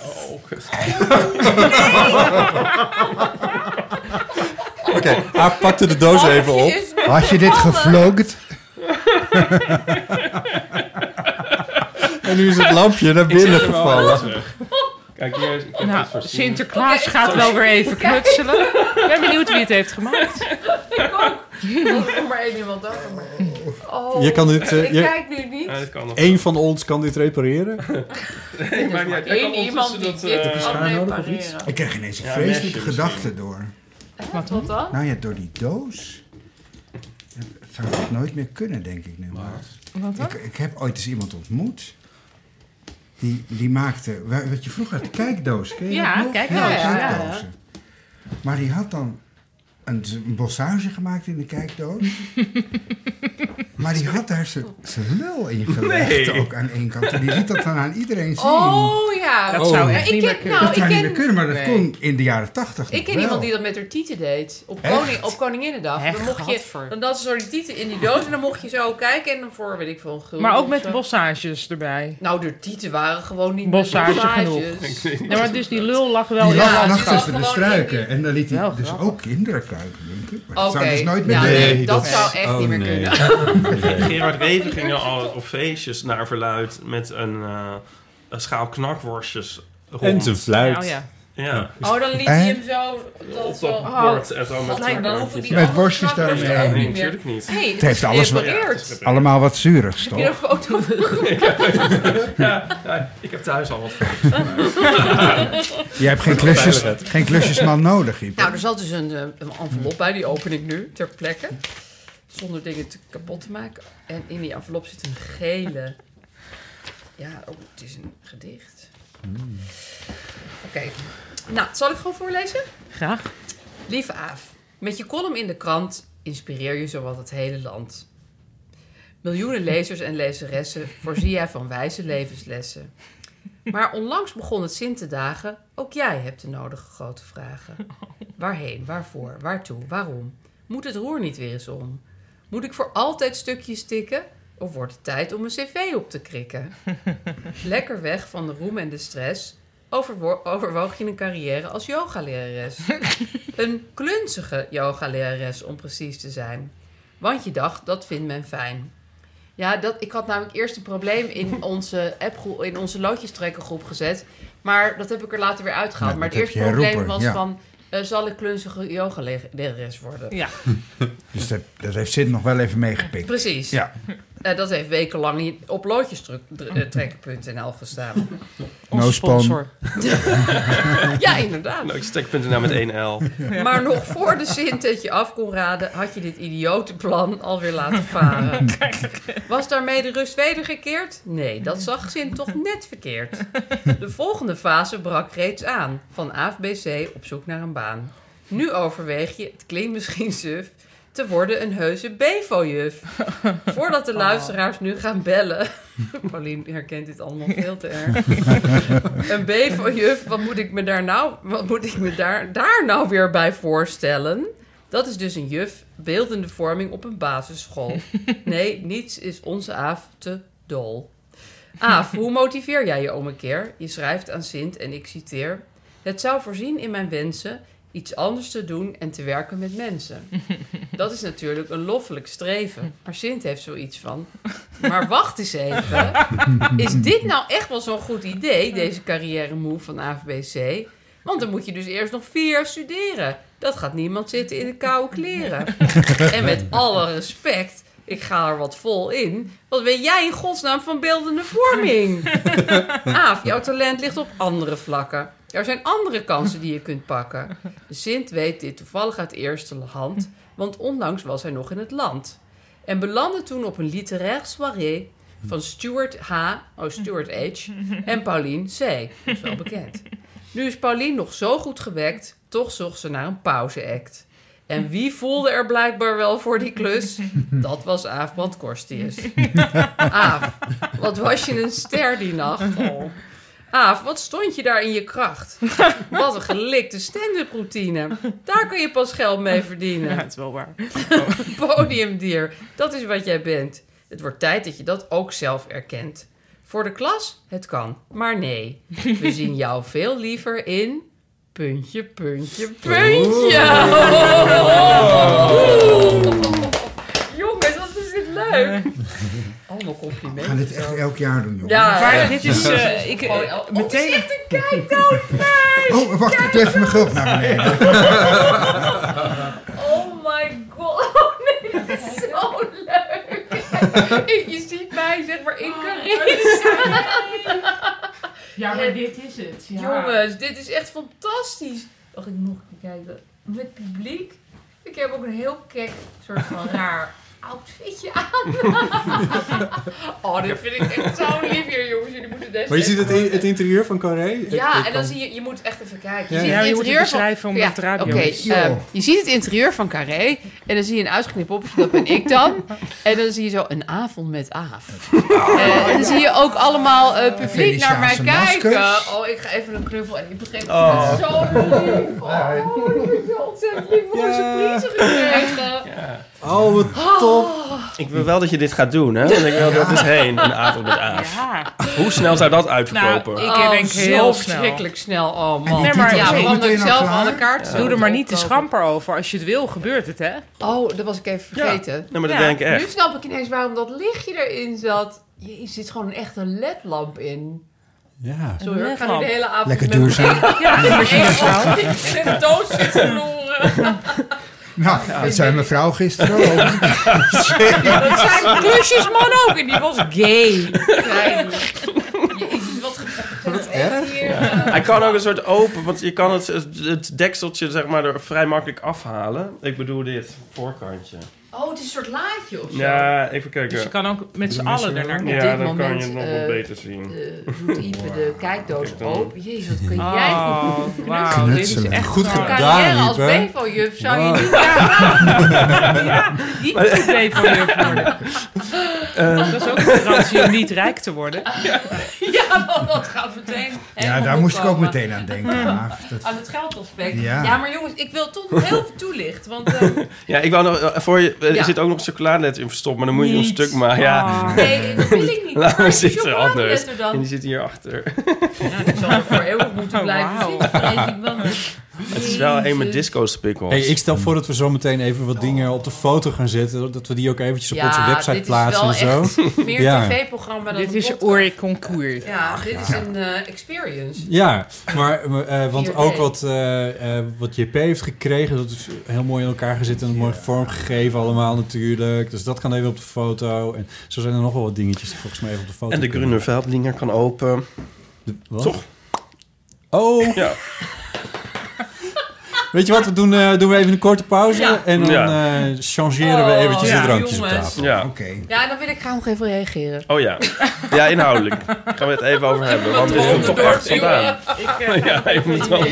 Oké, hij pakte de doos even op. Had je dit gevlogt? En nu is het lampje naar binnen gevallen. Kijk, hier Sinterklaas gaat wel weer even knutselen. Ik ben benieuwd wie het heeft gemaakt. Ik ook. Er maar één iemand over. Oh, je kan dit, ik kijk nu niet. Eén van ons kan dit repareren. Nee, maar niet. Eén iemand die dit kan repareren. Ik krijg ineens een vreselijke gedachte door. Wat dan? Nou ja, door die doos. Zou dat nooit meer kunnen, denk ik nu. Wat dan? Ik heb ooit eens iemand ontmoet. Die maakte... Wat je vroeger had, kijkdoos. Ken je dat nog? Kijkdozen. Maar die had dan een bossage gemaakt in de kijkdoos. Maar die had daar zijn lul in gelegd ook aan één kant. En die liet dat dan aan iedereen zien. Oh ja. Dat zou echt niet meer kunnen. Dat zou niet meer kunnen, maar dat kon in de jaren 80 Ik ken iemand die dat met haar tieten deed. Op Koninginnedag. Dan had ze zo die tieten in die doos en dan mocht je zo kijken en dan voor, weet ik veel, een gulden. Maar ook met bossages erbij. Nou, de tieten waren gewoon niet bossages genoeg. Nee, maar dus die lul lag wel... Die lag tussen de struiken. En dan liet hij dus ook kinderen kuiken, denk ik. Maar dat zou dus nooit meer nee, dat zou echt niet meer kunnen. Gerard Reven ging al op feestjes naar verluid met een schaal knakworstjes rond. En zijn fluit. Oh, ja. Ja. Oh, dan liet hij hem zo... Op dat bord en zo met worstjes daarmee. Nee, natuurlijk niet. Hey, het heeft allemaal wat zuurigs, toch? Heb je een foto ja, ik heb thuis al wat foto's. Je hebt geen klusjesman nodig, Iep. Nou, er zat dus een envelop bij, die open ik nu ter plekke. Zonder dingen kapot te maken. En in die envelop zit een gele... Ja, het is een gedicht. Oké. Nou, zal ik gewoon voorlezen? Graag. Lieve Aaf, met je column in de krant inspireer je zowat het hele land. Miljoenen lezers en lezeressen voorzie jij van wijze levenslessen. Maar onlangs begon het zin te dagen, ook jij hebt de nodige grote vragen. Waarheen, waarvoor, waartoe, waarom? Moet het roer niet weer eens om? Moet ik voor altijd stukjes tikken? Of wordt het tijd om een cv op te krikken? Lekker weg van de roem en de stress. Overwoog je een carrière als yogalerares? Een klunzige yogalerares om precies te zijn. Want je dacht, dat vindt men fijn. Ja, ik had namelijk eerst een probleem in onze appgroep, in onze loodjestrekkergroep gezet. Maar dat heb ik er later weer uitgehaald. Ja, maar het eerste probleem was van... zal ik klunzige yogalerares worden? Ja. Dus dat heeft Sint nog wel even meegepikt. Precies. Ja. Dat heeft wekenlang op loodjestrekker.nl gestaan. No sponsor. Ja, inderdaad. Loodjestrekker.nl met 1 L. Ja. Maar nog voor de Sint het je af kon raden... had je dit idiote plan alweer laten varen. Was daarmee de rust wedergekeerd? Nee, dat zag Sint toch net verkeerd. De volgende fase brak reeds aan. Van AFBC op zoek naar een baan. Nu overweeg je, het klinkt misschien suf... te worden een heuse BEVO-juf. Voordat de luisteraars nu gaan bellen... Paulien herkent dit allemaal veel te erg. Een BEVO-juf, wat moet ik me daar nou weer bij voorstellen? Dat is dus een juf, beeldende vorming op een basisschool. Nee, niets is onze Aaf te dol. Aaf, hoe motiveer jij je om een keer? Je schrijft aan Sint en ik citeer... Het zou voorzien in mijn wensen... iets anders te doen en te werken met mensen. Dat is natuurlijk een loffelijk streven. Maar Sint heeft zoiets van... Maar wacht eens even. Is dit nou echt wel zo'n goed idee, deze carrière move van AFBC? Want dan moet je dus eerst nog 4 jaar studeren. Dat gaat niemand zitten in de koude kleren. En met alle respect... Ik ga er wat vol in. Wat weet jij in godsnaam van beeldende vorming? Aaf, jouw talent ligt op andere vlakken. Er zijn andere kansen die je kunt pakken. De Sint weet dit toevallig uit eerste hand... want onlangs was hij nog in het land. En belandde toen op een literaire soirée... van Stuart H. en Pauline C. Dat is wel bekend. Nu is Pauline nog zo goed gewekt... toch zocht ze naar een pauzeact... En wie voelde er blijkbaar wel voor die klus? Dat was Aaf Brandkorstius. Aaf, wat was je een ster die nacht? Oh. Aaf, wat stond je daar in je kracht? Wat een gelikte stand-up routine. Daar kun je pas geld mee verdienen. Ja, het is wel waar. Podiumdier, dat is wat jij bent. Het wordt tijd dat je dat ook zelf erkent. Voor de klas, het kan. Maar nee, we zien jou veel liever in... Puntje, puntje, puntje. Jongens, wat is dit leuk. Allemaal complimenten. We gaan dit echt elk jaar doen, jongens. Ja, maar dit is... meteen... Zit een kijkdood bij. Oh, wacht, ik doe even mijn gulp naar beneden. Oh my god. Oh nee, dit is zo leuk. Je ziet mij, zeg maar, in Carré staan. Ja, maar dit is het. Ja. Jongens, dit is echt fantastisch. Wacht, ik nog een keer kijken. Met publiek. Ik heb ook een heel kek soort van raar outfitje aan. Oh, dit vind ik echt zo lief hier, jongens. Jullie moeten deze. Maar je ziet het interieur van Carré? Ja, en dan zie je moet echt even kijken. Je moet het beschrijven om het radio is. Je ziet het interieur van Carré en dan zie je een uitgeknipt poppetje, dat ben ik dan. En dan zie je zo een avond met Aaf. En dan zie je ook allemaal publiek naar mij kijken. Oh, ik ga even een knuffel en ik begreep het zo lief. Oh, ik heb ontzettend lief mooie surprise gekregen. Oh, wat tof. Ik wil wel dat je dit gaat doen, hè? Want ik wil dat dus heen, een avond met Aaf. Ja. Hoe snel zou dat uitverkopen? Nou, ik denk heel verschrikkelijk snel. Oh man. Nee, maar want ik zelf aan de kaart. Doe er maar niet te schamper over. Als je het wil, gebeurt het, hè? Oh, dat was ik even vergeten. Ja, maar dat denk ik echt. Nu snap ik ineens waarom dat lichtje erin zat. Je zit gewoon een echte ledlamp in. Ja. Sorry, ik ga nu de hele avond lekker duurzaam. Ja, de machine in de doos zit verloren. Nou, dat zei mijn vrouw gisteren ook. Dat zijn klusjesman ook. En die was gay. Jezus, wat erg. Ja. Hij kan ook een soort open, want je kan het dekseltje zeg maar er vrij makkelijk afhalen. Ik bedoel dit, voorkantje. Oh, het is een soort laadje of zo. Ja, even kijken. Dus je kan ook met z'n allen ernaar kijken. Ja, dan kan je het nog wel beter zien. Doet Ipe de kijkdoos open. Jezus, wat kun jij goed wauw, dit is echt goed gedaan, carrière als Ipe. BEVO-juf zou je niet gaan. Ja, die moet BEVO-juf worden. Dat is ook een garantie om niet rijk te worden. Ja, dat gaat meteen. Ja, daar moest ik ook meteen aan denken. Aan het geldaspect. Ja. Ja, maar jongens, ik wil toch nog heel veel toelichten. Want ja, ik wou nog voor je. Er zit ook nog chocoladelet in verstopt, maar dan moet je nog een stuk maken. Ja. Nee, dat wil ik niet. Laat Waar me is die zitten anders. chocoladeletter dan? En die zit hierachter. Ja, die zal er voor eeuwig moeten blijven zitten. Vrees ik wel. Het is wel een met disco-spikkels. Hey, ik stel voor dat we zo meteen even wat dingen op de foto gaan zetten. Dat we die ook eventjes op onze website plaatsen en zo. Dit is wel echt meer tv-programma dan dit is Ori Concours. Ja, dit is een experience. Ja, maar want ook wat JP heeft gekregen, dat is heel mooi in elkaar gezet en mooi vormgegeven allemaal natuurlijk. Dus dat kan even op de foto. En zo zijn er nog wel wat dingetjes die volgens mij even op de foto En de Grüner Veltlinger kan open. Toch? Oh! Ja. Weet je wat, we doen we even een korte pauze. Ja. En dan changeren we eventjes de drankjes op tafel. Ja. Okay. Ja, en dan wil ik graag nog even reageren. Oh ja. Ja, inhoudelijk. Gaan we het even over hebben. Want dit komt toch hard vandaan. Ja, ik moet wel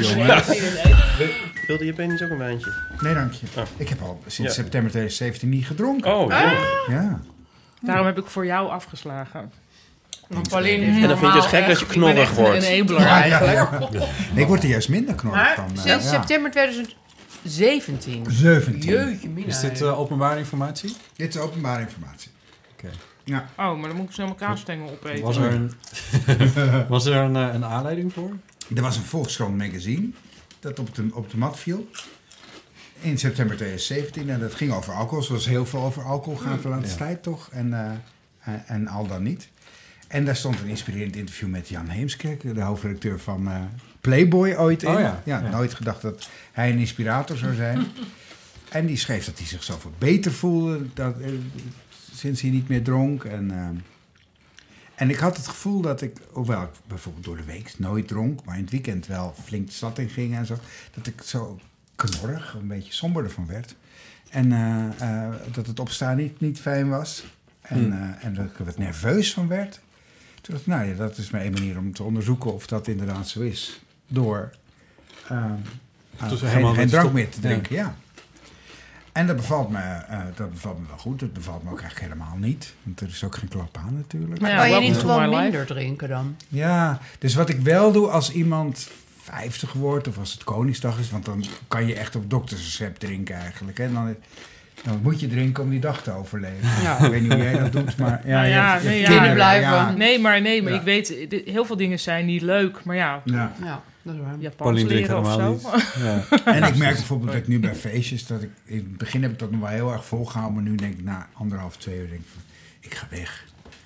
Wilde je penis ook een wijntje? Nee, dank je. Oh. Ik heb al sinds september 2017 niet gedronken. Oh, ja. Daarom heb ik voor jou afgeslagen. En dan vind je het gek dat je knorrig wordt. Een enabler eigenlijk. Ja. Nee, ik word er juist minder knorrig van. Sinds september 2017. 17. Jeetje, mina. Is dit openbare informatie? Dit is openbare informatie. Oké. Ja. Oh, maar dan moet ik snel mijn kaasstengel opeten. Was er een aanleiding voor? Er was een Volkskrant magazine dat op de mat viel. In september 2017. En dat ging over alcohol. Zoals heel veel over alcohol gaat de laatste tijd, toch? En al dan niet. En daar stond een inspirerend interview met Jan Heemskerk, de hoofdredacteur van Playboy ooit in. Oh ja. Nooit gedacht dat hij een inspirator zou zijn. En die schreef dat hij zich zoveel beter voelde sinds hij niet meer dronk. En ik had het gevoel dat ik, hoewel ik bijvoorbeeld door de week nooit dronk, maar in het weekend wel flink de stad in ging en zo, dat ik zo knorrig, een beetje somberder van werd. En dat het opstaan niet fijn was. En dat ik er wat nerveus van werd. Toen dacht ik, nou ja, dat is maar één manier om te onderzoeken of dat inderdaad zo is. Door geen drank meer te drinken, ja. En dat bevalt me wel goed. Dat bevalt me ook eigenlijk helemaal niet. Want er is ook geen klap aan natuurlijk. Maar kan je niet gewoon minder drinken dan? Ja, dus wat ik wel doe als iemand 50 wordt of als het Koningsdag is, want dan kan je echt op doktersrecept drinken eigenlijk. Hè? Dan moet je drinken om die dag te overleven. Ja. Ik weet niet hoe jij dat doet, maar binnen blijven. Ja. Nee, maar ik weet, heel veel dingen zijn niet leuk, maar ja. Dat is waar. Japans leren of zo. Ja. En ik merk bijvoorbeeld dat ik nu bij feestjes, dat ik in het begin heb ik dat nog wel heel erg volgehouden, maar nu denk ik na 1,5, 2 uur denk ik van, ik ga weg.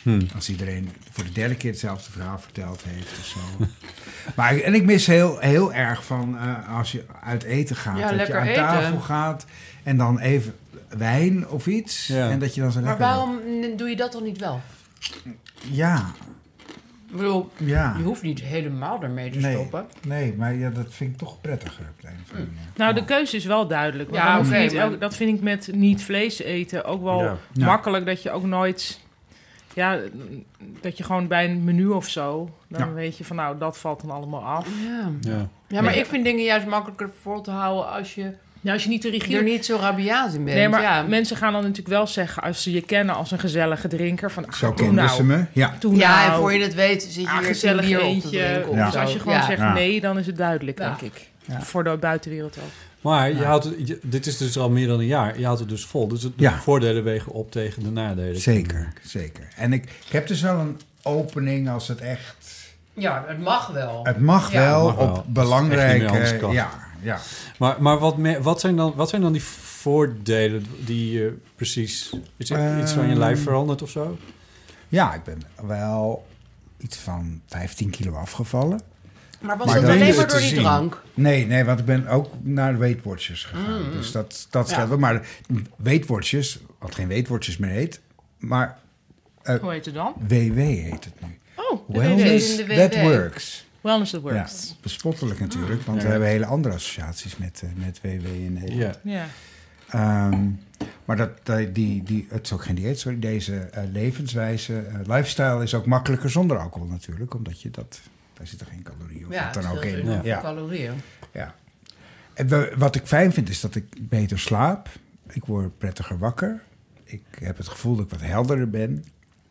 Als iedereen voor de 3e keer hetzelfde verhaal verteld heeft of zo. Maar ik mis heel erg van als je uit eten gaat. Ja, dat je aan lekker tafel eten. gaat en dan even wijn of iets. Ja. En dat je dan zo Maar lekker... waarom doe je dat dan niet wel? Ja. Ik bedoel, Ja. je hoeft niet helemaal ermee te stoppen. Nee, maar ja, dat vind ik toch prettiger op het einde van de manier. Nou, de keuze is wel duidelijk. Want Ja, dan hoef je oké, niet maar- dat vind ik met niet vlees eten ook wel Ja. makkelijk. Dat je ook nooit... Ja, dat je gewoon bij een menu of zo... Dan weet je van, nou, dat valt dan allemaal af. Ja, maar ik vind dingen juist makkelijker vol te houden als je... Ja, als je niet te rigide... er niet zo rabiaat in bent. Nee, maar ja. mensen gaan dan natuurlijk wel zeggen... als ze je kennen als een gezellige drinker... van Zo doe kenden nou, ze me. Ja. doe Ja, nou, en voor je het weet zit je weer gezellig bier op te eentje. drinken of Ja. Dus als je gewoon Ja. zegt Ja. nee, dan is het duidelijk, Ja. denk ik. Ja. Voor de buitenwereld ook. Maar je houdt dit is dus al meer dan een jaar. Je houdt het dus vol. Dus de voordelen wegen op tegen de nadelen. Zeker. En ik heb dus wel een opening als het echt... Ja, het mag wel. Het mag Ja. wel Mag wel. op Als het echt niet belangrijke... meer anders kan. Ja. Maar wat zijn dan die voordelen die je precies... Is er iets van je lijf veranderd of zo? Ja, ik ben wel iets van 15 kilo afgevallen. Maar was Maar dat dan alleen is maar het door te die zien. drank? Nee, want ik ben ook naar Weight Watchers gegaan. Dus dat scheelt wel. Maar Weight Watchers, wat geen Weight Watchers meer heet... maar Hoe heet het dan? WW heet het nu. Oh, de Wellness WW. That Works. Wellness that Ja, works. bespottelijk natuurlijk, want we hebben hele andere associaties met WW in Nederland. Ja. Maar het is ook geen dieet, sorry. Deze levenswijze, lifestyle is ook makkelijker zonder alcohol natuurlijk, omdat je daar zitten geen calorieën of wat dan ook in. Ja. Calorieën. Ja. En wat ik fijn vind is dat ik beter slaap. Ik word prettiger wakker. Ik heb het gevoel dat ik wat helderder ben.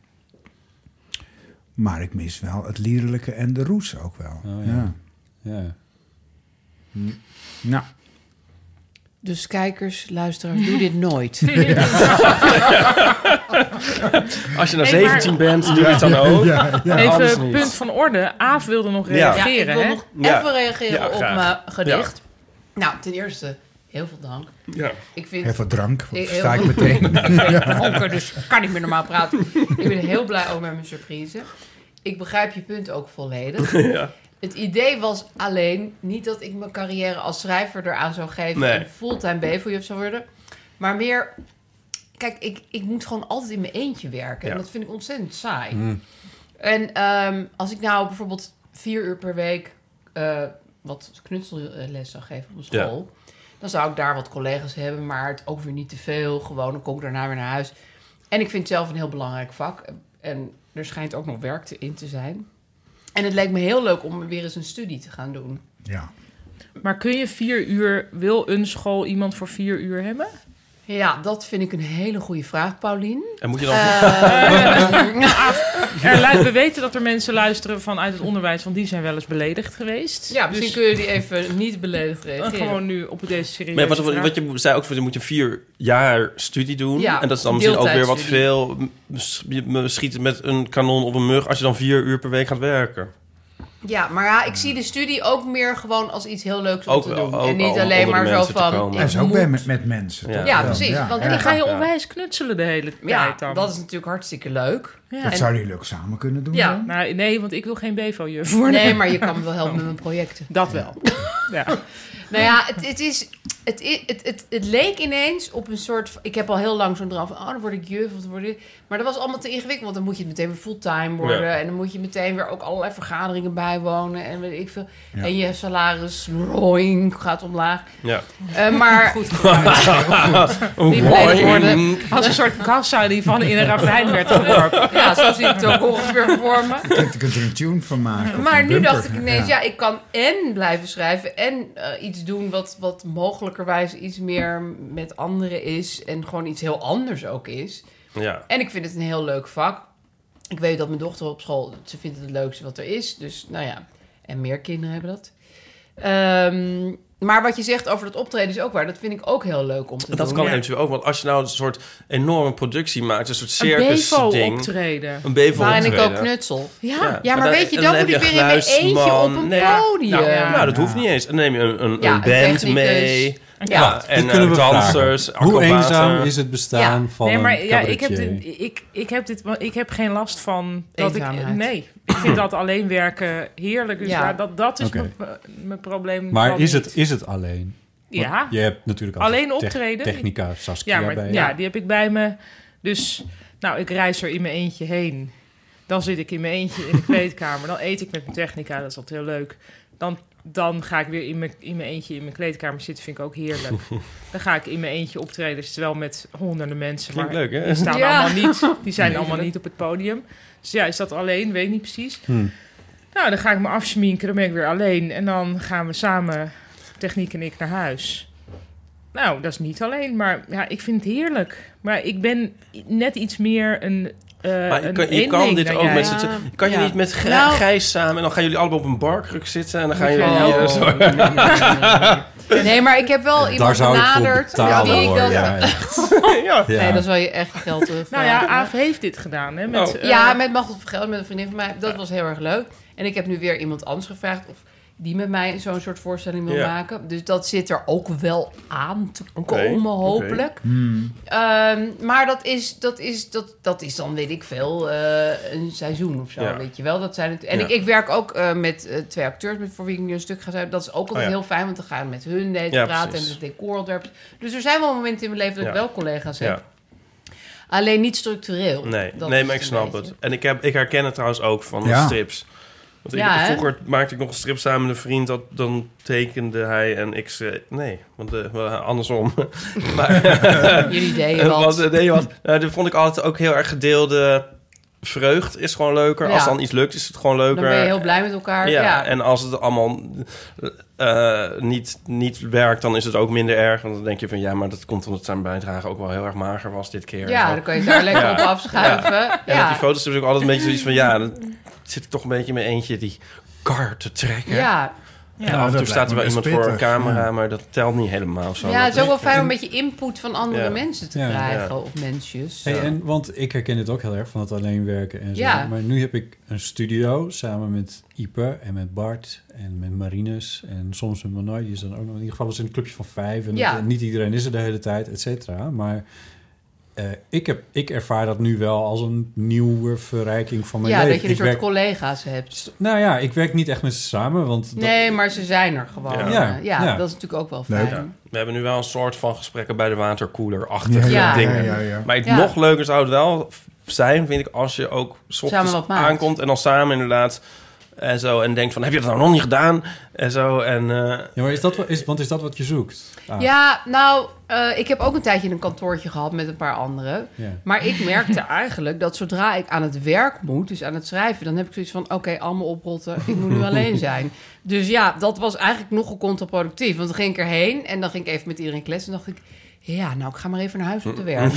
Maar ik mis wel het lierlijke en de roes ook wel. Oh, ja. Nou. Dus kijkers, luisteraars, doe dit nooit. Als je nou 17 bent, doe je het dan ook. Even punt van orde. Aaf wilde nog reageren. Ja, ik wil hè? nog even reageren op mijn gedicht. Nou, ten eerste, heel veel dank. Ja. Ik vind, Heel veel drank, heel sta ik veel- meteen. Dronken, dus kan niet meer normaal praten. Ik ben heel blij ook met mijn surprise. Ik begrijp je punt ook volledig. Ja. Het idee was alleen niet dat ik mijn carrière als schrijver eraan zou geven... Nee. en fulltime BAVO-juf zou worden. Maar meer... Kijk, ik moet gewoon altijd in mijn eentje werken. Ja. En dat vind ik ontzettend saai. En als ik nou bijvoorbeeld 4 uur per week... wat knutselles zou geven op een school... dan zou ik daar wat collega's hebben... maar het ook weer niet te veel. Gewoon, dan kom ik daarna weer naar huis. En ik vind het zelf een heel belangrijk vak. En er schijnt ook nog werk in te zijn... En het leek me heel leuk om weer eens een studie te gaan doen. Ja. Maar kun je 4 uur... Wil een school iemand voor 4 uur hebben? Ja, dat vind ik een hele goede vraag, Paulien. En moet je dan... We weten dat er mensen luisteren vanuit het onderwijs... want die zijn wel eens beledigd geweest. Ja, misschien Dus kun je die even niet beledigd reageren. gewoon nu op deze serieuze Maar vraag. wat je zei ook, je moet een 4 jaar studie doen. Ja, en dat is dan misschien ook weer wat deeltijdstudie. veel... Je schiet met een kanon op een mug als je dan 4 uur per week gaat werken. Ja, maar ja, ik zie de studie ook meer gewoon als iets heel leuks om Ook te wel, doen. ook En niet om alleen onder de maar zo mensen te van... komen. ik En zo ook moet- weer met mensen. Ja. toch? Ja, precies. Want En dan ik ga je Ja. onwijs knutselen de hele Ja, tijd dan. dat is natuurlijk hartstikke leuk. Ja. Dat zouden jullie ook samen kunnen doen. Ja. dan? Nou, nee, want ik wil geen BAVO-juf worden. Nee, maar je kan me wel helpen met mijn projecten. Dat wel. Ja. Nou ja, het leek ineens op een soort... Ik heb al heel lang zo'n droom van... dan word ik juf of dan word ik... Maar dat was allemaal te ingewikkeld. Want dan moet je meteen weer fulltime worden. Ja. En dan moet je meteen weer ook allerlei vergaderingen bijwonen. En weet ik veel. Ja. En je salaris roing, gaat omlaag. Ja. Maar Goed Die beledigd worden. Als een soort kassa die van in een ravijn werd geworpen. ja, zo zie ik het ook ongeveer voor me. Je kunt er een tune van maken. of Maar een nu bumper. dacht ik ineens, ja, ik kan en blijven schrijven... en iets doen wat mogelijkerwijs iets meer met anderen is... en gewoon iets heel anders ook is. Ja. En ik vind het een heel leuk vak. Ik weet dat mijn dochter op school... ze vindt het leukste wat er is. Dus, nou ja, en meer kinderen hebben dat. Maar wat je zegt over dat optreden is ook waar. Dat vind ik ook heel leuk om te doen. Dat kan eventueel ook. Want als je nou een soort enorme productie maakt... een soort circus-ding... Een Bevo-optreden. Waarin ik ook knutsel. Ja, maar weet je, dan moet ik weer in mijn eentje op een podium. Nou, dat hoeft niet eens. Dan neem je een band mee... Ja, en kunnen we dansers, hoe eenzaam is het bestaan van ik heb geen last van dat ik vind dat alleen werken heerlijk. Dus dat is mijn probleem. Maar is het alleen? Want ja. Je hebt natuurlijk alleen optreden. Technica Saskia bij je. Ja, die heb ik bij me. Dus ik reis er in mijn eentje heen. Dan zit ik in mijn eentje in de kleedkamer. Dan eet ik met mijn technica. Dat is altijd heel leuk. Dan ga ik weer in mijn eentje in mijn kleedkamer zitten. Vind ik ook heerlijk. Dan ga ik in mijn eentje optreden. Terwijl met honderden mensen. Klinkt leuk, hè? Die staan allemaal niet. Die zijn allemaal niet op het podium. Dus ja, is dat alleen? Weet ik niet precies. Nou, dan ga ik me afschminken. Dan ben ik weer alleen. En dan gaan we samen, techniek en ik, naar huis. Nou, dat is niet alleen. Maar ja, ik vind het heerlijk. Maar ik ben net iets meer een... maar je kan dit ook met z'n... Kan je niet met Gijs samen... en dan gaan jullie allemaal op een barkruk zitten... en dan gaan jullie... Nee, maar ik heb wel iemand benaderd... Nee, dan zal je echt geld terugvragen. Nou ja, Aaf heeft dit gedaan. Hè, met Machteld van Geld, met een vriendin van mij. Dat was heel erg leuk. En ik heb nu weer iemand anders gevraagd... of die met mij zo'n soort voorstelling wil maken. Dus dat zit er ook wel aan te komen, hopelijk. Maar dat is dan, weet ik veel, een seizoen of zo, weet je wel. Dat zijn het, en ik werk ook met 2 acteurs voor wie ik nu een stuk ga zijn. Dat is ook altijd heel fijn, want dan ga je met hun praten precies. En het decorontwerp. Dus er zijn wel momenten in mijn leven dat ik wel collega's heb. Alleen niet structureel. Nee, maar ik snap het. En ik herken het trouwens ook van de strips. Want vroeger maakte ik nog een strip samen met een vriend. Dan tekende hij en ik schreef... Nee, want andersom. Maar jullie ideeën wat. Dat vond ik altijd ook heel erg gedeelde... Vreugd is gewoon leuker. Als dan iets lukt, is het gewoon leuker. Dan ben je heel blij met elkaar. Ja. En als het allemaal niet werkt, dan is het ook minder erg. Want dan denk je van, maar dat komt omdat zijn bijdrage ook wel heel erg mager was dit keer. Ja, dan kan je daar lekker op afschuiven. Ja. En op die foto's is ook altijd een beetje zoiets van, dan zit ik toch een beetje in mijn eentje die kar te trekken. Ja. En af en toe staat er wel iemand voor een camera, maar dat telt niet helemaal zo. Ja, het is ook wel fijn om een beetje input van andere mensen te krijgen, of mensjes. Want ik herken het ook heel erg van het alleen werken en zo. Ja. Maar nu heb ik een studio samen met Ipe en met Bart en met Marinus en soms met Manoy. Die is dan ook nog in ieder geval was in een clubje van 5 en niet iedereen is er de hele tijd, et cetera. Maar ik ervaar dat nu wel als een nieuwe verrijking van mijn leven. Ja, dat je een soort collega's hebt. Nou ja, ik werk niet echt met ze samen. Want maar ze zijn er gewoon. Dat is natuurlijk ook wel fijn. Ja. We hebben nu wel een soort van gesprekken bij de waterkoeler-achtige dingen. Ja. Maar nog leuker zou het wel zijn, vind ik, als je ook 's ochtends aankomt en dan samen inderdaad... En zo, en denkt van, heb je dat nou nog niet gedaan? En zo, en... maar is dat wat je zoekt? Ja, nou, ik heb ook een tijdje een kantoortje gehad met een paar anderen. Ja. Maar ik merkte eigenlijk dat zodra ik aan het werk moet, dus aan het schrijven... dan heb ik zoiets van, oké, allemaal oprotten, ik moet nu alleen zijn. Dus ja, dat was eigenlijk nogal contraproductief. Want dan ging ik erheen en dan ging ik even met iedereen kletsen en dacht ik... Ja, nou, ik ga maar even naar huis om te werken.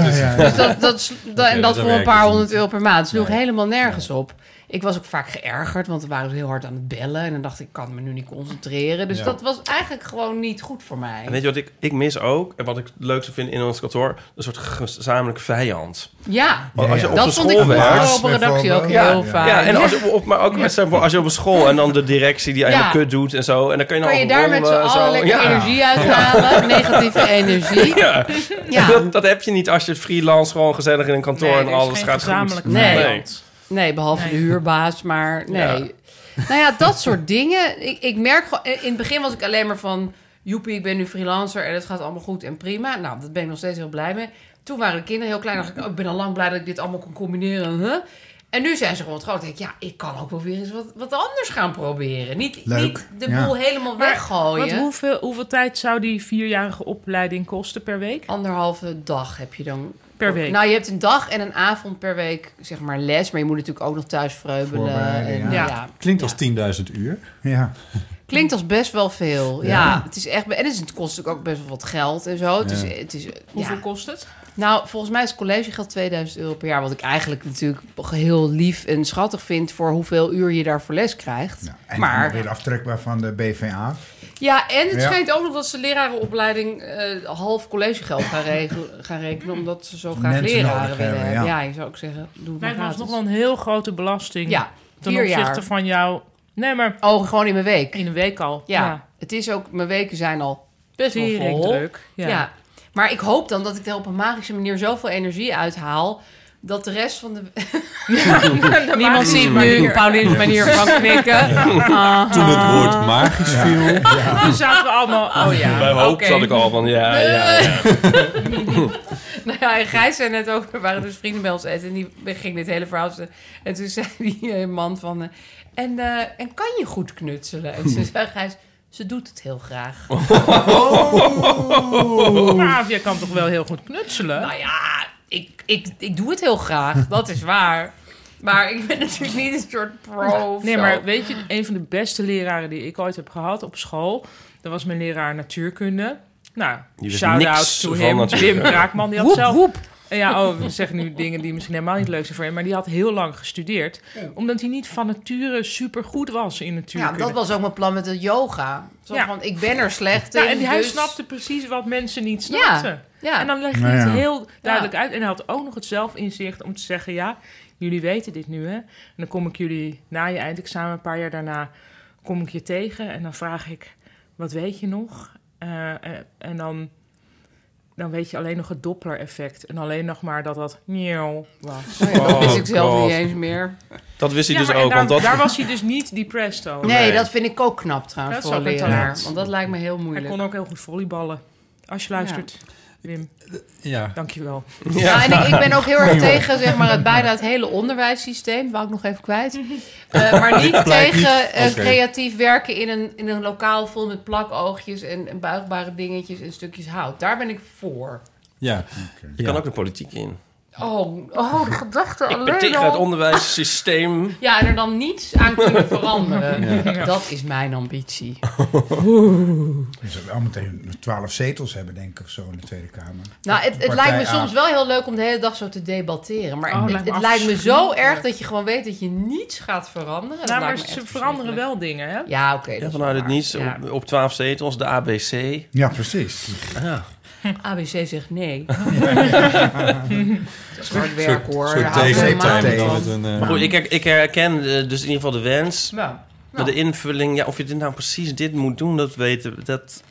Dus dat voor een paar €100 per maand. Sloeg helemaal nergens op. Ik was ook vaak geërgerd, want we waren heel hard aan het bellen. En dan dacht ik kan me nu niet concentreren. Dus dat was eigenlijk gewoon niet goed voor mij. En weet je wat ik mis ook? En wat ik het leukste vind in ons kantoor? Een soort gezamenlijke vijand. Ja, als je op dat de vond school ik werkt, op een redactie ook heel fijn. Ja, en maar ook als je op een school en dan de directie die helemaal kut doet en zo. En dan kan je daar met z'n allen lekker energie uithalen. Negatieve energie. Dat heb je niet als je freelance gewoon gezellig in een kantoor en alles gaat goed. Nee, behalve de huurbaas, maar nee. Ja. Nou ja, dat soort dingen. Ik merk gewoon... In het begin was ik alleen maar van... Joepie, ik ben nu freelancer en het gaat allemaal goed en prima. Nou, daar ben ik nog steeds heel blij mee. Toen waren de kinderen heel klein. Dacht ik, ik ben al lang blij dat ik dit allemaal kon combineren. En nu zijn ze gewoon groot. Ik denk, ik kan ook wel weer eens wat anders gaan proberen. Niet de boel helemaal weggooien. Hoeveel tijd zou die 4-jarige opleiding kosten per week? 1,5 dag heb je dan... Per week? Nou, je hebt een dag en een avond per week, zeg maar, les. Maar je moet natuurlijk ook nog thuis vreubelen. Klinkt als 10.000 uur. Ja. Klinkt als best wel veel. Ja, het is echt... En het kost natuurlijk ook best wel wat geld en zo. Hoeveel kost het? Nou, volgens mij is het collegegeld €2000 per jaar. Wat ik eigenlijk natuurlijk heel lief en schattig vind... voor hoeveel uur je daarvoor les krijgt. Ja, en maar weer aftrekbaar van de BVA. Ja, en het schijnt ook nog dat ze lerarenopleiding... half collegegeld gaan rekenen... omdat ze zo graag Mensen leraren willen hebben. ja. Ja, je zou ook zeggen... doe het maar dat is gratis. nog wel een heel grote belasting. Ja, ten 4 opzichte jaar. van jou. Nee, maar... Oh, gewoon in mijn week. In een week al. Ja, het is ook... Mijn weken zijn al best wel Tering vol. druk. Ja. Maar ik hoop dan dat ik er op een magische manier zoveel energie uithaal... dat de rest van de... Niemand ziet nu Pauline's manier van knikken. Toen het woord magisch viel. Toen zaten we allemaal... Oh ja, Bij hoop zat ik al van ja. Nou ja, en Gijs zei net ook... Er waren dus vrienden bij ons eten... en die ging dit hele verhaal... En toen zei die man van... En kan je goed knutselen? En toen zei Gijs... Ze doet het heel graag. Maar jij kan toch wel heel goed knutselen? Nou ja, ik doe het heel graag. Dat is waar. Maar ik ben natuurlijk niet een soort pro of Nee, zo. maar weet je, een van de beste leraren die ik ooit heb gehad op school... dat was mijn leraar natuurkunde. Nou, shout-out to him. Wim Braakman, die had zelf... Ja, we zeggen nu dingen die misschien helemaal niet leuk zijn voor hem... maar die had heel lang gestudeerd. Omdat hij niet van nature supergoed was in natuurkunde. Ja, dat was ook mijn plan met het yoga. Zo van, ik ben er slecht in. En hij dus... snapte precies wat mensen niet snapten. Ja. En dan legde hij het heel duidelijk uit. En hij had ook nog het zelfinzicht om te zeggen... ja, jullie weten dit nu, hè. En dan kom ik jullie na je eindexamen... een paar jaar daarna kom ik je tegen... en dan vraag ik, wat weet je nog? En dan weet je alleen nog het Doppler-effect. En alleen nog maar dat nieuw was. Oh ja, dat wist ik zelf niet eens meer. Dat wist hij dus maar ook. Daar was hij dus niet depressed over. Nee, dat vind ik ook knap trouwens Dat voor is een ook een leraar. talent. Want dat lijkt me heel moeilijk. Hij kon ook heel goed volleyballen. Als je luistert, Wim. Ja. Dankjewel. Ja, en ik ben ook heel erg tegen zeg maar, bijna het hele onderwijssysteem. Wou ik nog even kwijt. Maar niet tegen creatief werken in een lokaal vol met plakoogjes en buigbare dingetjes en stukjes hout. Daar ben ik voor. Ja. Je kan ook de politiek in. Oh, de gedachte alleen Ik ben tegen het onderwijssysteem. Ja, en er dan niets aan kunnen veranderen. Ja. Dat is mijn ambitie. Je zou wel meteen 12 zetels hebben, denk ik, of zo in de Tweede Kamer. Nou, het lijkt me soms wel heel leuk om de hele dag zo te debatteren. Maar het lijkt me zo erg dat je gewoon weet dat je niets gaat veranderen. Nou, maar ze veranderen wel dingen, hè? Ja, oké. Vanuit het niets op 12 zetels, de ABC. Ja, precies. Ja. ABC zegt nee. Dat is hard werk, hoor. Soort tegenpartij. Maar goed, ik herken dus in ieder geval de wens. Ja. Maar de invulling, of je dit nou precies dit moet doen, dat weten we. Dat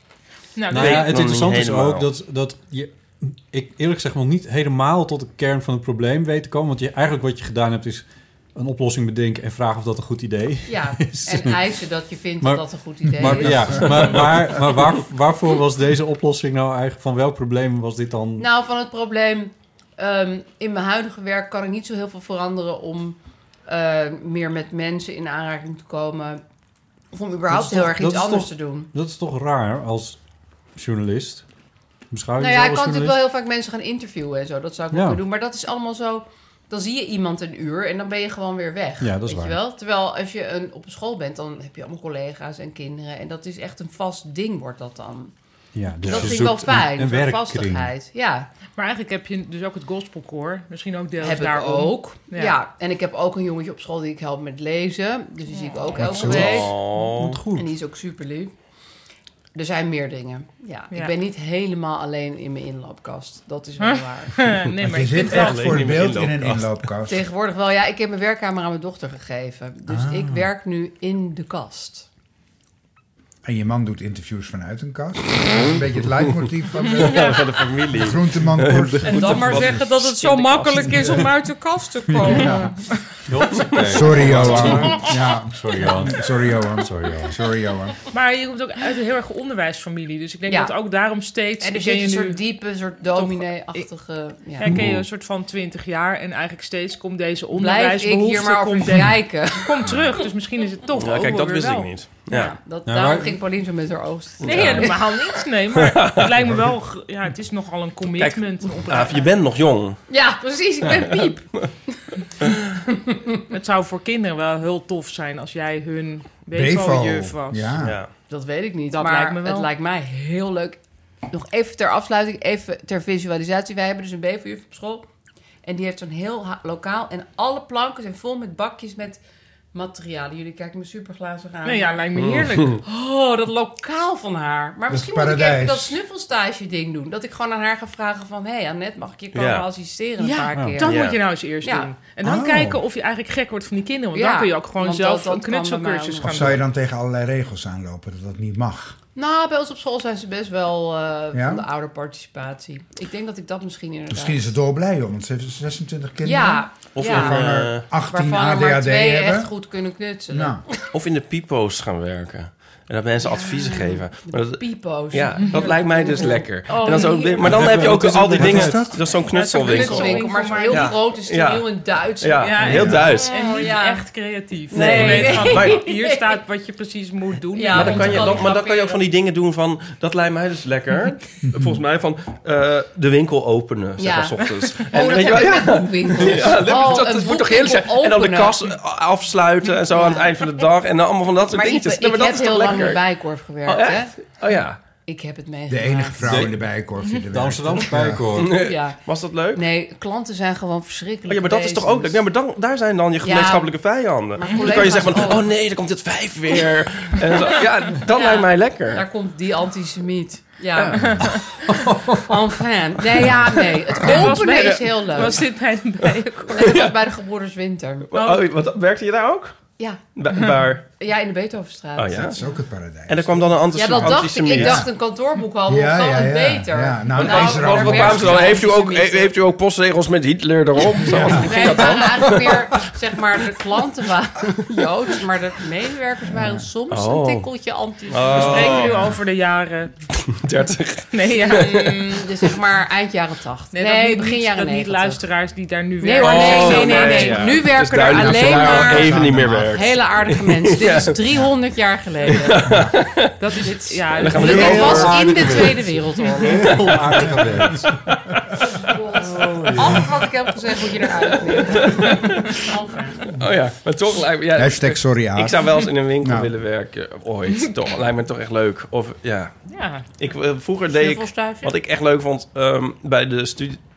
het interessante is ook dat ik eerlijk gezegd nog niet helemaal tot de kern van het probleem weet te komen. Want eigenlijk wat je gedaan hebt is een oplossing bedenken en vragen of dat een goed idee is. En eisen dat je vindt dat een goed idee is. Ja, maar waarvoor was deze oplossing nou eigenlijk? Van welk probleem was dit dan? Nou, van het probleem... in mijn huidige werk kan ik niet zo heel veel veranderen om meer met mensen in aanraking te komen. Of om überhaupt heel erg iets anders te doen. Dat is toch raar als journalist? Beschouw je Nou ja, ik kan als natuurlijk wel heel vaak mensen gaan interviewen en zo. Dat zou ik ook kunnen doen. Maar dat is allemaal zo... Dan zie je iemand een uur en dan ben je gewoon weer weg. Ja, dat is weet waar. Je wel? Terwijl als je op een school bent, dan heb je allemaal collega's en kinderen. En dat is echt een vast ding, wordt dat dan. Ja, dus dat vind ik wel fijn, een werkkring. vastigheid. Ja. Maar eigenlijk heb je dus ook het gospelkoor. Misschien ook deels heb daarom. ik ook. Ja, en ik heb ook een jongetje op school die ik help met lezen. Dus die zie ik ook elke week. Goed. En die is ook super lief. Er zijn meer dingen. Ja, ik ben niet helemaal alleen in mijn inloopkast. Dat is wel waar. Nee, maar je zit echt voor het beeld in een inloopkast. Tegenwoordig wel. Ja, ik heb mijn werkkamer aan mijn dochter gegeven. Dus ik werk nu in de kast. En je man doet interviews vanuit een kast. Een beetje het leidmotief van de familie. De groenteman. En dan maar zeggen dat het zo makkelijk is om uit de kast te komen. Ja. Sorry, Johan. Ja, Sorry, Johan. Maar je komt ook uit een heel erg onderwijsfamilie. Dus ik denk dat ook daarom steeds... En er zit een soort diepe, soort dominee-achtige... Ja, ken je een soort van 20 jaar. En eigenlijk steeds komt deze onderwijsbehoefte... Blijf ik hier maar over kijken. Komt terug, dus misschien is het toch Ja, kijk, dat wist wel. ik niet. Ja. Daarom ging Pauline zo met haar oost. Nee, helemaal niet. Nee, maar het lijkt me wel... Ja, het is nogal een commitment. Kijk, je bent nog jong. Ja, precies. Ik ben piep. Het zou voor kinderen wel heel tof zijn als jij hun BAVO-juf was. Ja. Dat weet ik niet. Dat maar lijkt me wel. het lijkt mij heel leuk. nog even ter afsluiting, even ter visualisatie. Wij hebben dus een BEVA-juf op school. En die heeft zo'n heel lokaal. En alle planken zijn vol met bakjes met materialen. Jullie kijken me super glazig aan. Nee, ja, lijkt me heerlijk. Oh, dat lokaal van haar. Maar misschien moet ik even dat snuffelstage ding doen. Dat ik gewoon aan haar ga vragen van... Hé, Annette, mag ik je komen assisteren een paar keer? Dat moet je nou eens eerst doen. En dan kijken of je eigenlijk gek wordt van die kinderen. Want dan kun je ook gewoon zelf een knutselcursus gaan doen. Of zou je dan tegen allerlei regels aanlopen dat dat niet mag? Nou, bij ons op school zijn ze best wel van de ouderparticipatie. Ik denk dat ik dat misschien inderdaad... Misschien is het dolblij om, want ze heeft 26 kinderen. Ja. Of waarvan er 18 ADHD maar 2 hebben. echt goed kunnen knutselen. Nou. Of in de pipo's gaan werken. En dat mensen adviezen geven. Maar dat, pipo's. Ja, dat lijkt mij dus lekker. Oh, en dan zo, maar dan heb je ook al die dingen... Dat is zo'n knutselwinkel. Maar zo heel groot is heel in Duits. Ja, heel Duits. En niet echt creatief. Nee. Maar hier staat wat je precies moet doen. Ja, maar dan kan je ook van die dingen doen van... Dat lijkt mij dus lekker. Volgens mij van de winkel openen. Zeg maar, 's ochtends. En dat heb je met boekwinkel. Dat moet toch heerlijk zijn. En dan de kas afsluiten en zo aan het eind van de dag. En dan allemaal van dat soort dingetjes. Ik heb heel lang in de Bijenkorf gewerkt, hè? Oh ja. Ik heb het meegemaakt. De enige vrouw in de Bijenkorf. De Amsterdamse Bijenkorf. Ja. Was dat leuk? Nee, klanten zijn gewoon verschrikkelijk. Oh ja, maar dat is toch ook leuk? Ja, maar daar zijn dan je gemeenschappelijke vijanden. Dan kan je zeggen van, oh nee, dan komt dit 5 weer. En zo, dat lijkt mij lekker. Daar komt die antisemiet. Ja. Enfin. Nee. Het openen is heel leuk. Was dit bij de Bijenkorf? Dat was bij de Gebroeders Winter. Werkte je daar ook? Ja. Waar? Ja, in de Beethovenstraat. Oh ja? Dat is ook het paradijs. En er kwam dan een antisemiet. Ja, dat dacht ik. Ik dacht een kantoorboekhandel. Kan het beter? Ja. Nou, wat kwamen ze dan? Heeft u ook postzegels met Hitler erop? Nee, het waren eigenlijk weer, zeg maar, de klanten waren Joods, maar de medewerkers waren soms een tikkeltje antisemitisch. We spreken nu over de jaren 30. Nee, ja. Dus zeg maar eind jaren 80. Nee, begin jaren 90. Niet luisteraars die daar nu werken. Nee. Ja. Nu werken er alleen maar even niet meer werkt. Hele aardige mensen. Dit is 300 jaar geleden. Dat is het. Ja, dit was in de Tweede Wereldoorlog. Heel aardige mensen. Alles wat ik heb gezegd moet je eruit nemen. Oh ja, maar toch lijkt me... Hashtag sorry, Aad. Ik zou wel eens in een winkel willen werken. Ooit. Toch, lijkt me toch echt leuk. Of ja. Vroeger deed ik... Wat ik echt leuk vond bij de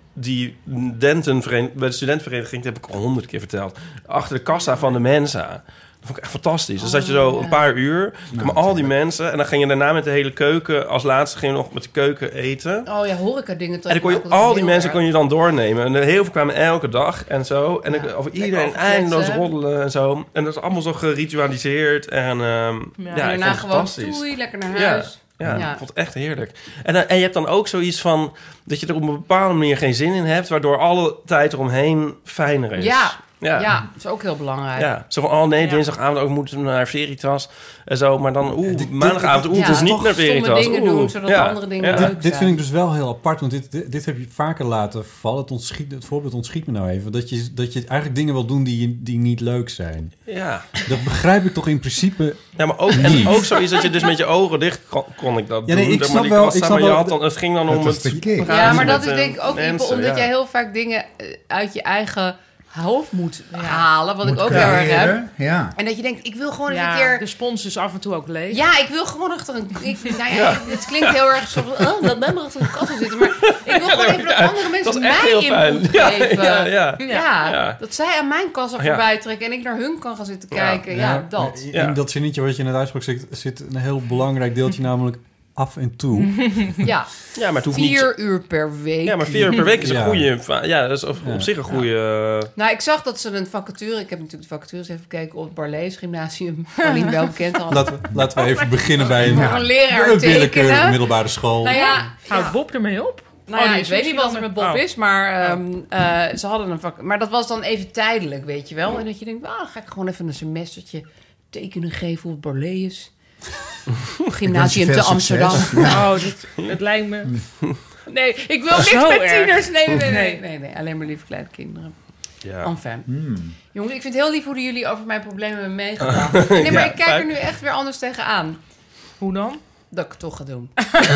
studentenvereniging, dat heb ik al 100 keer verteld. Achter de kassa van de Mensa. Dat vond ik echt fantastisch. Dan zat je zo een paar uur, kwamen al die mensen... en dan ging je daarna met de hele keuken... als laatste ging je nog met de keuken eten. Oh ja, horeca dingen. En dan kon je al die mensen kon je dan doornemen. En heel veel kwamen elke dag en zo. En over iedereen eindeloos roddelen en zo. En dat is allemaal zo geritualiseerd. En ik vond het fantastisch. Doei, lekker naar huis. Ja, ik vond het echt heerlijk. En je hebt dan ook zoiets van... dat je er op een bepaalde manier geen zin in hebt... waardoor alle tijd eromheen fijner is. Ja, dat is ook heel belangrijk. Ja, zo van, dinsdagavond ook moeten we naar Veritas en zo. Maar dan, maandagavond, dus niet naar Veritas. Stomme dingen doen, zodat andere dingen leuk zijn. Dit vind ik dus wel heel apart, want dit heb je vaker laten vallen. Het voorbeeld ontschiet me nou even. Dat je eigenlijk dingen wil doen die niet leuk zijn. Ja. Dat begrijp ik toch in principe maar ook, en ook zoiets dat je dus met je ogen dicht kon ik dat doen. Nee, ik snap wel. Het ging dan om het... Ja, maar dat is denk ik ook omdat jij heel vaak dingen uit je eigen... hoofd moet halen, wat ik ook heel erg heb. Ja. En dat je denkt, ik wil gewoon eens een keer... de spons is af en toe ook leeg. Ja, ik wil gewoon achter een... Het klinkt heel erg zo van... dat ben maar achter een kast zitten. Maar ik wil gewoon even dat andere mensen mij input geven. Ja, dat zij aan mijn kassa voorbij trekken... en ik naar hun kan gaan zitten kijken. Ja, dat. In dat zinnetje wat je net uitsprak zit een heel belangrijk deeltje, namelijk... af en toe. Ja, maar het hoeft 4 uur per week. Ja, maar 4 uur per week is een goede... Ja, dat is op zich een goede... Nou, ik zag dat ze een vacature... Ik heb natuurlijk de vacatures even gekeken op het Barlees Gymnasium. Paulien wel bekend al. Laten we even beginnen bij een leraar tekenen. Middelbare school. Nou houdt Bob ermee op? Nou ik weet niet wat er met Bob is, maar ze hadden een vak. Maar dat was dan even tijdelijk, weet je wel. En dat je denkt, ga ik gewoon even een semestertje tekenen geven op het Barlees. Gymnasium te Amsterdam. Het lijkt me... Nee, ik wil niks met tieners. Nee. Alleen maar lieve kleine kinderen. Ja. Enfin. Jongens, ik vind het heel lief hoe jullie over mijn problemen hebben meegedacht. Nee, maar ik kijk er nu echt weer anders tegenaan. Hoe dan? Dat ik het toch ga doen.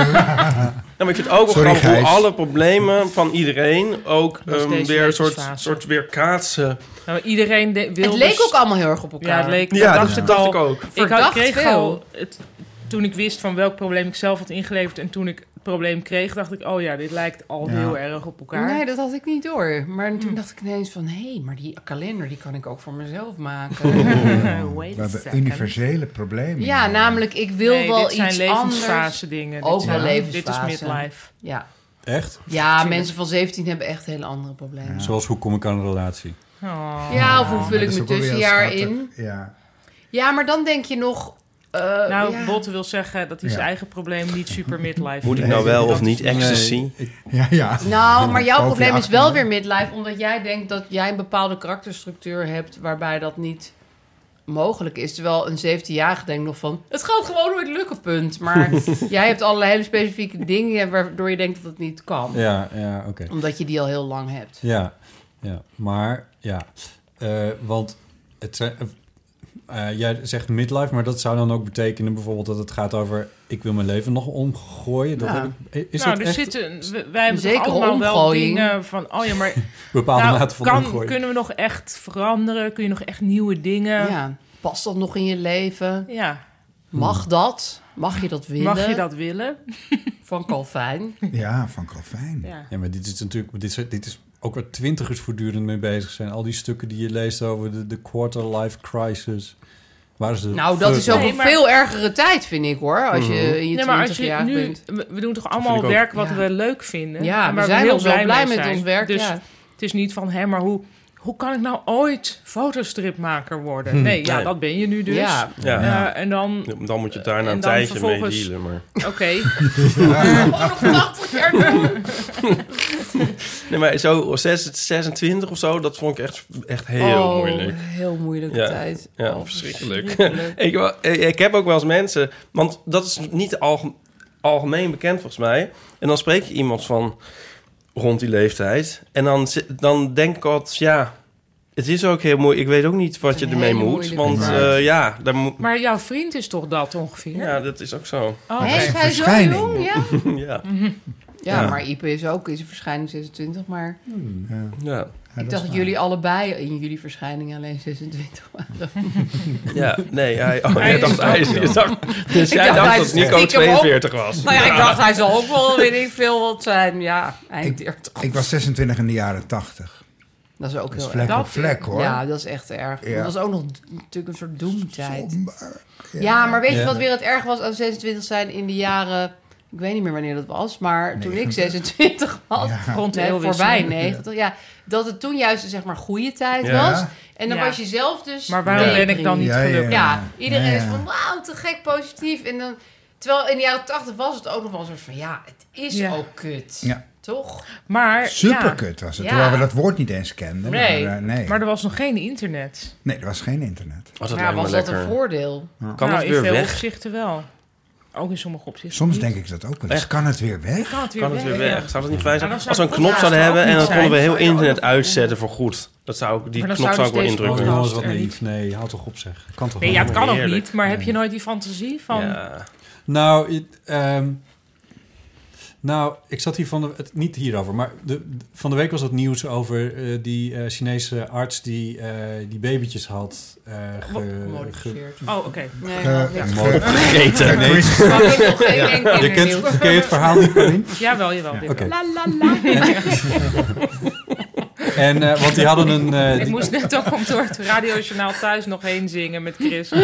Maar ik vind het ook wel grappig hoe alle problemen van iedereen ook weer een soort weerkaatsen. Nou, iedereen wil het leek ook allemaal heel erg op elkaar. Ja, het leek, dat dacht ik ook. Ik kreeg al toen ik wist van welk probleem ik zelf had ingeleverd... en toen ik probleem kreeg, dacht ik... oh ja, dit lijkt al heel erg op elkaar. Nee, dat had ik niet door. Maar toen dacht ik ineens van... hé, maar die kalender die kan ik ook voor mezelf maken. We hebben universele problemen. Ja, namelijk ik wil wel iets anders. Dit zijn levensfase dingen. Ook wel levensfase. Dit is midlife. Ja. Echt? Ja, mensen van 17 hebben echt hele andere problemen. Ja. Zoals, hoe kom ik aan een relatie? Oh. Ja, of hoe vul ik mijn tussenjaar in? Ja, maar dan denk je nog... Botte wil zeggen dat hij zijn eigen probleem niet super midlife... Moet ik nou wel of niet ecstasy? Ja. Nou, maar jouw probleem is wel weer midlife... omdat jij denkt dat jij een bepaalde karakterstructuur hebt... waarbij dat niet mogelijk is. Terwijl een 17-jarige denkt nog van... het gaat gewoon nooit lukken, punt. Maar jij hebt allerlei hele specifieke dingen... waardoor je denkt dat het niet kan. Ja, oké. Omdat je die al heel lang hebt. Ja. Maar, want het zijn... jij zegt midlife, maar dat zou dan ook betekenen bijvoorbeeld dat het gaat over... ik wil mijn leven nog omgooien. Is dat echt... wij hebben zeker allemaal wel dingen van... maar bepaalde mate van omgooien. Kunnen we nog echt veranderen? Kun je nog echt nieuwe dingen? Ja, past dat nog in je leven? Ja. Mag dat? Mag je dat willen? Mag je dat willen? Van Calvijn. Ja, van Calvijn. Ja, maar dit is natuurlijk... Dit is ook waar twintigers voortdurend mee bezig zijn. Al die stukken die je leest over de quarter-life crisis... dat is ook een veel ergere tijd, vind ik, hoor. Als je in je 20 jaar bent. We doen toch allemaal werk wat we leuk vinden? Ja, en we zijn heel blij met ons werk. Dus het is niet van, maar hoe kan ik nou ooit fotostripmaker worden? Nee, dat ben je nu dus. Ja. En dan moet je daar een tijdje mee dealen. Maar... Oké. Nog 80 jaar doen. Nee, maar zo 26 of zo, dat vond ik echt heel moeilijk. Heel moeilijke tijd. Ja, verschrikkelijk. Ik heb ook wel eens mensen... Want dat is niet algemeen bekend volgens mij. En dan spreek je iemand van rond die leeftijd. En dan denk ik altijd, het is ook heel moeilijk. Ik weet ook niet wat je ermee moet. Want Maar jouw vriend is toch dat ongeveer? Ja, dat is ook zo. Is hij zo jong? Ja. Ja. Ja, maar Ipe is een verschijning 26, maar... Ja. Ik dacht dat jullie allebei in jullie verschijning alleen 26 waren. Ja, nee, jij dacht dat Nico 42 was. Nou ja, ik dacht hij zal ook wel, weet ik veel, wat zijn. Ja, eind 30. Ik was 26 in de jaren 80. Dat is ook heel vlek erg. op vlek, hoor. Ja, dat is echt erg. Ja. Dat was ook nog natuurlijk een soort doemtijd. Ja, maar weet je wat weer het erg was aan 26 zijn in de jaren... Ik weet niet meer wanneer dat was, maar toen ik 26 was, rond voorbij 90, dat het toen juist zeg maar goede tijd was. En dan was je zelf dus... Maar waarom ben ik dan niet gelukkig? Ja, iedereen is van, wauw, te gek positief. En dan, terwijl in de jaren 80 was het ook nog wel een soort van, het is ook kut. Ja. Toch? Maar, superkut was het, terwijl we dat woord niet eens kenden. Maar er was nog geen internet. Nee, er was geen internet. Was dat een voordeel? Kan het weer in veel weg? opzichten wel. Ook in sommige opzichten. Soms denk ik dat ook wel eens. Kan het weer weg? Kan het weer weg? Zou dat niet fijn zijn? Als we een knop zouden hebben en dan konden we heel internet uitzetten voor goed. Die knop zou ik wel indrukken. Oh, wat naïef. Nee, houd toch op zeg. Kan toch het kan ook niet, maar heb je nooit die fantasie van... Ja. Nou, ik zat hier niet hierover, maar van de week was het nieuws over die Chinese arts die babytjes had gemodificeerd. Oké. Gegeten. Ken je het verhaal niet, Karin? Jawel. Okay. En, want die hadden een... ik moest net ook om door het radiojournaal thuis nog heen zingen met Chris.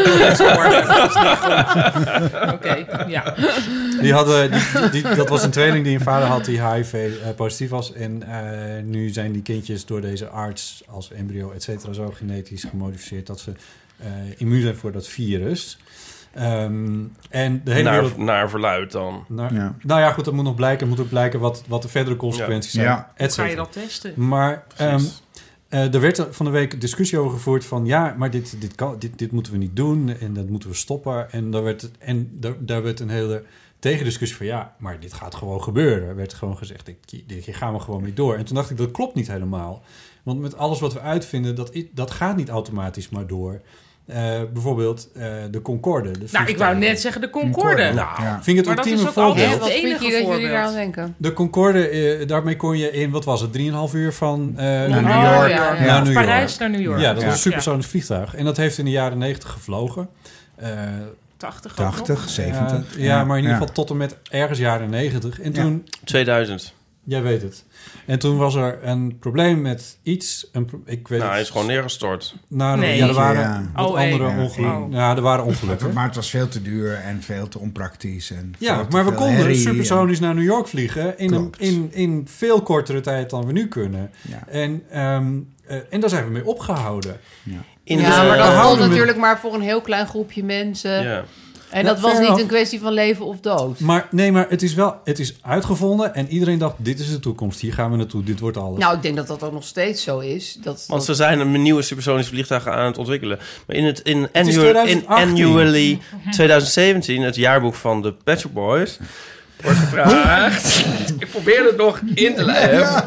Oké, ja. Die hadden, dat was een tweeling die een vader had die HIV positief was. En nu zijn die kindjes door deze arts als embryo, et cetera, zo genetisch gemodificeerd dat ze immuun zijn voor dat virus. En de hele wereld... naar verluid dan. Nou ja, goed, dat moet nog blijken. Het moet ook blijken wat de verdere consequenties zijn. Ja. Ga je dat testen? Maar er werd van de week discussie over gevoerd van... maar dit moeten we niet doen en dat moeten we stoppen. En daar werd een hele tegendiscussie van... maar dit gaat gewoon gebeuren. Er werd gewoon gezegd, hier gaan we gewoon mee door. En toen dacht ik, dat klopt niet helemaal. Want met alles wat we uitvinden, dat gaat niet automatisch maar door... bijvoorbeeld de Concorde. Ik wou net zeggen de Concorde. Vind ik het ultieme voorbeeld. Wat vind je dat jullie daar denken? De Concorde, daarmee kon je in, wat was het, 3,5 uur van naar New York. Naar New Parijs naar New York. Ja, dat was een supersonisch vliegtuig. En dat heeft in de jaren 90 gevlogen. 80 80, 70. Ja, maar in ieder geval tot en met ergens jaren 90. En toen... 2000. Jij weet het. En toen was er een probleem met iets. Ik weet hij is gewoon neergestort. Er waren andere ongelukken. Ja, er waren ongelukken. Maar het was veel te duur en veel te onpraktisch. En maar we konden supersonisch naar New York vliegen in veel kortere tijd dan we nu kunnen. Ja. En daar zijn we mee opgehouden. Ja, maar dat geldt natuurlijk maar voor een heel klein groepje mensen. Ja. En dat was niet een kwestie van leven of dood. Maar het is uitgevonden en iedereen dacht, dit is de toekomst. Hier gaan we naartoe, dit wordt alles. Nou, ik denk dat dat ook nog steeds zo is. Want ze zijn een nieuwe supersonische vliegtuigen aan het ontwikkelen. Maar in Annually 2017, het jaarboek van de Pet Shop Boys, wordt gevraagd... Ik probeer het nog in te leiden. Ja.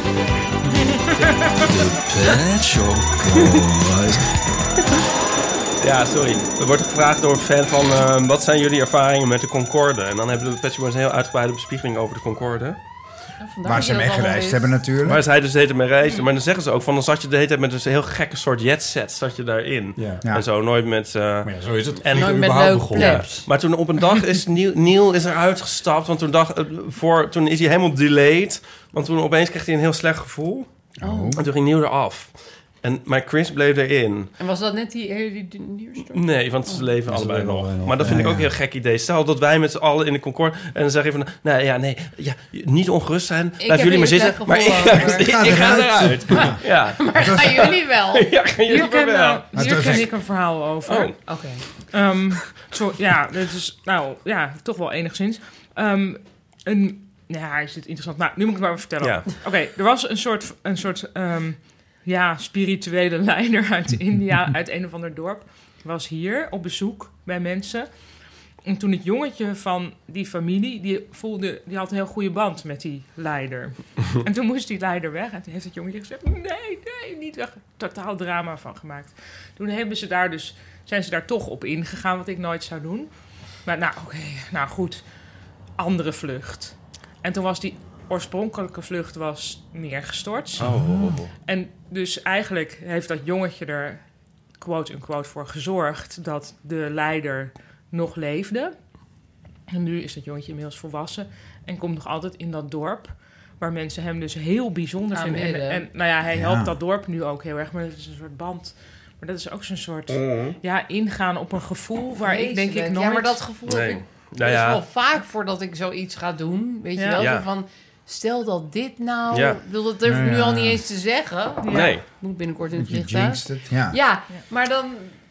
De Pet Shop Boys... Ja, sorry. Er wordt gevraagd door een fan van... wat zijn jullie ervaringen met de Concorde? En dan hebben de Pet Shop Boys een heel uitgebreide bespiegeling over de Concorde. Waar ze mee gereisd hebben natuurlijk. Waar zij dus de hele tijd mee reisden. Maar dan zeggen ze ook van... dan zat je de hele tijd met een heel gekke soort jetset zat je daarin. Ja. En zo nooit met... maar ja, zo is het. En nooit met leuk plebs. Maar toen op een dag is Neil is eruit gestapt. Want toen is hij helemaal delayed. Want toen opeens kreeg hij een heel slecht gevoel. Oh. En toen ging Neil eraf. Maar Chris bleef erin. En was dat net die nierstort? Nee, want ze leven allebei nog. Maar dat vind ik ook een heel gek idee. Stel dat wij met z'n allen in de Concorde... en dan zeg je van... niet ongerust zijn. Blijven jullie maar zitten. Maar ik ga eruit. Ja. Maar gaan jullie wel? Ja, gaan jullie wel. Hier ken ik een verhaal over. Oh, oké. Dit is toch wel enigszins. Is dit interessant? Nou, nu moet ik het maar vertellen. Ja. Oké, er was een soort spirituele leider uit India, uit een of ander dorp, was hier op bezoek bij mensen. En toen het jongetje van die familie, die had een heel goede band met die leider. En toen moest die leider weg. En toen heeft het jongetje gezegd, nee, niet weg. Totaal drama van gemaakt. Toen zijn ze daar toch op ingegaan, wat ik nooit zou doen. Maar goed, andere vlucht. En toen was die oorspronkelijke vlucht neergestort. En dus eigenlijk heeft dat jongetje er quote-unquote voor gezorgd dat de leider nog leefde. En nu is dat jongetje inmiddels volwassen en komt nog altijd in dat dorp waar mensen hem dus heel bijzonder vinden. En hij helpt dat dorp nu ook heel erg, maar dat is een soort band. Maar dat is ook zo'n soort ingaan op een gevoel waar ik denk ik nooit... Ja, maar dat gevoel heb ik wel vaak voordat ik zoiets ga doen. Weet je wel, zo van... Stel dat dit nou... Dat durf ik nu al niet eens te zeggen. Nee. Moet binnenkort in het vliegtuig. Maar dan...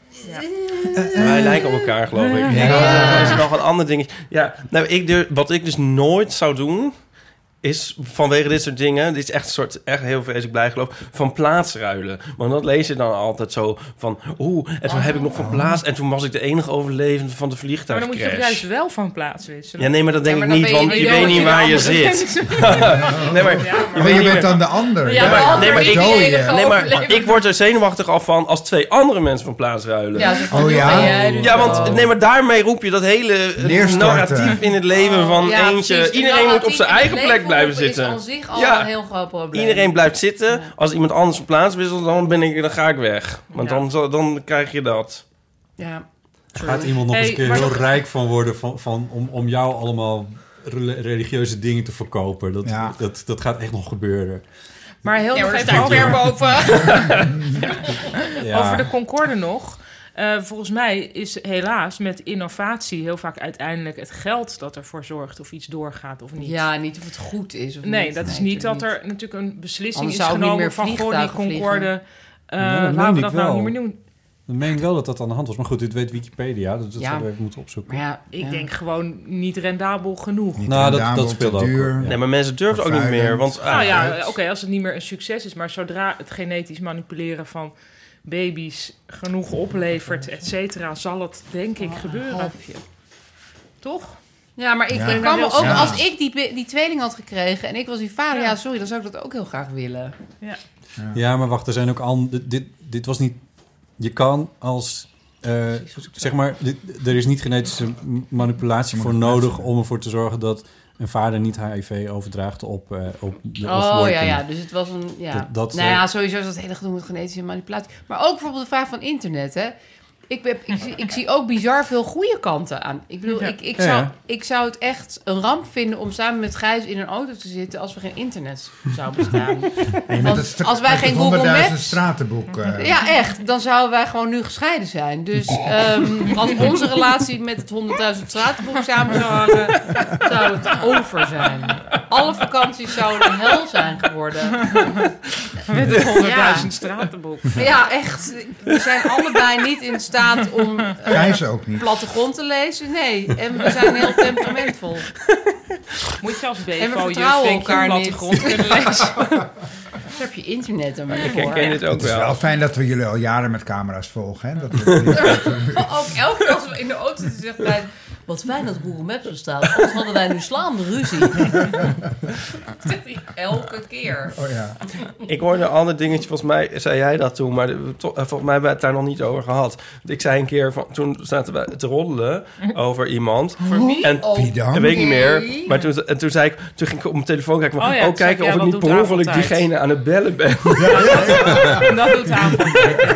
Wij lijken op elkaar, geloof ik. Dat is nog een ander dingetje. Ja, wat ik dus nooit zou doen... is vanwege dit soort dingen... dit is echt een soort heel vreselijk bijgeloof... van plaatsruilen. Want dat lees je dan altijd zo van... en toen heb ik nog van plaats... en toen was ik de enige overlevende van de vliegtuigcrash. Maar dan moet je toch juist wel van plaats wisselen? Ja, nee, maar dat denk ik niet, want je weet niet waar je zit. Je bent dan de ander. Maar ik word er zenuwachtig af van... als twee andere mensen van plaats ruilen. Maar daarmee roep je dat hele narratief in het leven van eentje... Iedereen moet op zijn eigen plek blijven zitten. Is aan zich al een heel groot probleem. Iedereen blijft zitten. Als iemand anders van plaats wisselt, dan ga ik weg. Want dan krijg je dat. Ja. Gaat iemand nog eens een keer heel rijk van worden... om jou allemaal religieuze dingen te verkopen. Dat gaat echt nog gebeuren. Maar heel nog even weer boven. Over de Concorde nog... volgens mij is helaas met innovatie heel vaak uiteindelijk het geld dat ervoor zorgt of iets doorgaat of niet. Ja, niet of het goed is of niet. Dat is niet dat er natuurlijk een beslissing is genomen van die Concorde. Laten we dat nou niet meer doen. Dan meen ik wel dat aan de hand was. Maar goed, dit weet Wikipedia, dus dat zouden we even moeten opzoeken. Maar ik denk gewoon niet rendabel genoeg. Niet dat speelt ook. Nee, maar mensen durven ook niet meer. Want, als het niet meer een succes is. Maar zodra het genetisch manipuleren van baby's genoeg oplevert, et cetera, zal het denk ik gebeuren. Toch? Ja, maar ik kan me ook... Als ik die tweeling had gekregen en ik was die vader... dan zou ik dat ook heel graag willen. Ja, maar wacht, er zijn ook dit was niet... Je kan als... zeg maar, er is niet genetische manipulatie voor nodig om ervoor te zorgen dat een vader niet HIV overdraagt op de dus het was een... sowieso is dat hele gedoe met genetische manipulatie. Maar ook bijvoorbeeld de vraag van internet, hè. Ik zie ook bizar veel goede kanten aan. Ik bedoel, ik zou het echt een ramp vinden om samen met Gijs in een auto te zitten als we geen internet zou bestaan. Want als wij geen Google Maps... stratenboek. Ja, echt. Dan zouden wij gewoon nu gescheiden zijn. Dus als onze relatie met het 100.000 stratenboek samen zou hangen, zou het over zijn. Alle vakanties zouden een hel zijn geworden. Met het 100.000 stratenboek. Ja, echt. We zijn allebei niet in staat om plattegrond te lezen. Nee, en we zijn heel temperamentvol. Moet je als en we BFO vertrouwen je elkaar plattegrond kunnen lezen. Dan heb je internet dan maar Ik voor. herken dit ook Het is wel fijn dat we jullie al jaren met camera's volgen. Hè? Dat Ook elke keer als we in de auto zitten, zegt wij... Wat fijn dat Google Maps bestaat. Anders hadden wij nu slaande ruzie. Dat zegt hij elke keer. Oh ja. Ik hoorde een ander dingetje, volgens mij zei jij dat toen, maar volgens mij hebben we het daar nog niet over gehad. Ik zei een keer, toen zaten we te roddelen over iemand. Voor wie? En wie dan? Dat weet ik niet meer. Maar toen zei ik, toen ging ik op mijn telefoon kijken, van, kijken of ik niet per ongeluk diegene aan het bellen ben. Dat doet avondtijd.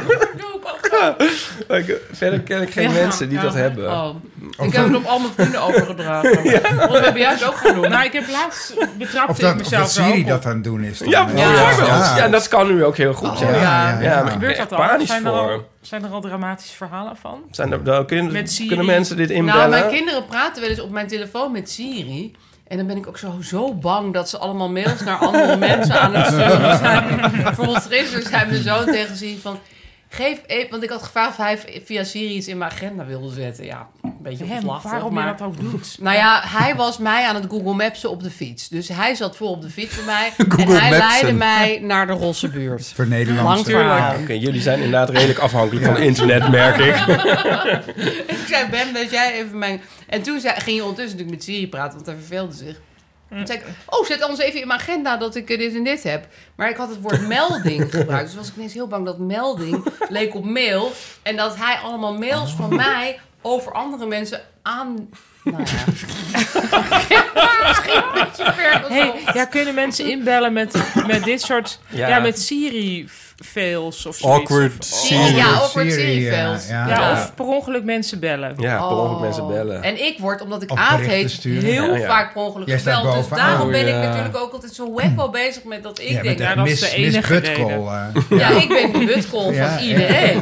Verder ken ik geen mensen die dat hebben. Oh. Ik heb het op al mijn vrienden overgedragen. Want we hebben juist ook gedaan. Nou, ik heb laatst betrapt Of mezelf dat Siri dat aan het doen is. Ja, bijvoorbeeld. Ja, dat kan nu ook heel goed. Ja. Gebeurt dat al? panisch Zijn er al dramatische verhalen van? Kunnen mensen dit inbellen? Nou, mijn kinderen praten wel eens op mijn telefoon met Siri. En dan ben ik ook zo bang dat ze allemaal mails naar andere mensen aan het sturen zijn. Bijvoorbeeld gisteren zei mijn zoon tegen Siri van... Geef even, want ik had gevraagd of hij via Siri iets in mijn agenda wilde zetten. Ja, een beetje opslachtig. Waarom je dat ook doet? Nou ja, hij was mij aan het Google Mapsen op de fiets. Dus hij zat voor op de fiets bij mij. En hij leidde mij naar de Rossenbuurt. Voor Nederland. Oké, jullie zijn inderdaad redelijk afhankelijk van internet, merk ik. Ik zei, Ben, weet jij even mijn... En toen ging je ondertussen natuurlijk met Siri praten, want hij verveelde zich. Toen zei ik, zet anders even in mijn agenda dat ik dit en dit heb. Maar ik had het woord melding gebruikt. Dus was ik ineens heel bang dat melding leek op mail. En dat hij allemaal mails van mij over andere mensen aan... Nou ja. Misschien een beetje ver. Kunnen mensen inbellen met dit soort... Ja, met Siri-fails of zoiets. Awkward Siri. Ja, awkward Siri-fails. Of per ongeluk mensen bellen. Ja, per ongeluk mensen bellen. En ik word, omdat ik Aaf heet, heel vaak per ongeluk gebeld. Dus daarom ben ik natuurlijk ook altijd zo webbo bezig met dat ik denk... Ja, dat is de enige reden. Ja, ik ben de butcall van iedereen.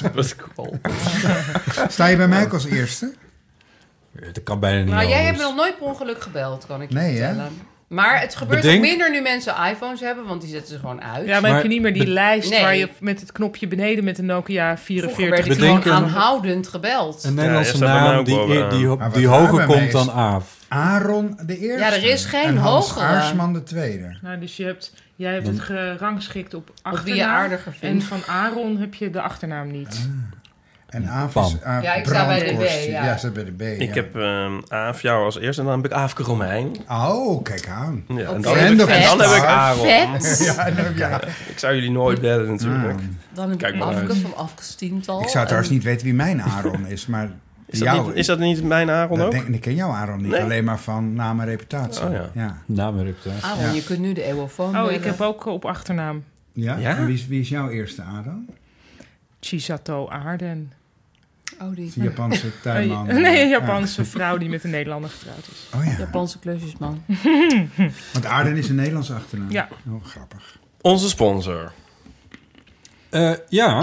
Sta je bij mij als eerste? Dat kan bijna niet. Nou, jij hebt me nog nooit per ongeluk gebeld, kan ik je vertellen. Hè? Maar het gebeurt ook minder nu mensen iPhones hebben, want die zetten ze gewoon uit. Ja, maar heb je niet meer die lijst waar je met het knopje beneden met de Nokia 44... werd ik gewoon aanhoudend gebeld. Een Nederlandse naam die hoger komt dan Aaf. Aaron de eerste. Ja, er is geen hogere. Aarsman de tweede. Nou, dus jij hebt het gerangschikt op achternaam. Wie je aardiger vindt. En van Aaron heb je de achternaam niet. En Aaf is... ja, ik sta bij de B. Ja, staat bij de B. Ik heb Aaf jou als eerste en dan heb ik Aafke Romein. Oh, kijk aan. Ja, en dan heb ik Aaron. Ja, ik zou jullie nooit bellen natuurlijk. Dan heb ik Afke van Afke's tiental. Ik zou trouwens niet weten wie mijn Aaron is, maar... Is dat niet mijn Aaron ook? Ik ken jouw Aaron niet, alleen maar van naam en reputatie. Oh ja. Naam en reputatie. Aaron, je kunt nu de eeuwofoon bellen. Ik heb ook op achternaam. Ja? En wie is jouw eerste Aaron? Chisato Aarden. Oh, die Japanse tuinman. Nee, een Japanse vrouw die met een Nederlander getrouwd is. Oh ja. Japanse klusjesman. Want Aarden is een Nederlandse achternaam. Ja. Oh, grappig. Onze sponsor. Ja,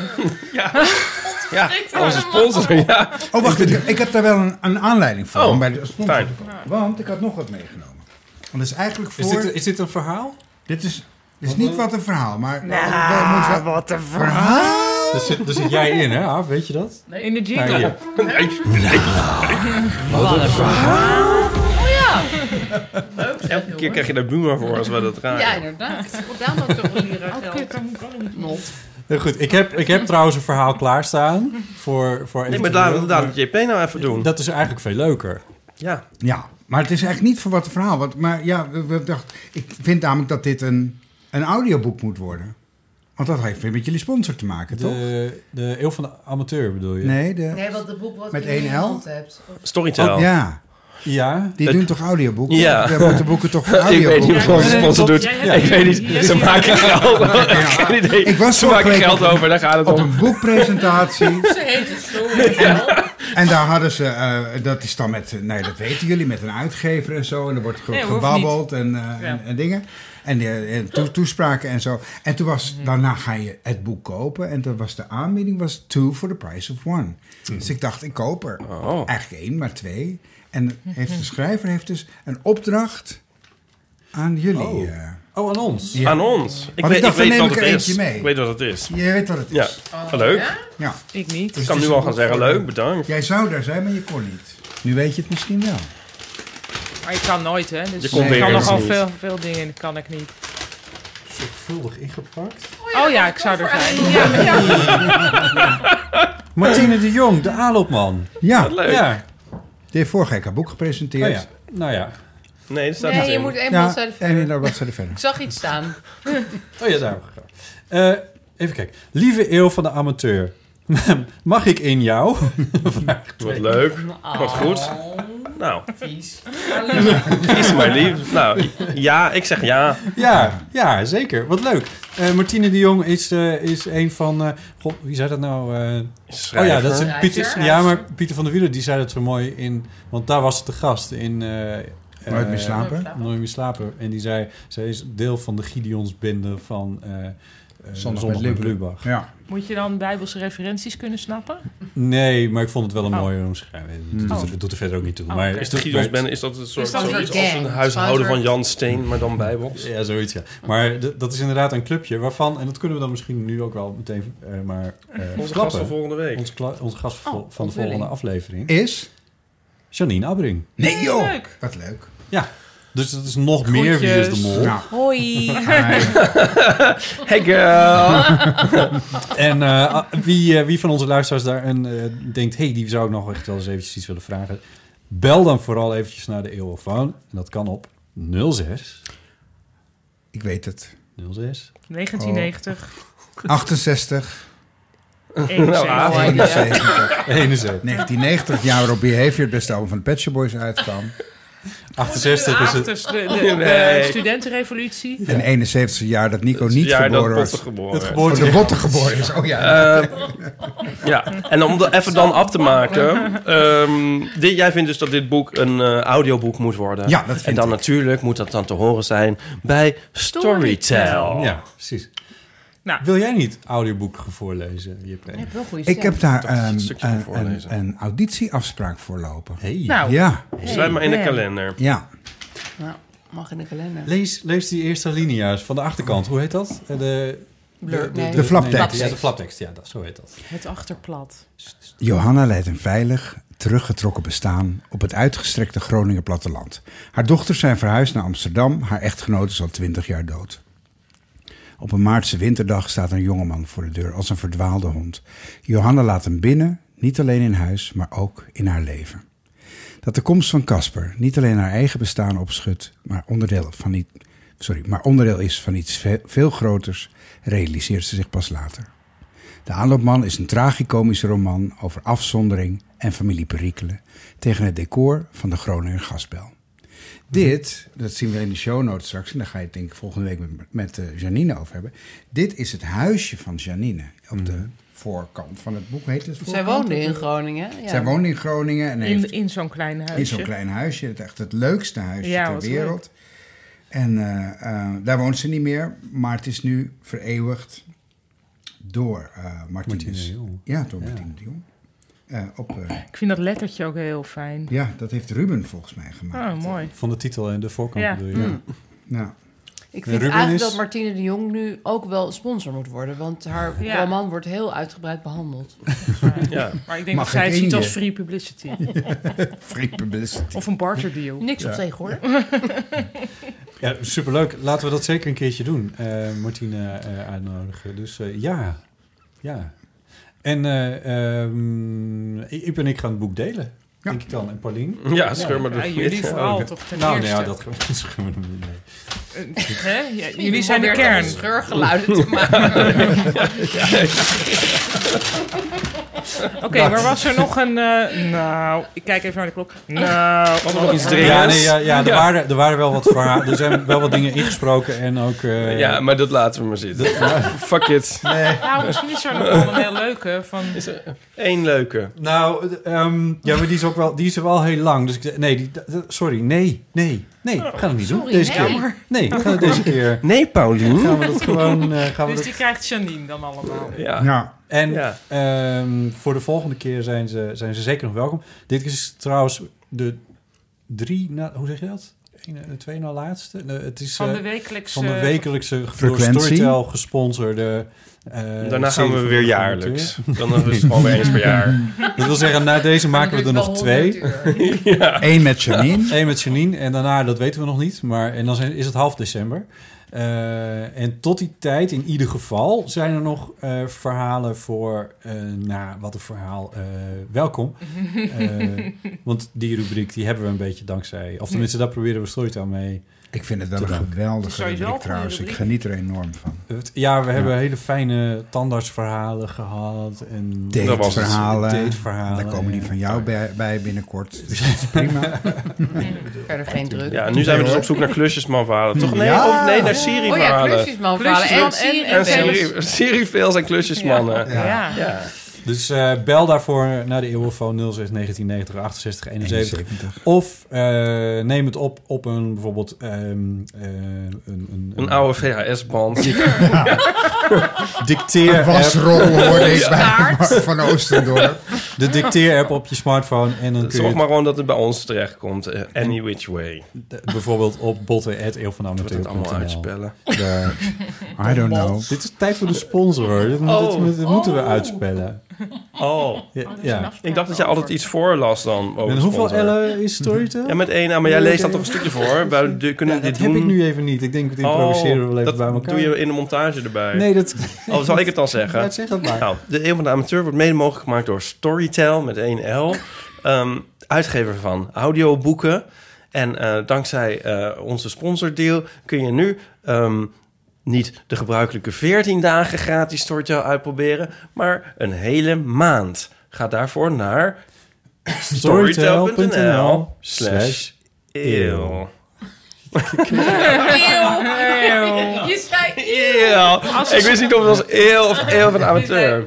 onze sponsor, ja. Oh, wacht, ik heb daar wel een aanleiding voor om bij de sponsor fijn. te komen. Want ik had nog wat meegenomen. Want dat is eigenlijk voor... Is dit een verhaal? Dit is niet wat een verhaal, maar... wat een verhaal! Daar zit jij in, hè, Aaf? Weet je dat? Nee, in de jingle. Ja. Wat een verhaal! Oh ja! Elke keer krijg je daar Buma voor als we dat raken. Ja, inderdaad. Daarom ook toch wel hier geld. Goed, ik heb trouwens een verhaal klaarstaan voor Nee, maar laat JP nou even doen. Dat is eigenlijk veel leuker. Ja. Ja, maar het is eigenlijk niet voor wat een verhaal. Maar ja, ik vind namelijk dat dit een audioboek moet worden. Want dat heeft weer met jullie sponsor te maken, toch? De Eeuw van de Amateur bedoel je? Nee, wat de boek wat met je in je 1L? hand hebt. Storytel. Ja. Ja. Die doen toch audioboeken? Ja. We moeten boeken toch voor audioboeken? Ik weet niet wat onze sponsor doet. Ik weet niet. Ze maken geld. Geen idee. Ik was Ze maken geld over, daar gaat het op om. een boekpresentatie. Ze heet het zo. En daar hadden ze, dat is dan met, nee dat weten jullie, met een uitgever en zo. En er wordt gebabbeld en dingen. En toespraken en zo. En toen daarna ga je het boek kopen. En toen was de aanbieding 2 for the price of 1. Dus ik dacht, ik koop er eigenlijk 1, maar 2. En de schrijver heeft dus een opdracht aan jullie. Aan ons? Ja. Aan ons. Ik Want weet wat het is. eentje mee. Ik weet wat het is. Je weet wat het is. Ja. Leuk. Ja. Ik niet. Ik kan nu al gaan zeggen, leuk, bedankt. Jij zou daar zijn, maar je kon niet. Nu weet je het misschien wel. Maar ik kan nooit, hè. Dus Je komt ik weer kan ergens nogal niet. veel dingen, kan ik niet. Zorgvuldig ingepakt. Oh ja, ik zou er zijn. Ja. Martine de Jong, de aanloopman. Ja. Wat leuk. Ja. Die heeft vorige week haar boek gepresenteerd. Oh ja. Nou ja. Nee, dat staat Nee, niet je in. moet 1 bladzijde verder. En een bladzijde verder. Ik zag iets staan. Oh ja, daar hebben we gegaan. Even kijken. Lieve eeuw van de amateur. Mag ik in jou? Wat leuk. Wat goed. Nou. Vies. Vies, maar lief. Nou, ja, ik zeg ja. Ja, zeker. Wat leuk. Martine de Jong is een van... God, wie zei dat nou? Schrijver. Oh ja, dat is Pieter. Ja, maar Pieter van der Wielen, die zei dat zo mooi in... Want daar was het de gast in... Nooit meer slapen. Nooit meer slapen. En die zei, zij is deel van de Gideonsbende van... Zondag met Lubach. Ja. Moet je dan bijbelse referenties kunnen snappen? Nee, maar ik vond het wel een mooie omschrijving. Het doet er verder ook niet toe. Maar Is de Gideonsbende, is dat een soort dat zoiets een als gang? een huishouden van Jan Steen, maar dan bijbels? Ja, zoiets, ja. Maar dat is inderdaad een clubje waarvan... En dat kunnen we dan misschien nu ook wel meteen onze gast van volgende week. Onze gast van de volgende aflevering. Is? Janine Abbring. Nee joh, Leuk. wat leuk. Ja, dus dat is nog meer Wie is de Mol. Nou. Hoi. Hey girl. En wie van onze luisteraars daar denkt... die zou ik nog echt wel eens eventjes iets willen vragen... Bel dan vooral eventjes naar de eeuwofoon. En dat kan op 06... Ik weet het. 06... 1990. 68... 1990, jaar waarop Behavior, het beste album van de Pet Shop Boys, uitkwam. 68 is het. De studentenrevolutie. En 71 jaar dat Nico niet geboren was. De Botte geboren is. Oh ja. Ja, en om even dan af te maken. Jij vindt dus dat dit boek een audioboek moet worden. Ja, dat vind En dan ik. natuurlijk moet dat dan te horen zijn bij Storytel. Ja, precies. Nou. Wil jij niet audioboeken voorlezen, JP? Ik heb daar een auditieafspraak voor lopen. Hey. Nou. Ja. Schrijf maar in de kalender. Ja. Nou, mag in de kalender. Lees die eerste alinea's van de achterkant. Hoe heet dat? De flaptekst. Ja, de flaptekst. Ja, zo heet dat. Het achterplat. Johanna leidt een veilig, teruggetrokken bestaan op het uitgestrekte Groninger platteland. Haar dochters zijn verhuisd naar Amsterdam. Haar echtgenoot is al 20 jaar dood. Op een maartse winterdag staat een jongeman voor de deur als een verdwaalde hond. Johanna laat hem binnen, niet alleen in huis, maar ook in haar leven. Dat de komst van Casper niet alleen haar eigen bestaan opschudt, maar onderdeel is van iets veel groters, realiseert ze zich pas later. De Aanloopman is een tragicomische roman over afzondering en familieperikelen tegen het decor van de Groninger gasbel. Dit, dat zien we in de show notes straks, en daar ga je het denk ik volgende week met Janine over hebben. Dit is het huisje van Janine op de voorkant van het boek. Heet het voorkant? Zij woonde in Groningen. Ja. Zij woonde in Groningen. En heeft in zo'n klein huisje. In zo'n klein huisje. Echt het leukste huisje ter wereld. Leuk. En daar woont ze niet meer, maar het is nu vereeuwigd door Martine de Jong. Ja, door Martine de Jong. Ik vind dat lettertje ook heel fijn. Ja, dat heeft Ruben volgens mij gemaakt. Oh, mooi. Van de titel en de voorkant. Ja. Bedoel je? Ja. Ik vind eigenlijk dat Martine de Jong nu ook wel sponsor moet worden. Want haar roman wordt heel uitgebreid behandeld. Ja. Maar ik denk dat zij het ziet als free publicity. Free publicity. Of een barterdeal. Niks op tegen hoor. Ja, superleuk. Laten we dat zeker een keertje doen. Martine uitnodigen. Dus ja. En Iep en ik gaan het boek delen. Ja. Denk ik dan. En Paulien? Ja, scheur me Ja, jullie vooral toch ten nou, eerste. Nou ja, dat scheur me niet mee. Ja, jullie zijn de kern. Scheurgeluiden te maken. Oké, maar was er nog een... ik kijk even naar de klok. Was er nog iets dringends? Er waren wel wat verhalen. Er zijn wel wat dingen ingesproken en ook... ja, maar dat laten we maar zitten. Fuck it. Nee. Nou, misschien is er nog wel een heel leuke van... Is er één leuke? Nou, ja, maar die is wel heel lang. Dus sorry, nee. We gaan het niet doen. Deze keer. Nee, we gaan het deze keer. Nee, Paulien. Gaan we dat gewoon... die krijgt Janine dan allemaal. Ja. En voor de volgende keer zijn ze zeker nog welkom. Dit is trouwens de 3... hoe zeg je dat? De 2 na laatste. Het is van de wekelijkse frequentie. Door Storytel gesponsorde... daarna gaan we weer jaarlijks. Dan is het gewoon weer eens per jaar. Dat wil zeggen, na deze maken we er nog 2. Eén met Janine. Eén met Janine. En daarna, dat weten we nog niet. En dan is het half december. En tot die tijd, in ieder geval, zijn er nog verhalen voor... wat een verhaal. Welkom. Want die rubriek, die hebben we een beetje dankzij... Of tenminste, daar proberen we Storytel mee... Ik vind het wel een geweldige rubriek trouwens. Ik geniet er enorm van. Ja, we hebben hele fijne tandartsverhalen gehad. En dateverhalen. Daar komen die van jou bij binnenkort. Dus dat is prima. Verder geen druk. Ja, nu zijn we dus op zoek naar klusjesmanverhalen. Toch? Nee, naar Siri-verhalen. Ja, klusjesmanverhalen. En Siri-fails en klusjesmannen. Ja. Dus bel daarvoor naar de eeuwenfoon 06 1990 68 71. Of neem het op een bijvoorbeeld... een oude VHS-band. Dicteer-app. Een wasrol hoorde ik bij Van Oostendorp. De dicteer-app op je smartphone. En dan zorg maar gewoon dat het bij ons terechtkomt. Any which way. Bijvoorbeeld op botten@eeuwvanamateur.nl. Het allemaal uitspellen. I don't know. Dit is tijd voor de sponsor. Dit moeten we uitspellen. Ja. Ik dacht dat jij altijd iets voorlas dan. En hoeveel L'en is Storytel? Ja, met 1. Maar jij leest dan toch een stukje voor. Dat heb ik nu even niet. Ik denk dat improviseren we wel even bij elkaar. Dat doe je in de montage erbij. Nee, dat... zal ik het dan zeggen? Ja, zeg dat maar. Nou, de Eeuw van de Amateur wordt mede mogelijk gemaakt door Storytel met 1 L. Uitgever van audioboeken. En dankzij onze sponsordeal kun je nu... niet de gebruikelijke 14 dagen gratis Storytel uitproberen, maar een hele maand. Ga daarvoor naar storytel.nl/eeuw. Je zei eeuw. Ik wist niet of het was eeuw of eeuw van de amateur.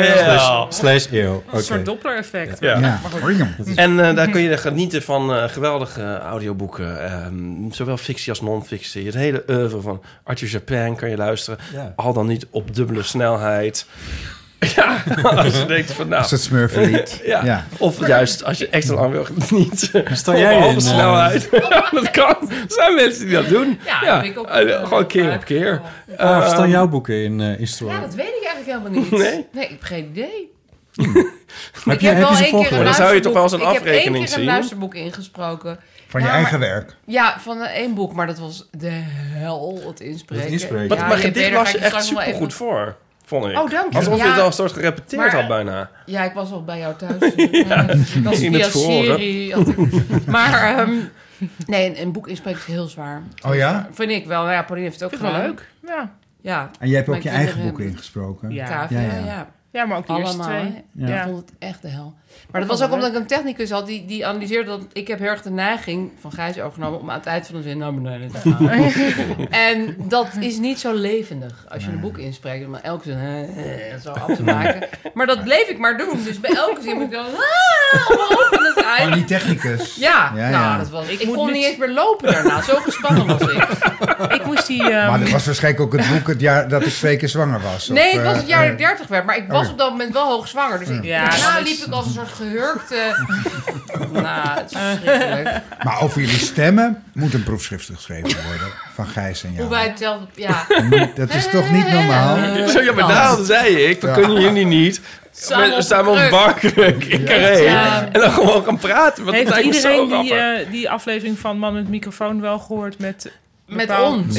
/eeuw. Een soort Doppler-effect. Ja. En daar kun je genieten van geweldige audioboeken. Zowel fictie als non-fictie. Het hele oeuvre van Arthur Japin kan je luisteren. Ja. Al dan niet op dubbele snelheid. Ja, als je denkt van nou... Als het smurfenlied. Ja. Of juist als je extra lang wil niet. Sta jij in snelheid? Dat kan. Er zijn mensen die dat doen. Ja. Dat ik ook, gewoon keer op keer. Staan jouw boeken in store? Ja, dat weet ik eigenlijk helemaal niet. Nee, ik heb geen idee. Heb je wel één keer dan zou je toch wel eens een afrekening zien? Ik heb 1 keer een luisterboek ingesproken. Van je eigen werk? Ja, van 1 boek. Maar dat was de hel, het inspreken. Maar dit las je echt supergoed voor. Vond ik. Oh, dank je. Alsof je het al een soort gerepeteerd had bijna. Ja, ik was al bij jou thuis. Ik was in het forum. Maar nee, een boek inspreken is heel zwaar. Oh ja? Vind ik wel. Nou ja, Pauline heeft het ook gedaan. Wel leuk. Ja. En jij hebt ook je eigen boeken ingesproken? Ja. Ja, maar ook de eerste 2. Ja. Ik vond het echt de hel. Maar dat was ook omdat ik een technicus had die analyseerde dat... Ik heb heel erg de neiging van Gijs overgenomen om aan het eind van de zin naar beneden te gaan. En dat is niet zo levendig als je een boek inspreekt. Om elke zin zo af te maken. Maar dat bleef ik maar doen. Dus bij elke zin moet ik dan... over het eind. Oh, die technicus. Ja. Dat was... Ik kon niet eens meer lopen daarna. Zo gespannen was ik. Ik moest die... Maar dat was waarschijnlijk ook het boek het jaar dat ik 2 keer zwanger was. Nee, het was het jaar dat ik 30 werd. Maar ik was op dat moment wel hoogzwanger. Dus daarna liep ik als een soort gehurkte... het is verschrikkelijk. Maar over jullie stemmen moet een proefschrift geschreven worden. Van Gijs en jou. Hoe wij hetzelfde... Ja. Dat is toch niet normaal? Ja, maar daarom zei ik, we kunnen jullie niet... Samen op de bank in Carré. En dan gewoon gaan praten. Want heeft iedereen die aflevering van Man met microfoon wel gehoord met ons?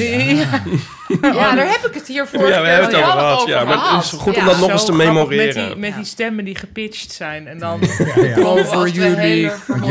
Ja, daar heb ik het hier voor. Ja, we hebben het over gehad. Ja, maar het is goed om dat nog eens te memoreren. Met die stemmen die gepitcht zijn. En dan over jullie.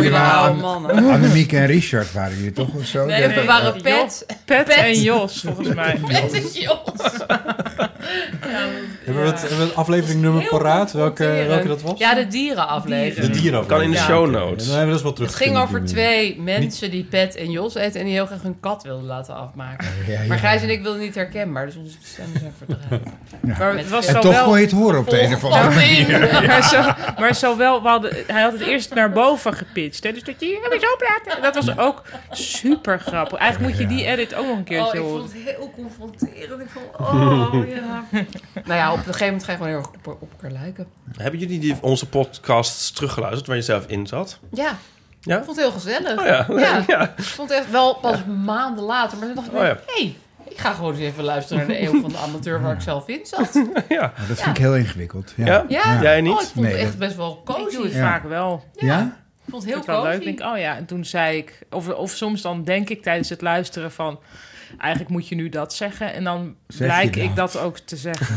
Annemiek en Richard waren jullie toch of zo? Nee, we waren Pet en Jos, volgens mij. Pet en Jos. Hebben we het aflevering nummer paraat? Welke dat was? Ja, de dierenaflevering. De dierenaflevering. Kan in de show notes. Dan hebben we dat wel terug. Het ging over 2 mensen die Pet en Jos eten en die heel graag hun kat wilden laten afmaken. Maar Gijs en ik wilden niet herkenbaar, dus onze stemmen zijn verdraaid. Maar het was en toch kon je het horen op de een of andere manier. Maar zowel, hij had het eerst naar boven gepitcht. Hè? Dus dat je weer zo praten. Dat was ook super grappig. Eigenlijk moet je die edit ook nog een keertje horen. Ik vond het heel confronterend. Ik vond, ja. Nou ja, op een gegeven moment ga je gewoon heel erg op elkaar lijken. Hebben jullie onze podcasts teruggeluisterd waar je zelf in zat? Ja. Ja? Ik vond het heel gezellig. Oh ja. Ja. Ik vond het echt wel pas maanden later. Maar toen dacht ik, hey, ik ga gewoon eens even luisteren naar de Eeuw van de Amateur waar ik zelf in zat. Ja. Dat vind ik heel ingewikkeld. Ja? Jij niet? Ik vond het echt best wel cozy. Ik doe het vaak wel. Ja? Ik vond het heel cozy. leuk. Ik denk, en toen zei ik... Of soms dan denk ik tijdens het luisteren van... Eigenlijk moet je nu dat zeggen. En dan blijk ik dat ook te zeggen.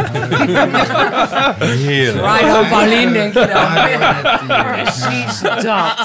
Heerlijk. Right, Pauline, denk je dan. Precies dat.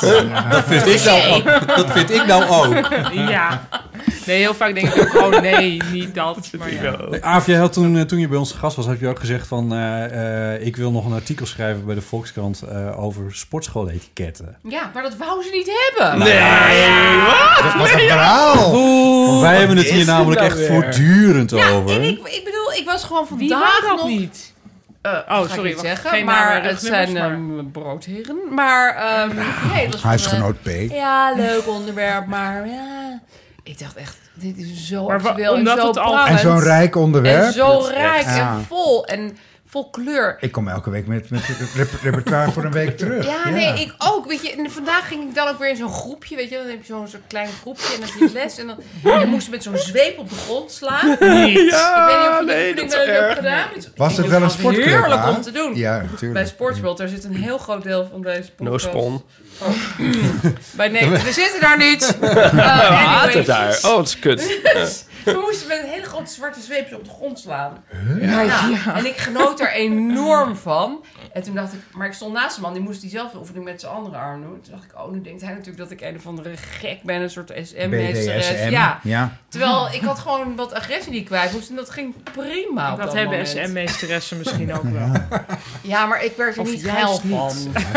Dat vind ik nou ook. Ja. Nee, heel vaak denk ik ook, nee, niet dat. Maar ja. Aaf, jij had toen je bij ons gast was, had je ook gezegd van... ik wil nog een artikel schrijven bij de Volkskrant over sportschoolletiketten. Ja, maar dat wou ze niet hebben. Nee, wat? Wat een verhaal. Wij hebben het hier namelijk echt voortdurend over. Ik bedoel, ik was gewoon Wie vandaag wou dat nog... niet? Sorry, ik zeggen, maar het zijn broodheren. Maar nee, dat was Huisgenoot P. Ja, leuk onderwerp, maar ja... Ik dacht echt, dit is zo maar actueel en omdat zo het al prangend. En zo'n rijk onderwerp. En zo rijk en vol. En vol kleur. Ik kom elke week met repertoire voor een week terug. Ja, nee, ik ook. Weet je, en vandaag ging ik dan ook weer in zo'n groepje, weet je. Dan heb je zo'n klein groepje en dan heb je les. En dan moest je met zo'n zweep op de grond slaan. Niet. Ja, ik weet niet of je die oefening wel hebt gedaan. Was het wel een sportclub? Heerlijk om te doen. Ja, natuurlijk. Bij Sportsworld, daar zit een heel groot deel van deze podcast. No spon. Nee, we zitten daar niet. Water daar. Oh, het is kut. We moesten met een hele grote zwarte zweepje op de grond slaan. Ja. En ik genoot er enorm van. En toen dacht ik, maar ik stond naast een man, die moest diezelfde oefening met zijn andere arm doen. Toen dacht ik, nu denkt hij natuurlijk dat ik een of andere gek ben, een soort SM-meesteres. Ja. Terwijl ik had gewoon wat agressie die ik kwijt moest en dat ging prima op dat hebben SM-meesteressen misschien ook wel. Ja, maar ik werd er of niet geil van.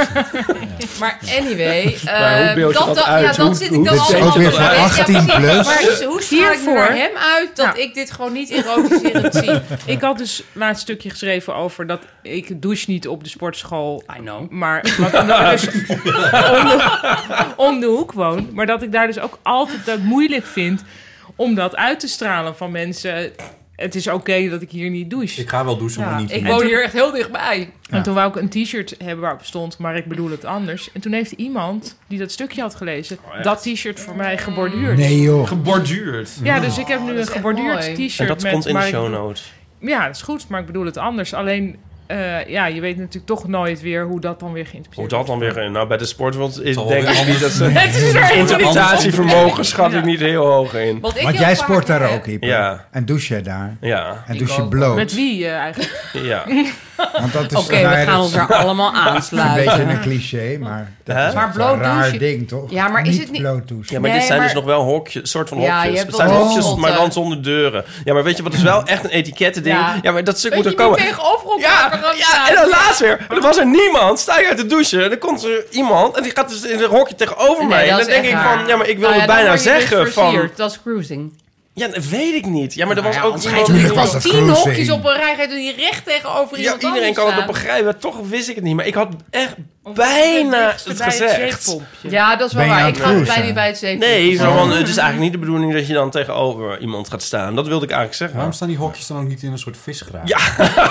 Ja. Maar anyway, maar hoe beeld je dat uit? dan zit ik dan allemaal... ook weer voor 18 plus. Maar hoe straal ik naar hem uit dat ik dit gewoon niet erotiserend zie? Ik had dus laatst een stukje geschreven over dat ik douche niet op de sportschool. I know. Maar omdat ik dus om de hoek woon. Maar dat ik daar dus ook altijd dat moeilijk vind om dat uit te stralen van mensen. Het is oké dat ik hier niet douche. Ik ga wel douchen, maar niet. Ik woon hier echt heel dichtbij. En toen wou ik een t-shirt hebben waarop stond, maar ik bedoel het anders. En toen heeft iemand die dat stukje had gelezen, dat t-shirt voor mij geborduurd. Nee joh. Geborduurd? Ja, dus ik heb nu een geborduurd t-shirt. En dat met, komt in de maar show notes. Ja, dat is goed, maar ik bedoel het anders. Alleen, je weet natuurlijk toch nooit weer hoe dat dan weer geïnterpreteerd wordt. Hoe dat dan weer... Nou, bij de Sportwereld is Zal denk ik wel niet dat ze... Het is er interpretatievermogen schat ik niet heel hoog in. Want jij sport daar ook, Ipe. Ja. En douche jij daar. Ja. En douche je bloot. Met wie eigenlijk? Ja. Want dat is Oké, we gaan ons er allemaal aansluiten. Een beetje een cliché, maar dat is maar een bloot raar douchen. ding, toch? Ja, maar is het niet... bloot douchen. Ja, maar dit zijn dus nog wel hokjes, soort van hokjes. je hebt Het zijn wel hokjes, hotten. maar dan zonder deuren. Ja, maar weet je wat is wel echt een etikettending? Ja, maar dat stuk moet er komen. tegenover elkaar Ja, en dan laatst weer. Er was er niemand. Sta je uit de douche. En dan komt er iemand. En die gaat dus in een hokje tegenover mij. En dan denk ik van... Ja, maar ik wilde bijna zeggen van... Dat is cruising. Ja, dat weet ik niet. Ja, maar er was ook iemand... Natuurlijk was het 10 cruising. hokjes op een rij gaat die recht tegenover Ja, iemand iedereen anders kan het staan. nog begrijpen. Toch wist ik het niet. Maar ik had echt bijna het gezegd. Ja, dat is wel Ben je waar. aan Ik het ga cruisen? bijna bij het zeepje. Nee, zo van, het is eigenlijk niet de bedoeling dat je dan tegenover iemand gaat staan. Dat wilde ik eigenlijk zeggen. Waarom staan die hokjes dan ook niet in een soort visgraaf? Ja.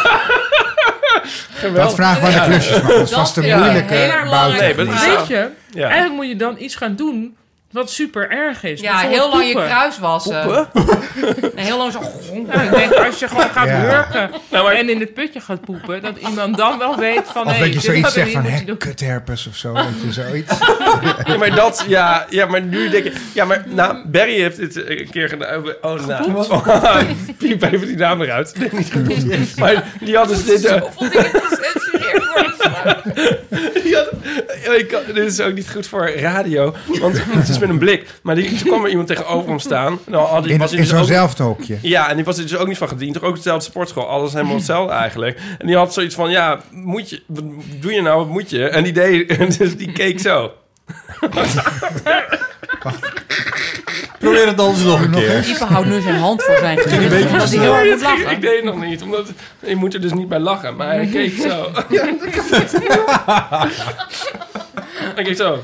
Dat vraag maar de klusjes, maar dat is vast een moeilijke bout. Nee, maar dat is Weet je, Ja. eigenlijk moet je dan iets gaan doen wat super erg is. Ja, Bijvoorbeeld heel lang je poepen. kruis wassen. Nee, heel lang zo... Nou, ik denk, als je gewoon gaat Ja. hurken en in het putje gaat poepen, dat iemand dan wel weet van... Of hey, dat je dit zoiets hadden zegt we van, niet moeten doen. kutherpes of zo. Dat je zoiets... Ja, maar dat... Ja, maar nu denk ik... Ja, maar nou, Barry heeft dit een keer gedaan. Oh, nou. Piep even die naam eruit. Nee, niet gepoept. Maar die had dus dit... Zoveel dingen gecensureerd worden. Dit is ook niet goed voor radio, want het is met een blik. Maar toen kwam er iemand tegenover hem staan. Nou, in zo'nzelfde hokje. Ja, en die was er dus ook niet van gediend. Toch ook dezelfde sportschool. Alles helemaal hetzelfde eigenlijk. En die had zoiets van, ja, moet je, wat doe je nou, wat moet je? En die deed, dus die keek zo. Probeer het anders nog een keer. Ipe houdt nu zijn hand voor zijn gezicht. Ik deed het nog niet, omdat je moet er dus niet bij lachen. Maar hij keek zo. Hij keek zo.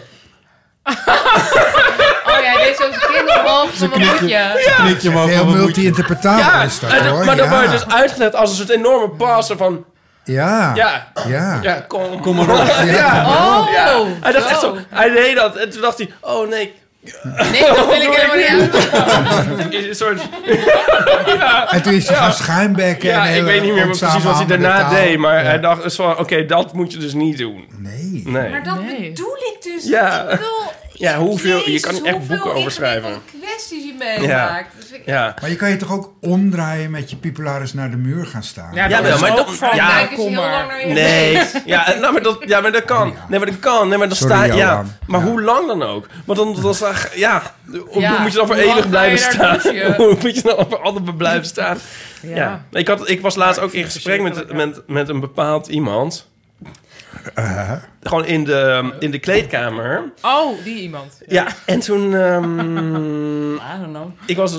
Oh ja, deze is een kinderhoofd van een knikje omhoog. Heel multi-interpretabel is dat, hoor. Maar dan word je dus uitgelegd als een soort enorme passer van... Ja, kom maar op. Ja. Hij dacht echt zo, hij deed dat. En toen dacht hij, oh nee... Nee, dat wil ik helemaal niet. Een soort... En toen is hij gaan schuimbekken. Ja, ik weet niet meer precies wat hij daarna deed. Maar hij dacht dus van, oké, dat moet je dus niet doen. Nee. Maar dat bedoel ik dus. Ja. Ik bedoel... Ja, hoeveel... je kan niet echt boeken over schrijven. Kwesties je meemaakt. Dus maar je kan je toch ook omdraaien met je pipularis naar de muur gaan staan? Ja, dat is ook van... Ja, kom maar. Nee. Maar dat kan. Nee, maar dat kan. Nee, maar dan sta je... Ja. Maar hoe lang dan ook? Want dan moet je dan voor eeuwig blijven staan? Hoe moet je dan voor altijd blijven staan? Ja. Ik was laatst ook in gesprek met een bepaald iemand... Gewoon in de kleedkamer. Oh, die iemand. Ja, en toen... I don't know. Ik was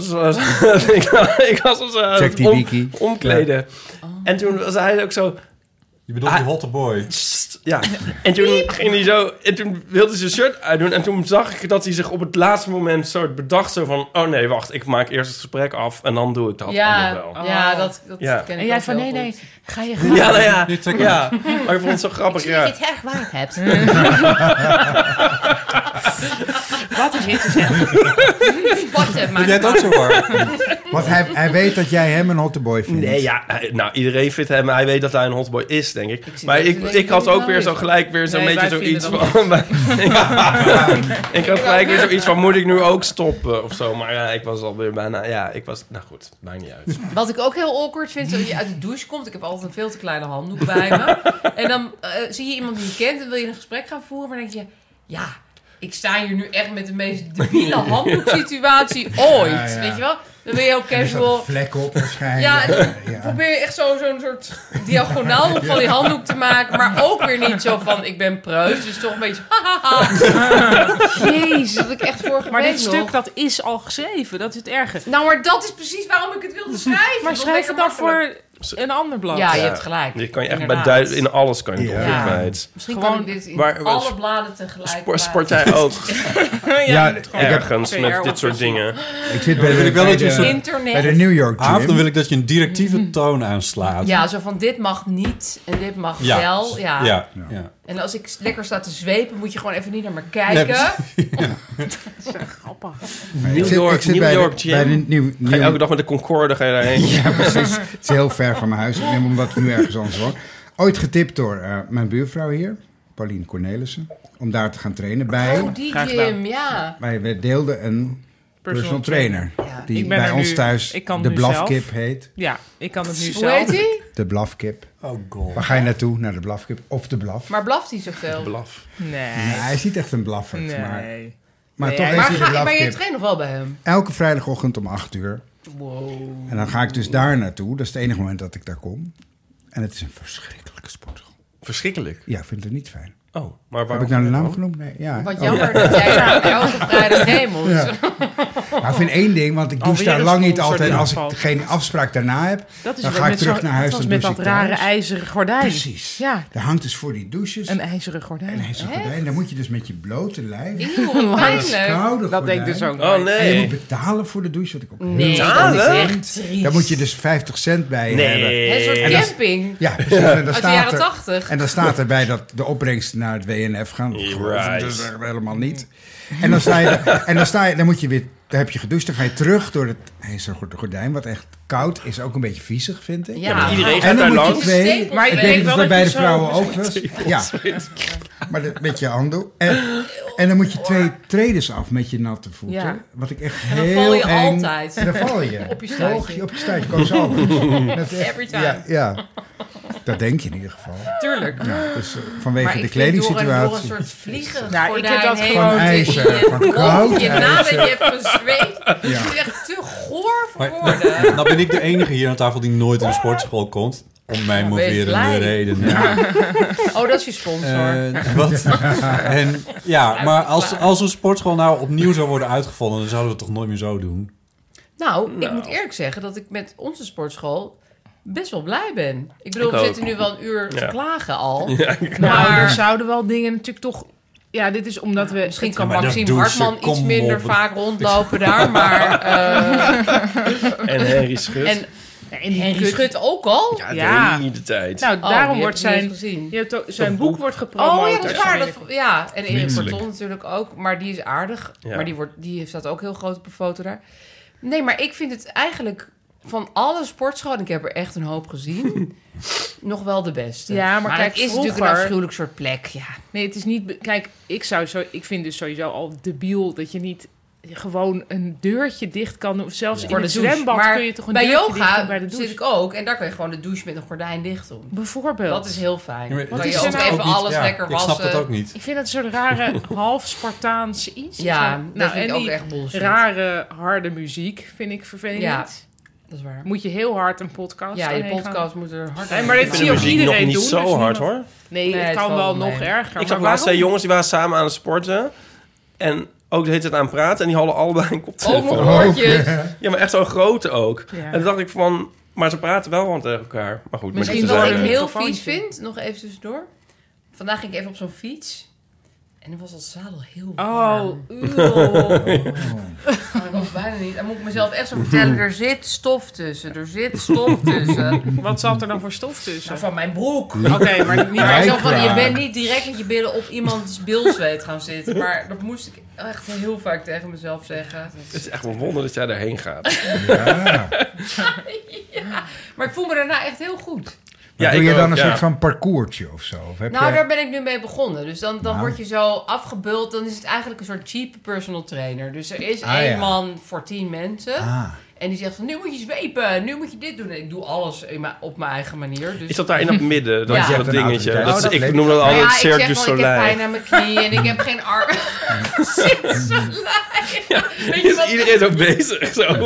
dus omkleden. Oh. En toen was hij ook zo... Je bedoelt die hotte boy. Ja. En toen ging hij zo... En toen wilde hij zijn shirt uitdoen. En toen zag ik dat hij zich op het laatste moment soort bedacht. Zo van... Oh nee, wacht. Ik maak eerst het gesprek af. En dan doe ik dat wel. Ja, dat ken ik. En jij van nee. Ga je gaan. Ja, nou ja. Maar ik vond het zo grappig. Ik zie dat je het erg waard hebt. Wat is dit te zeggen? Sporten, maar... Jij het ook zo waar? Want hij weet dat jij hem een hotteboy vindt. Nee, ja. Nou, iedereen vindt hem... Hij weet dat hij een hotboy is, denk ik. Maar ik had ook weer zo gelijk weer zo'n beetje zoiets van... Ik had gelijk weer zoiets van... Moet ik nu ook stoppen of zo? Maar ja, ik was alweer bijna... Ja, ik was... Nou goed, maakt niet uit. Wat ik ook heel awkward vind... Als je uit de douche komt... Ik heb altijd een veel te kleine handdoek bij me. En dan zie je iemand die je kent... En wil je een gesprek gaan voeren... Maar dan denk je... Ja... Ik sta hier nu echt met de meest debiele handdoeksituatie ooit. Ja. Weet je wel? Dan ben je ook casual... vlek op waarschijnlijk. Ja, dan probeer je echt zo'n soort diagonaal van die handdoek te maken. Maar ook weer niet zo van, ik ben preus. Dus toch een beetje... Jezus, dat ik echt vorige Maar week dit stuk, dat is al geschreven. Dat is het erge. Nou, maar dat is precies waarom ik het wilde schrijven. Maar schrijf het dan voor... een ander blad. Ja, je hebt gelijk. Je kan je echt in alles kan je het kwijt. Misschien kan ik dit in alle bladen tegelijk sport jij ook? Ergens met dit soort dingen. Ik zit bij de New York Gym. Dan wil ik dat je een directieve toon aanslaat. Ja, zo van dit mag niet en dit mag wel. Ja. En als ik lekker sta te zwepen, moet je gewoon even niet naar me kijken. Dat is grappig. New York Gym. Ga je elke dag met de Concorde ga je daarheen? Ja, precies. Het is heel ver van mijn huis. Ik neem omdat ik nu ergens anders woon. Ooit getipt door mijn buurvrouw hier, Pauline Cornelissen, om daar te gaan trainen bij. Oh, die gym, ja. Wij deelden een personal trainer. Ja. Die bij ons thuis de Blafkip heet. Ja, ik kan het nu zelf. Hoe heet die? De Blafkip. Oh god. Waar ga je naartoe? Naar de Blafkip of de Blaf? Maar blaft hij zoveel? Blaf. Nee. Hij is niet echt een blaffert. Nee. Maar toch is hij de Blafkip. Maar je traint nog wel bij hem? Elke vrijdagochtend om 8:00. Wow. En dan ga ik dus daar naartoe. Dat is het enige moment dat ik daar kom. En het is een verschrikkelijke sportschool. Verschrikkelijk? Ja, ik vind het niet fijn. Oh, maar heb ik nou de naam genoemd? Nee, ja. Wat jammer dat jij daar elke vrijdag heen moet. Ja. Maar ik vind één ding, want ik douche daar lang niet altijd. Als ik geen afspraak daarna heb, dan ga ik terug naar huis. Dat is met dat rare ijzeren gordijn. Precies. Ja. Daar hangt dus voor die douches een ijzeren gordijn. Daar moet je dus met je blote lijf. Dat denk ik dus ook. Oh nee. En je moet betalen voor de douche. Wat ik ook betalen? Daar moet je dus 50 cent bij hebben. Een soort camping. Ja, precies. En uit de jaren 80. En dan staat erbij dat de opbrengst naar het WNF gaan. Dat is helemaal niet. En dan moet je weer, dan heb je gedoucht, dan ga je terug door het ijzeren gordijn, wat echt koud is, ook een beetje viezig, vind ik. Ja, maar iedereen gaat daar langs. Maar ik denk dat bij de vrouwen ook was. Ja, maar met je handdoek. En dan moet je 2 tredes af met je natte voeten. Ja. Wat ik echt en heel dan val je eng... altijd. Dan val je. Op je stuitje. Op je stuitje, kom zo. Every time. Ja. Dat denk je in ieder geval. Tuurlijk. Ja, dus vanwege de kledingssituatie. Door een soort vliegen. Nou, ik heb dat gewoon ijzer, van koud. Nadat je hebt gezweet. Het is echt te goor voor woorden. Nou ben ik de enige hier aan tafel die nooit in de sportschool komt. Om mijn moverende redenen. Ja. Oh, dat is je sponsor. Wat? En, maar als een sportschool nou opnieuw zou worden uitgevonden... dan zouden we het toch nooit meer zo doen? Nou, ik moet eerlijk zeggen dat ik met onze sportschool best wel blij ben. Ik bedoel, we zitten nu wel een uur te klagen al. Ja, maar er zouden wel dingen natuurlijk toch... Ja, dit is omdat we... Misschien kan Maxime Hartman iets minder vaak rondlopen daar, maar... En Henry Schut. En Henry Schut ook al? Ja, de tijd. Nou, daarom wordt zijn boek wordt gepromoot. Oh ja, dat is waar. En Erik Verton natuurlijk ook. Maar die is aardig. Ja. Maar die staat ook heel groot op een foto daar. Nee, maar ik vind het eigenlijk van alle sportscholen... ik heb er echt een hoop gezien... nog wel de beste. Ja, maar kijk, het is natuurlijk een afschuwelijk soort plek. Ja. Nee, het is niet... Kijk, ik vind dus sowieso al debiel... dat je niet gewoon een deurtje dicht kan doen. Zelfs in het zwembad kun je toch een deurtje dicht doen bij de douche. Zit ik ook. En daar kan je gewoon de douche met een gordijn dicht doen. Bijvoorbeeld. Dat is heel fijn. Ja, dan kan je ook even alles lekker wassen. Ik snap dat ook niet. Ik vind dat een soort rare half Spartaans iets. Ja, dat vind ik ook echt bullshit. Rare, harde muziek vind ik vervelend. Ja, dat is waar. Moet je heel hard een podcast je podcast moet er hard zijn. Maar dat zie je ook iedereen doen. Niet zo hard, hoor. Nee, het kan wel nog erger. Ik zag laatst 2 jongens, die waren samen aan het sporten. En ook de hele tijd aan het praten. En die hadden allebei een koptelefoon. Ja, maar echt zo'n grote ook. Ja. En toen dacht ik van... Maar ze praten wel gewoon tegen elkaar. Maar goed. Misschien wat ik heel vies vind, nog even tussendoor. Vandaag ging ik even op zo'n fiets. En dan was dat zadel heel warm. Dat was bijna niet. Dan moet ik mezelf echt zo vertellen, er zit stof tussen. Wat zat er dan voor stof tussen? Nou, van mijn broek. Oké, maar niet zo van, je bent niet direct met je billen op iemands bilzweet gaan zitten. Maar dat moest ik echt heel vaak tegen mezelf zeggen. Het is echt een wonder dat jij daarheen gaat. Ja. Maar ik voel me daarna echt heel goed. Ja, doe je dan een soort van parcoursje of zo? Of daar ben ik nu mee begonnen. Dus dan word je zo afgebeuld. Dan is het eigenlijk een soort cheap personal trainer. Dus er is één man voor 10 mensen. En die zegt van, nu moet je zwepen, nu moet je dit doen. En ik doe alles op mijn eigen manier. Dus... Is dat daar in dat midden? Dat is dat dingetje. Ik noem dat altijd Cirque du Soleil. Ik heb pijn aan mijn knie en ik heb geen arm. Iedereen is ook bezig. Zo.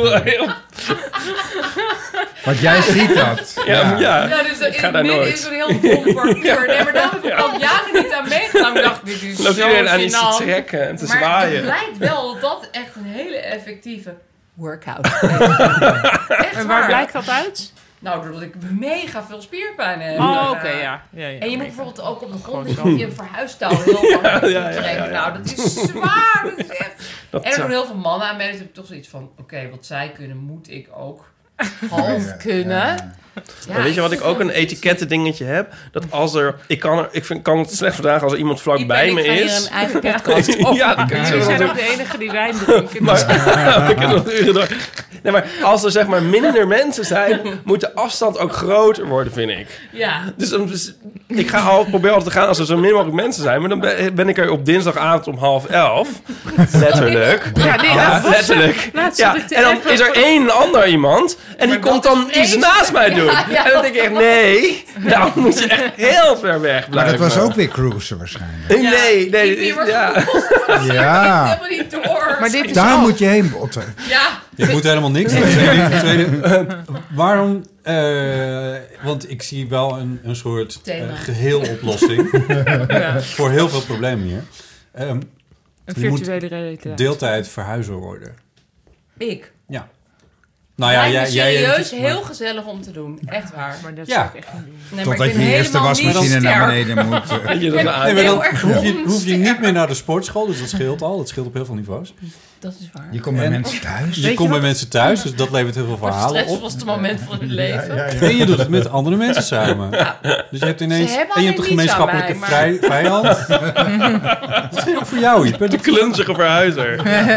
Want jij ziet dat. Ja, dus in het midden is zo'n heel dom parcours. Nee, maar daar heb ik al jaren niet aan meegedaan. Ik dacht, dit is loopt iedereen aan iets te trekken en te zwaaien. Maar het blijkt wel dat echt een hele effectieve workout. En waar blijkt dat uit? Nou, doordat ik mega veel spierpijn heb. Oké, ja. En je moet bijvoorbeeld ook op de grond je een verhuistouw heel lang trekken. Nou, dat is zwaar. Dat is echt... En er doen heel veel mannen aan mee. Dus heb ik toch zoiets van, oké, wat zij kunnen, moet ik ook half kunnen. Ja, weet je wat ik ook een etiketten dingetje heb? Dat als er... Ik kan het slecht verdragen als er iemand vlakbij me is. Hier een eigen podcast op. Jullie zijn ook de enige die wijn drinken. Ik heb nog uren door. Nee, maar als er zeg maar minder mensen zijn, moet de afstand ook groter worden, vind ik. Ja. Dus ik probeer altijd te gaan als er zo min mogelijk mensen zijn. Maar dan ben ik er op dinsdagavond om 10:30. Letterlijk. Letterlijk. En dan is er één ander iemand en die komt dan iets naast mij doen. En dan denk ik echt, nee, nou moet je echt heel ver weg blijven. Maar dat was ook weer cruisen waarschijnlijk. Nee. Ja. Maar daar moet je heen botten. Ja. Je moet helemaal niks. Waarom? Want ik zie wel een soort geheeloplossing voor heel veel problemen hier. Een virtuele realiteit. Deeltijd verhuizer worden. Ik? Ja. Nou ja, jij serieus heel gezellig om te doen. Echt waar. Maar dat zou ik echt niet doen. Nee, totdat je eerste wasmachine naar beneden moet. Dan hoef je niet meer naar de sportschool. Dus dat scheelt al. Dat scheelt op heel veel niveaus. Dat is waar. Je komt bij mensen thuis. Je komt bij mensen thuis. Dus dat levert heel veel verhalen op. Het stressvolste moment van het leven. Ja. En je doet het met andere mensen samen. Ja. Dus je hebt ineens... En je hebt een gemeenschappelijke vijand. Dat is ook voor jou. Je bent de klunzige verhuizer.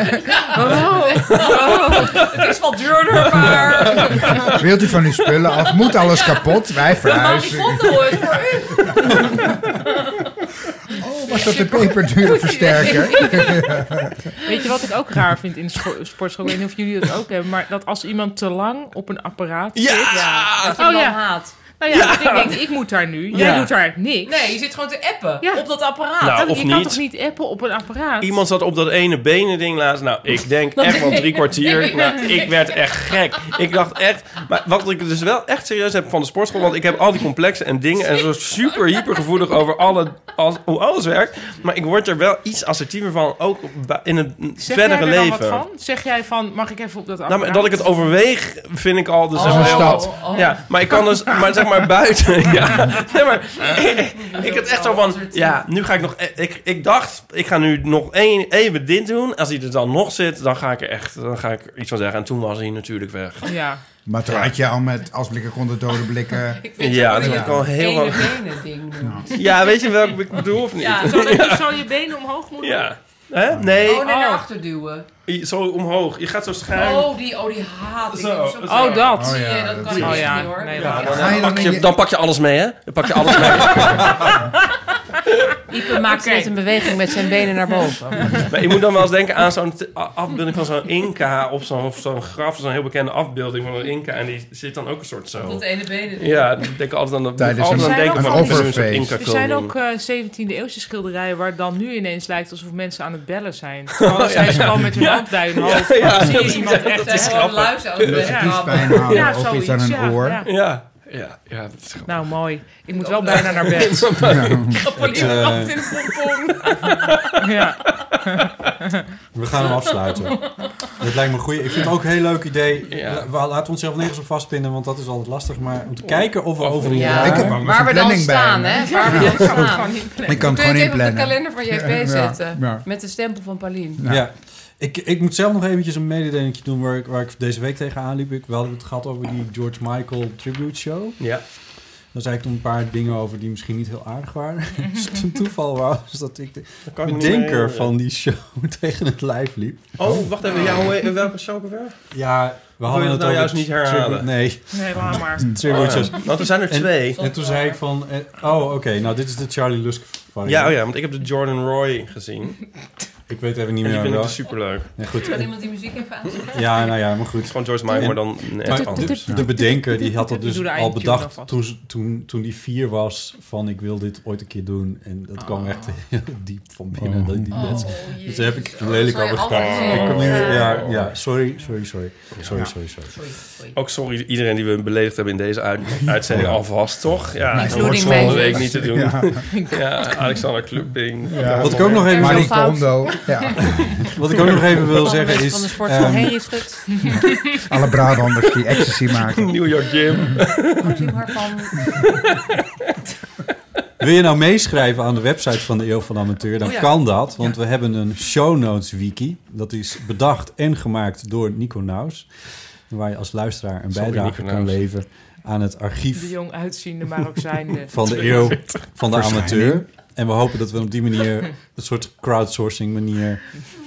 Het is wel duurder, maar... Wilt u van uw spullen af? Moet alles kapot? Wij verhuizen. Voor u. Was dat de peperdure versterker? Weet je wat ik ook raar vind in de sportschool? Ik weet niet of jullie dat ook hebben, maar dat als iemand te lang op een apparaat zit... dat je dan haat. Nou ja, ik moet daar nu. Jij doet daar niks. Nee, je zit gewoon te appen op dat apparaat. Nou, of je niet. kan toch niet appen op een apparaat? Iemand zat op dat ene benen ding laatst. Nou, ik denk echt wel 3 kwartier. Nou, ik werd echt gek. Ik dacht echt... Maar wat ik dus wel echt serieus heb van de sportschool... want ik heb al die complexen en dingen... en zo super hypergevoelig over hoe alles werkt. Maar ik word er wel iets assertiever van... ook in het verdere leven. Wat van? Zeg jij van, mag ik even op dat apparaat? Nou, dat ik het overweeg, vind ik al... Dus heel wat. Ja, maar ik kan dus... Maar zeg maar buiten... ja. Nee, maar ik het echt zo van... Ja, nu ga ik nog... Ik dacht, ik ga nu nog even dit doen. Als hij er dan nog zit, dan ga ik er iets van zeggen. En toen was hij natuurlijk weg. Ja. Maar toen had je al met als blikken konden dode blikken... Ja, dat heb ik al heel lang... Ja, weet je welke ik bedoel of niet? Ja, zo je benen omhoog moeten? Ja. Hè? Nee. Oh, nee, naar achter duwen. Zo omhoog. Je gaat zo schuin. Oh, die haat ik. Zo. Oh, dat. Zie je, dat kan ik niet hoor. Nee, dan pak je alles mee, hè? Dan pak je alles mee. Ipe maakt net een beweging met zijn benen naar boven. Maar je moet dan wel eens denken aan zo'n afbeelding van zo'n Inca... of zo'n graf, zo'n heel bekende afbeelding van een Inca... en die zit dan ook een soort zo... Dat ene benen. Ja, ik denk altijd aan dat... Tijdens een overfeest. Er zijn ook 17e eeuwse schilderijen... waar het dan nu ineens lijkt alsof mensen aan het bellen zijn. Terwijl zijn ze gewoon met hun hand bij hun hoofd. Ja, zie je iemand echt... Dat is grappig. Of iets aan een oor. Ja, dat is grappig. Nou, mooi. Ik moet wel bijna naar bed. Politie in de pompon. Ja. We gaan hem afsluiten. Dat lijkt me goed. Ik vind het ook een heel leuk idee. Ja. Laten we onszelf nergens op vastpinnen, want dat is altijd lastig. Maar om te kijken of we over een jaar... Ik heb waar we dan staan, hè? Waar we dan staan. Ik kan het gewoon inplannen. Kun je het even op de kalender van JP zetten? Ja. Met de stempel van Paulien. Ja. Ik moet zelf nog eventjes een mededelingje doen waar ik deze week tegenaan liep. We hadden het gehad over die George Michael Tribute Show. Ja. Daar zei ik toen een paar dingen over die misschien niet heel aardig waren. Dus een toeval was dat ik de bedenker van die show tegen het lijf liep. Oh, wacht even. Ja, welke show weer? Ja, we hadden het nou juist niet herhalen. Nee, laat maar. Want er zijn er 2. En toen zei ik van... oké, nou dit is de Charlie Lusk variant. Ja, want ik heb de Jordan Roy gezien. Ik weet even niet meer. Die vind ik dus superleuk. Ja, goed. Kan iemand die muziek even aanzetten? Ja, nou ja, maar goed. Het is gewoon George Michael, maar dan net anders. De bedenker, die had dat dus al bedacht toen die 4 was van ik wil dit ooit een keer doen. En dat kwam echt heel diep van binnen. Dus daar heb ik lelijk over gepraat. Ja, sorry. Ook sorry iedereen die we beledigd hebben in deze uitzending alvast, toch? Ja, dat wordt volgende week niet te doen. Ja, Alexander Klupping. Ja. Wat ik ook nog even Marie Kondo. Ja. Wat ik ook nog even wil zeggen is... Van de sportschool Henry Schut. Alle Brabanders die ecstasy maken. New York Gym. Wil je nou meeschrijven aan de website van de Eeuw van de Amateur? Dan kan dat, want we hebben een show notes wiki. Dat is bedacht en gemaakt door Nico Naus. Waar je als luisteraar een bijdrage kan leveren aan het archief... De jong uitziende, maar ook zijnde. Van de Eeuw van de Amateur. En we hopen dat we op die manier, een soort crowdsourcing manier,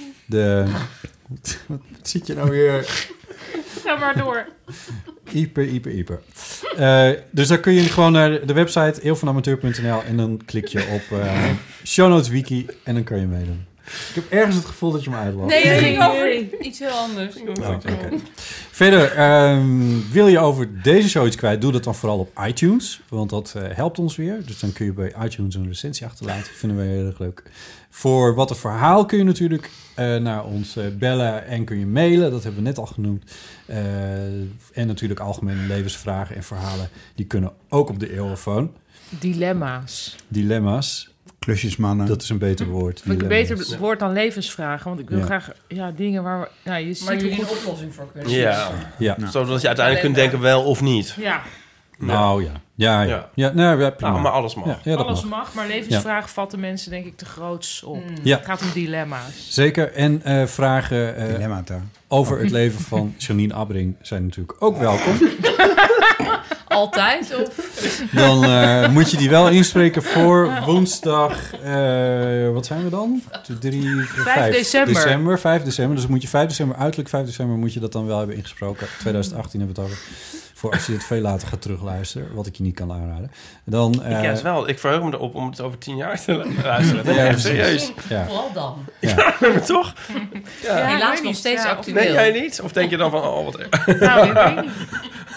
wat zit je nou weer? Ga maar door. Hyper. Dus dan kun je gewoon naar de website eeuwvanamateur.nl en dan klik je op show notes wiki en dan kan je meedoen. Ik heb ergens het gevoel dat je me uitlacht. Nee, het ging over iets heel anders. Okay. Verder, wil je over deze show iets kwijt, doe dat dan vooral op iTunes. Want dat helpt ons weer. Dus dan kun je bij iTunes een recensie achterlaten. Dat vinden we heel erg leuk. Voor Wat een Verhaal kun je natuurlijk naar ons bellen en kun je mailen. Dat hebben we net al genoemd. En natuurlijk algemene levensvragen en verhalen. Die kunnen ook op de eeuwofoon. Dilemma's. Klusjesmannen. Dat is een beter woord. Vind ik een beter woord dan levensvragen. Want ik wil graag dingen waar we... Ja, je ziet maar jullie een oplossing voor kunnen. Ja. Zodat je uiteindelijk kunt denken wel of niet. Ja. Nou ja. Prima. Maar alles mag. Ja, alles mag, maar levensvragen vatten mensen denk ik te groots op. Ja. Het gaat om dilemma's. Zeker. En vragen over het leven van Janine Abbring zijn natuurlijk ook welkom. Altijd? Of? Dan moet je die wel inspreken voor woensdag... wat zijn we dan? 5 december. 5 december. Dus moet je 5 december, uiterlijk 5 december... moet je dat dan wel hebben ingesproken. 2018 hebben we het over. Voor als je het veel later gaat terugluisteren. Wat ik je niet kan aanraden. Dan, ik wel. Ik verheug me erop om het over 10 jaar te luisteren. Nee, echt serieus. Ja. Vooral dan. Ja, maar toch? Ja. Helaas nog steeds actueel. Nee, jij niet? Of denk je dan van... wat... Nou, ik weet niet.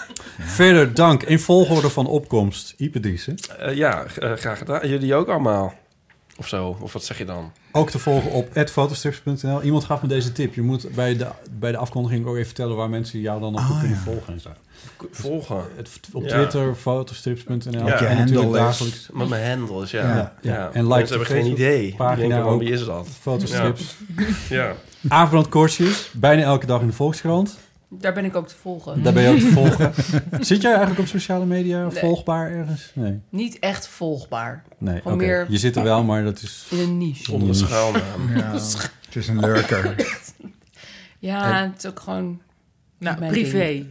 Verder dank in volgorde van opkomst. Ipe Driessen. Graag gedaan. Jullie ook allemaal. Of zo, of wat zeg je dan? Ook te volgen op @fotostrips.nl. Iemand gaf me deze tip. Je moet bij de afkondiging ook even vertellen waar mensen jou dan op kunnen volgen en zo. Volgen? Op Twitter, fotostrips.nl. Ja, en natuurlijk dagelijks. Met mijn handle is, ja. En like mensen hebben geen idee. Pagina ook. Wie is dat? Fotostrips. Ja. Aafbrand Kortjes. Bijna elke dag in de Volkskrant. Daar ben ik ook te volgen. Daar ben je ook te volgen. Zit jij eigenlijk op sociale media volgbaar ergens? Nee. Niet echt volgbaar. Nee, gewoon meer... Je zit er wel, maar dat is... In een niche. Onder de schuilnaam. Ja, het is een lurker. Het is ook gewoon... privé.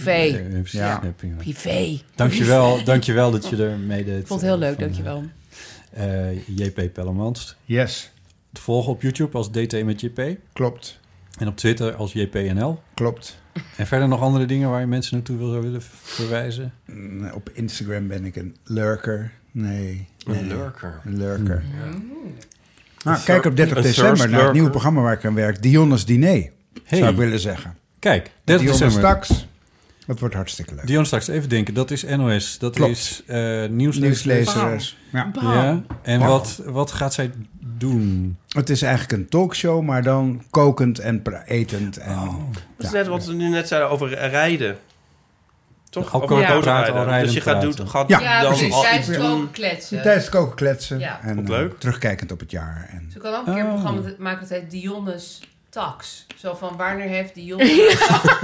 Privé. Dankjewel dat je er meedeed. Ik vond het heel leuk, dankjewel. JP Pellemans. Yes. Te volgen op YouTube als DT met JP. Klopt. En op Twitter als JPNL. Klopt. En verder nog andere dingen waar je mensen naartoe zou willen verwijzen? Op Instagram ben ik een lurker. Nee. Een lurker. Een lurker. Nou, kijk op 30 december naar het nieuwe programma waar ik aan werk. Dion's Diner, zou ik willen zeggen. Kijk, 30 december. Straks. Dat wordt hartstikke leuk. Dion straks, even denken. Dat is NOS. Dat Klopt. is nieuwslezers. Ja. En wat gaat zij doen? Het is eigenlijk een talkshow, maar dan kokend en etend. En, dat is net wat we nu net zeiden over rijden. Toch? Al rijden. Dus je gaat dan precies. al Tijdens iets het koken doen. kletsen. Tijdens het koken kletsen. Ja. En leuk. Terugkijkend op het jaar. En... Ze kan ook een keer een programma maken dat heet Dion's Tax. Zo van, wanneer heeft Dionne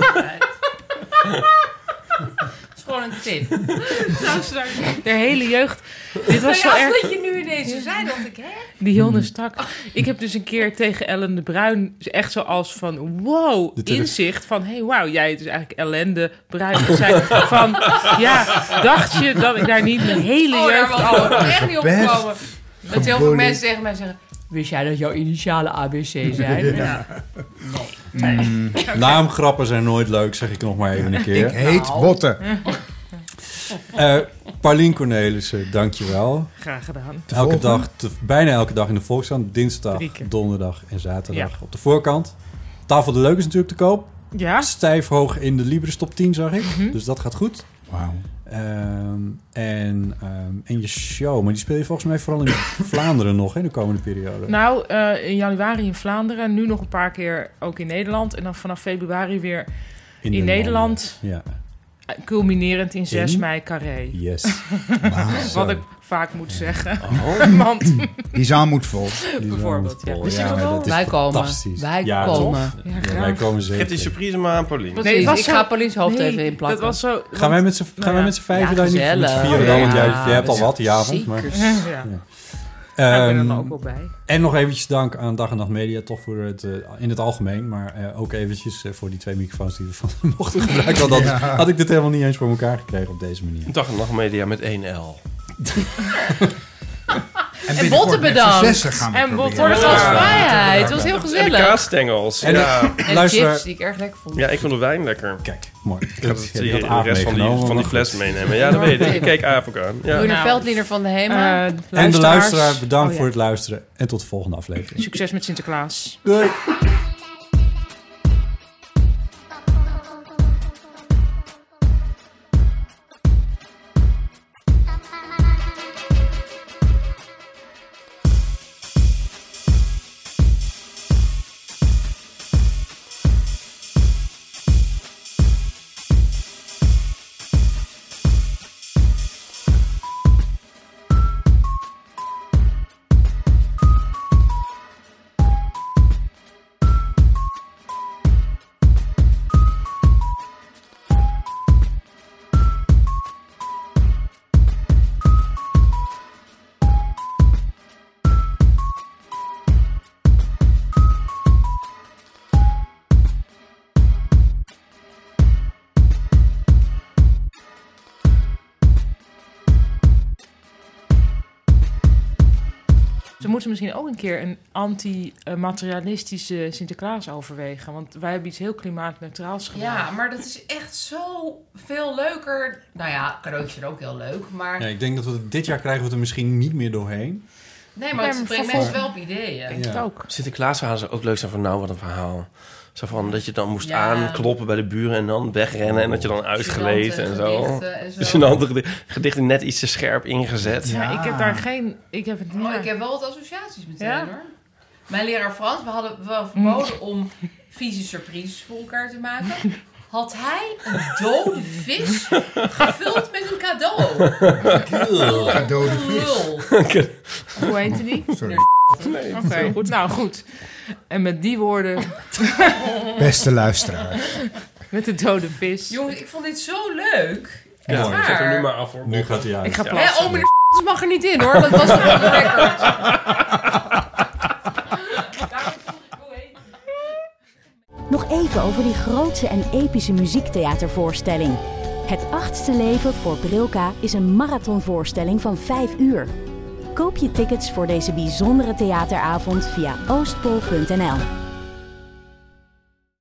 Dat is gewoon een tip. De hele jeugd. Dit was zo erg. Dat je nu ineens zo zei, dacht ik, hè? Dionne stak. Ik heb dus een keer tegen Ellen de Bruin echt zoals van wow, inzicht van hey, wauw, jij het is eigenlijk Ellen de Bruin. Zei van dacht je dat ik daar niet mijn hele jeugd al echt niet opgekomen. Dat heel veel mensen tegen mij zeggen, wist jij dat jouw initialen ABC zijn? Ja. Nee. Naamgrappen zijn nooit leuk, zeg ik nog maar even een keer. Ik heet Botte. Paulien Cornelissen, dankjewel. Graag gedaan. Bijna elke dag in de Volkskrant. Dinsdag, donderdag en zaterdag op de voorkant. Tafel de Leuk is natuurlijk te koop. Ja. Stijf hoog in de Libris top 10, zag ik. Dus dat gaat goed. Wauw. En je show, maar die speel je volgens mij vooral in Vlaanderen nog, hè, de komende periode. Nou, in januari in Vlaanderen, nu nog een paar keer ook in Nederland. En dan vanaf februari weer in Nederland. Ja. Culminerend in 6 mei Carré. Yes. Wat ik vaak moet zeggen. Want die zaal moet vol. Bijvoorbeeld, ja. Wij komen. Fantastisch. Wij komen. Wij komen zeker. Geef die surprise maar aan Paulien. Nee, ik ga Paulien's hoofd even inplakken. Dat was zo... Gaan wij met z'n vijven daar niet met z'n vieren dan? Want jij hebt al wat die avond. Maar... Ik ben er dan ook wel bij. En nog eventjes dank aan Dag en Nacht Media, toch voor het in het algemeen, maar ook eventjes voor die 2 microfoons die we van mochten gebruiken. Want had ik dit helemaal niet eens voor elkaar gekregen op deze manier. Dag en Nacht Media met 1 L. En Botte bedankt. En Botte voor de gastvrijheid. Het was heel gezellig. En de kaasstengels. En chips die ik erg lekker vond. Ja, ik vond de wijn lekker. Kijk, mooi. Ik ga de rest van die fles meenemen. Ja, dat weet ik. Ik keek Aaf ook aan. Ja. Doe Veldliner van de Hema. En de luisteraar, bedankt voor het luisteren. En tot de volgende aflevering. Succes met Sinterklaas. Doei. We moeten misschien ook een keer een anti-materialistische Sinterklaas overwegen. Want wij hebben iets heel klimaatneutraals gedaan. Ja, maar dat is echt zo veel leuker. Nou ja, cadeautjes zijn ook heel leuk, maar... Ja, ik denk dat we dit jaar krijgen we er misschien niet meer doorheen. Nee, maar het brengt mensen wel op ideeën. Ik denk het ook. Sinterklaas verhalen zou ook leuk zijn van nou, wat een verhaal. Zo van dat je dan moest aankloppen bij de buren en dan wegrennen en dat je dan uitgelezen en zo. Gênante gedichten net iets te scherp ingezet. Ja, ik heb daar geen... Ik heb wel wat associaties meteen hoor. Mijn leraar Frans, we hadden wel verboden om vieze surprises voor elkaar te maken. Had hij een dode vis gevuld met een cadeau. Cadeau de vis. Hoe heette die? Sorry. Nee, oké, goed. Nou, goed. En met die woorden... Beste luisteraar. Met de dode vis. Jongens, ik vond dit zo leuk. Ja, we zetten nu maar af. Nu gaat hij uit. Ik ga plassen. Oh, meneer mag er niet in hoor. Dat was gewoon een record. Nog even over die grootse en epische muziektheatervoorstelling. Het 8e leven voor Brilka is een marathonvoorstelling van 5 uur. Koop je tickets voor deze bijzondere theateravond via oostpol.nl.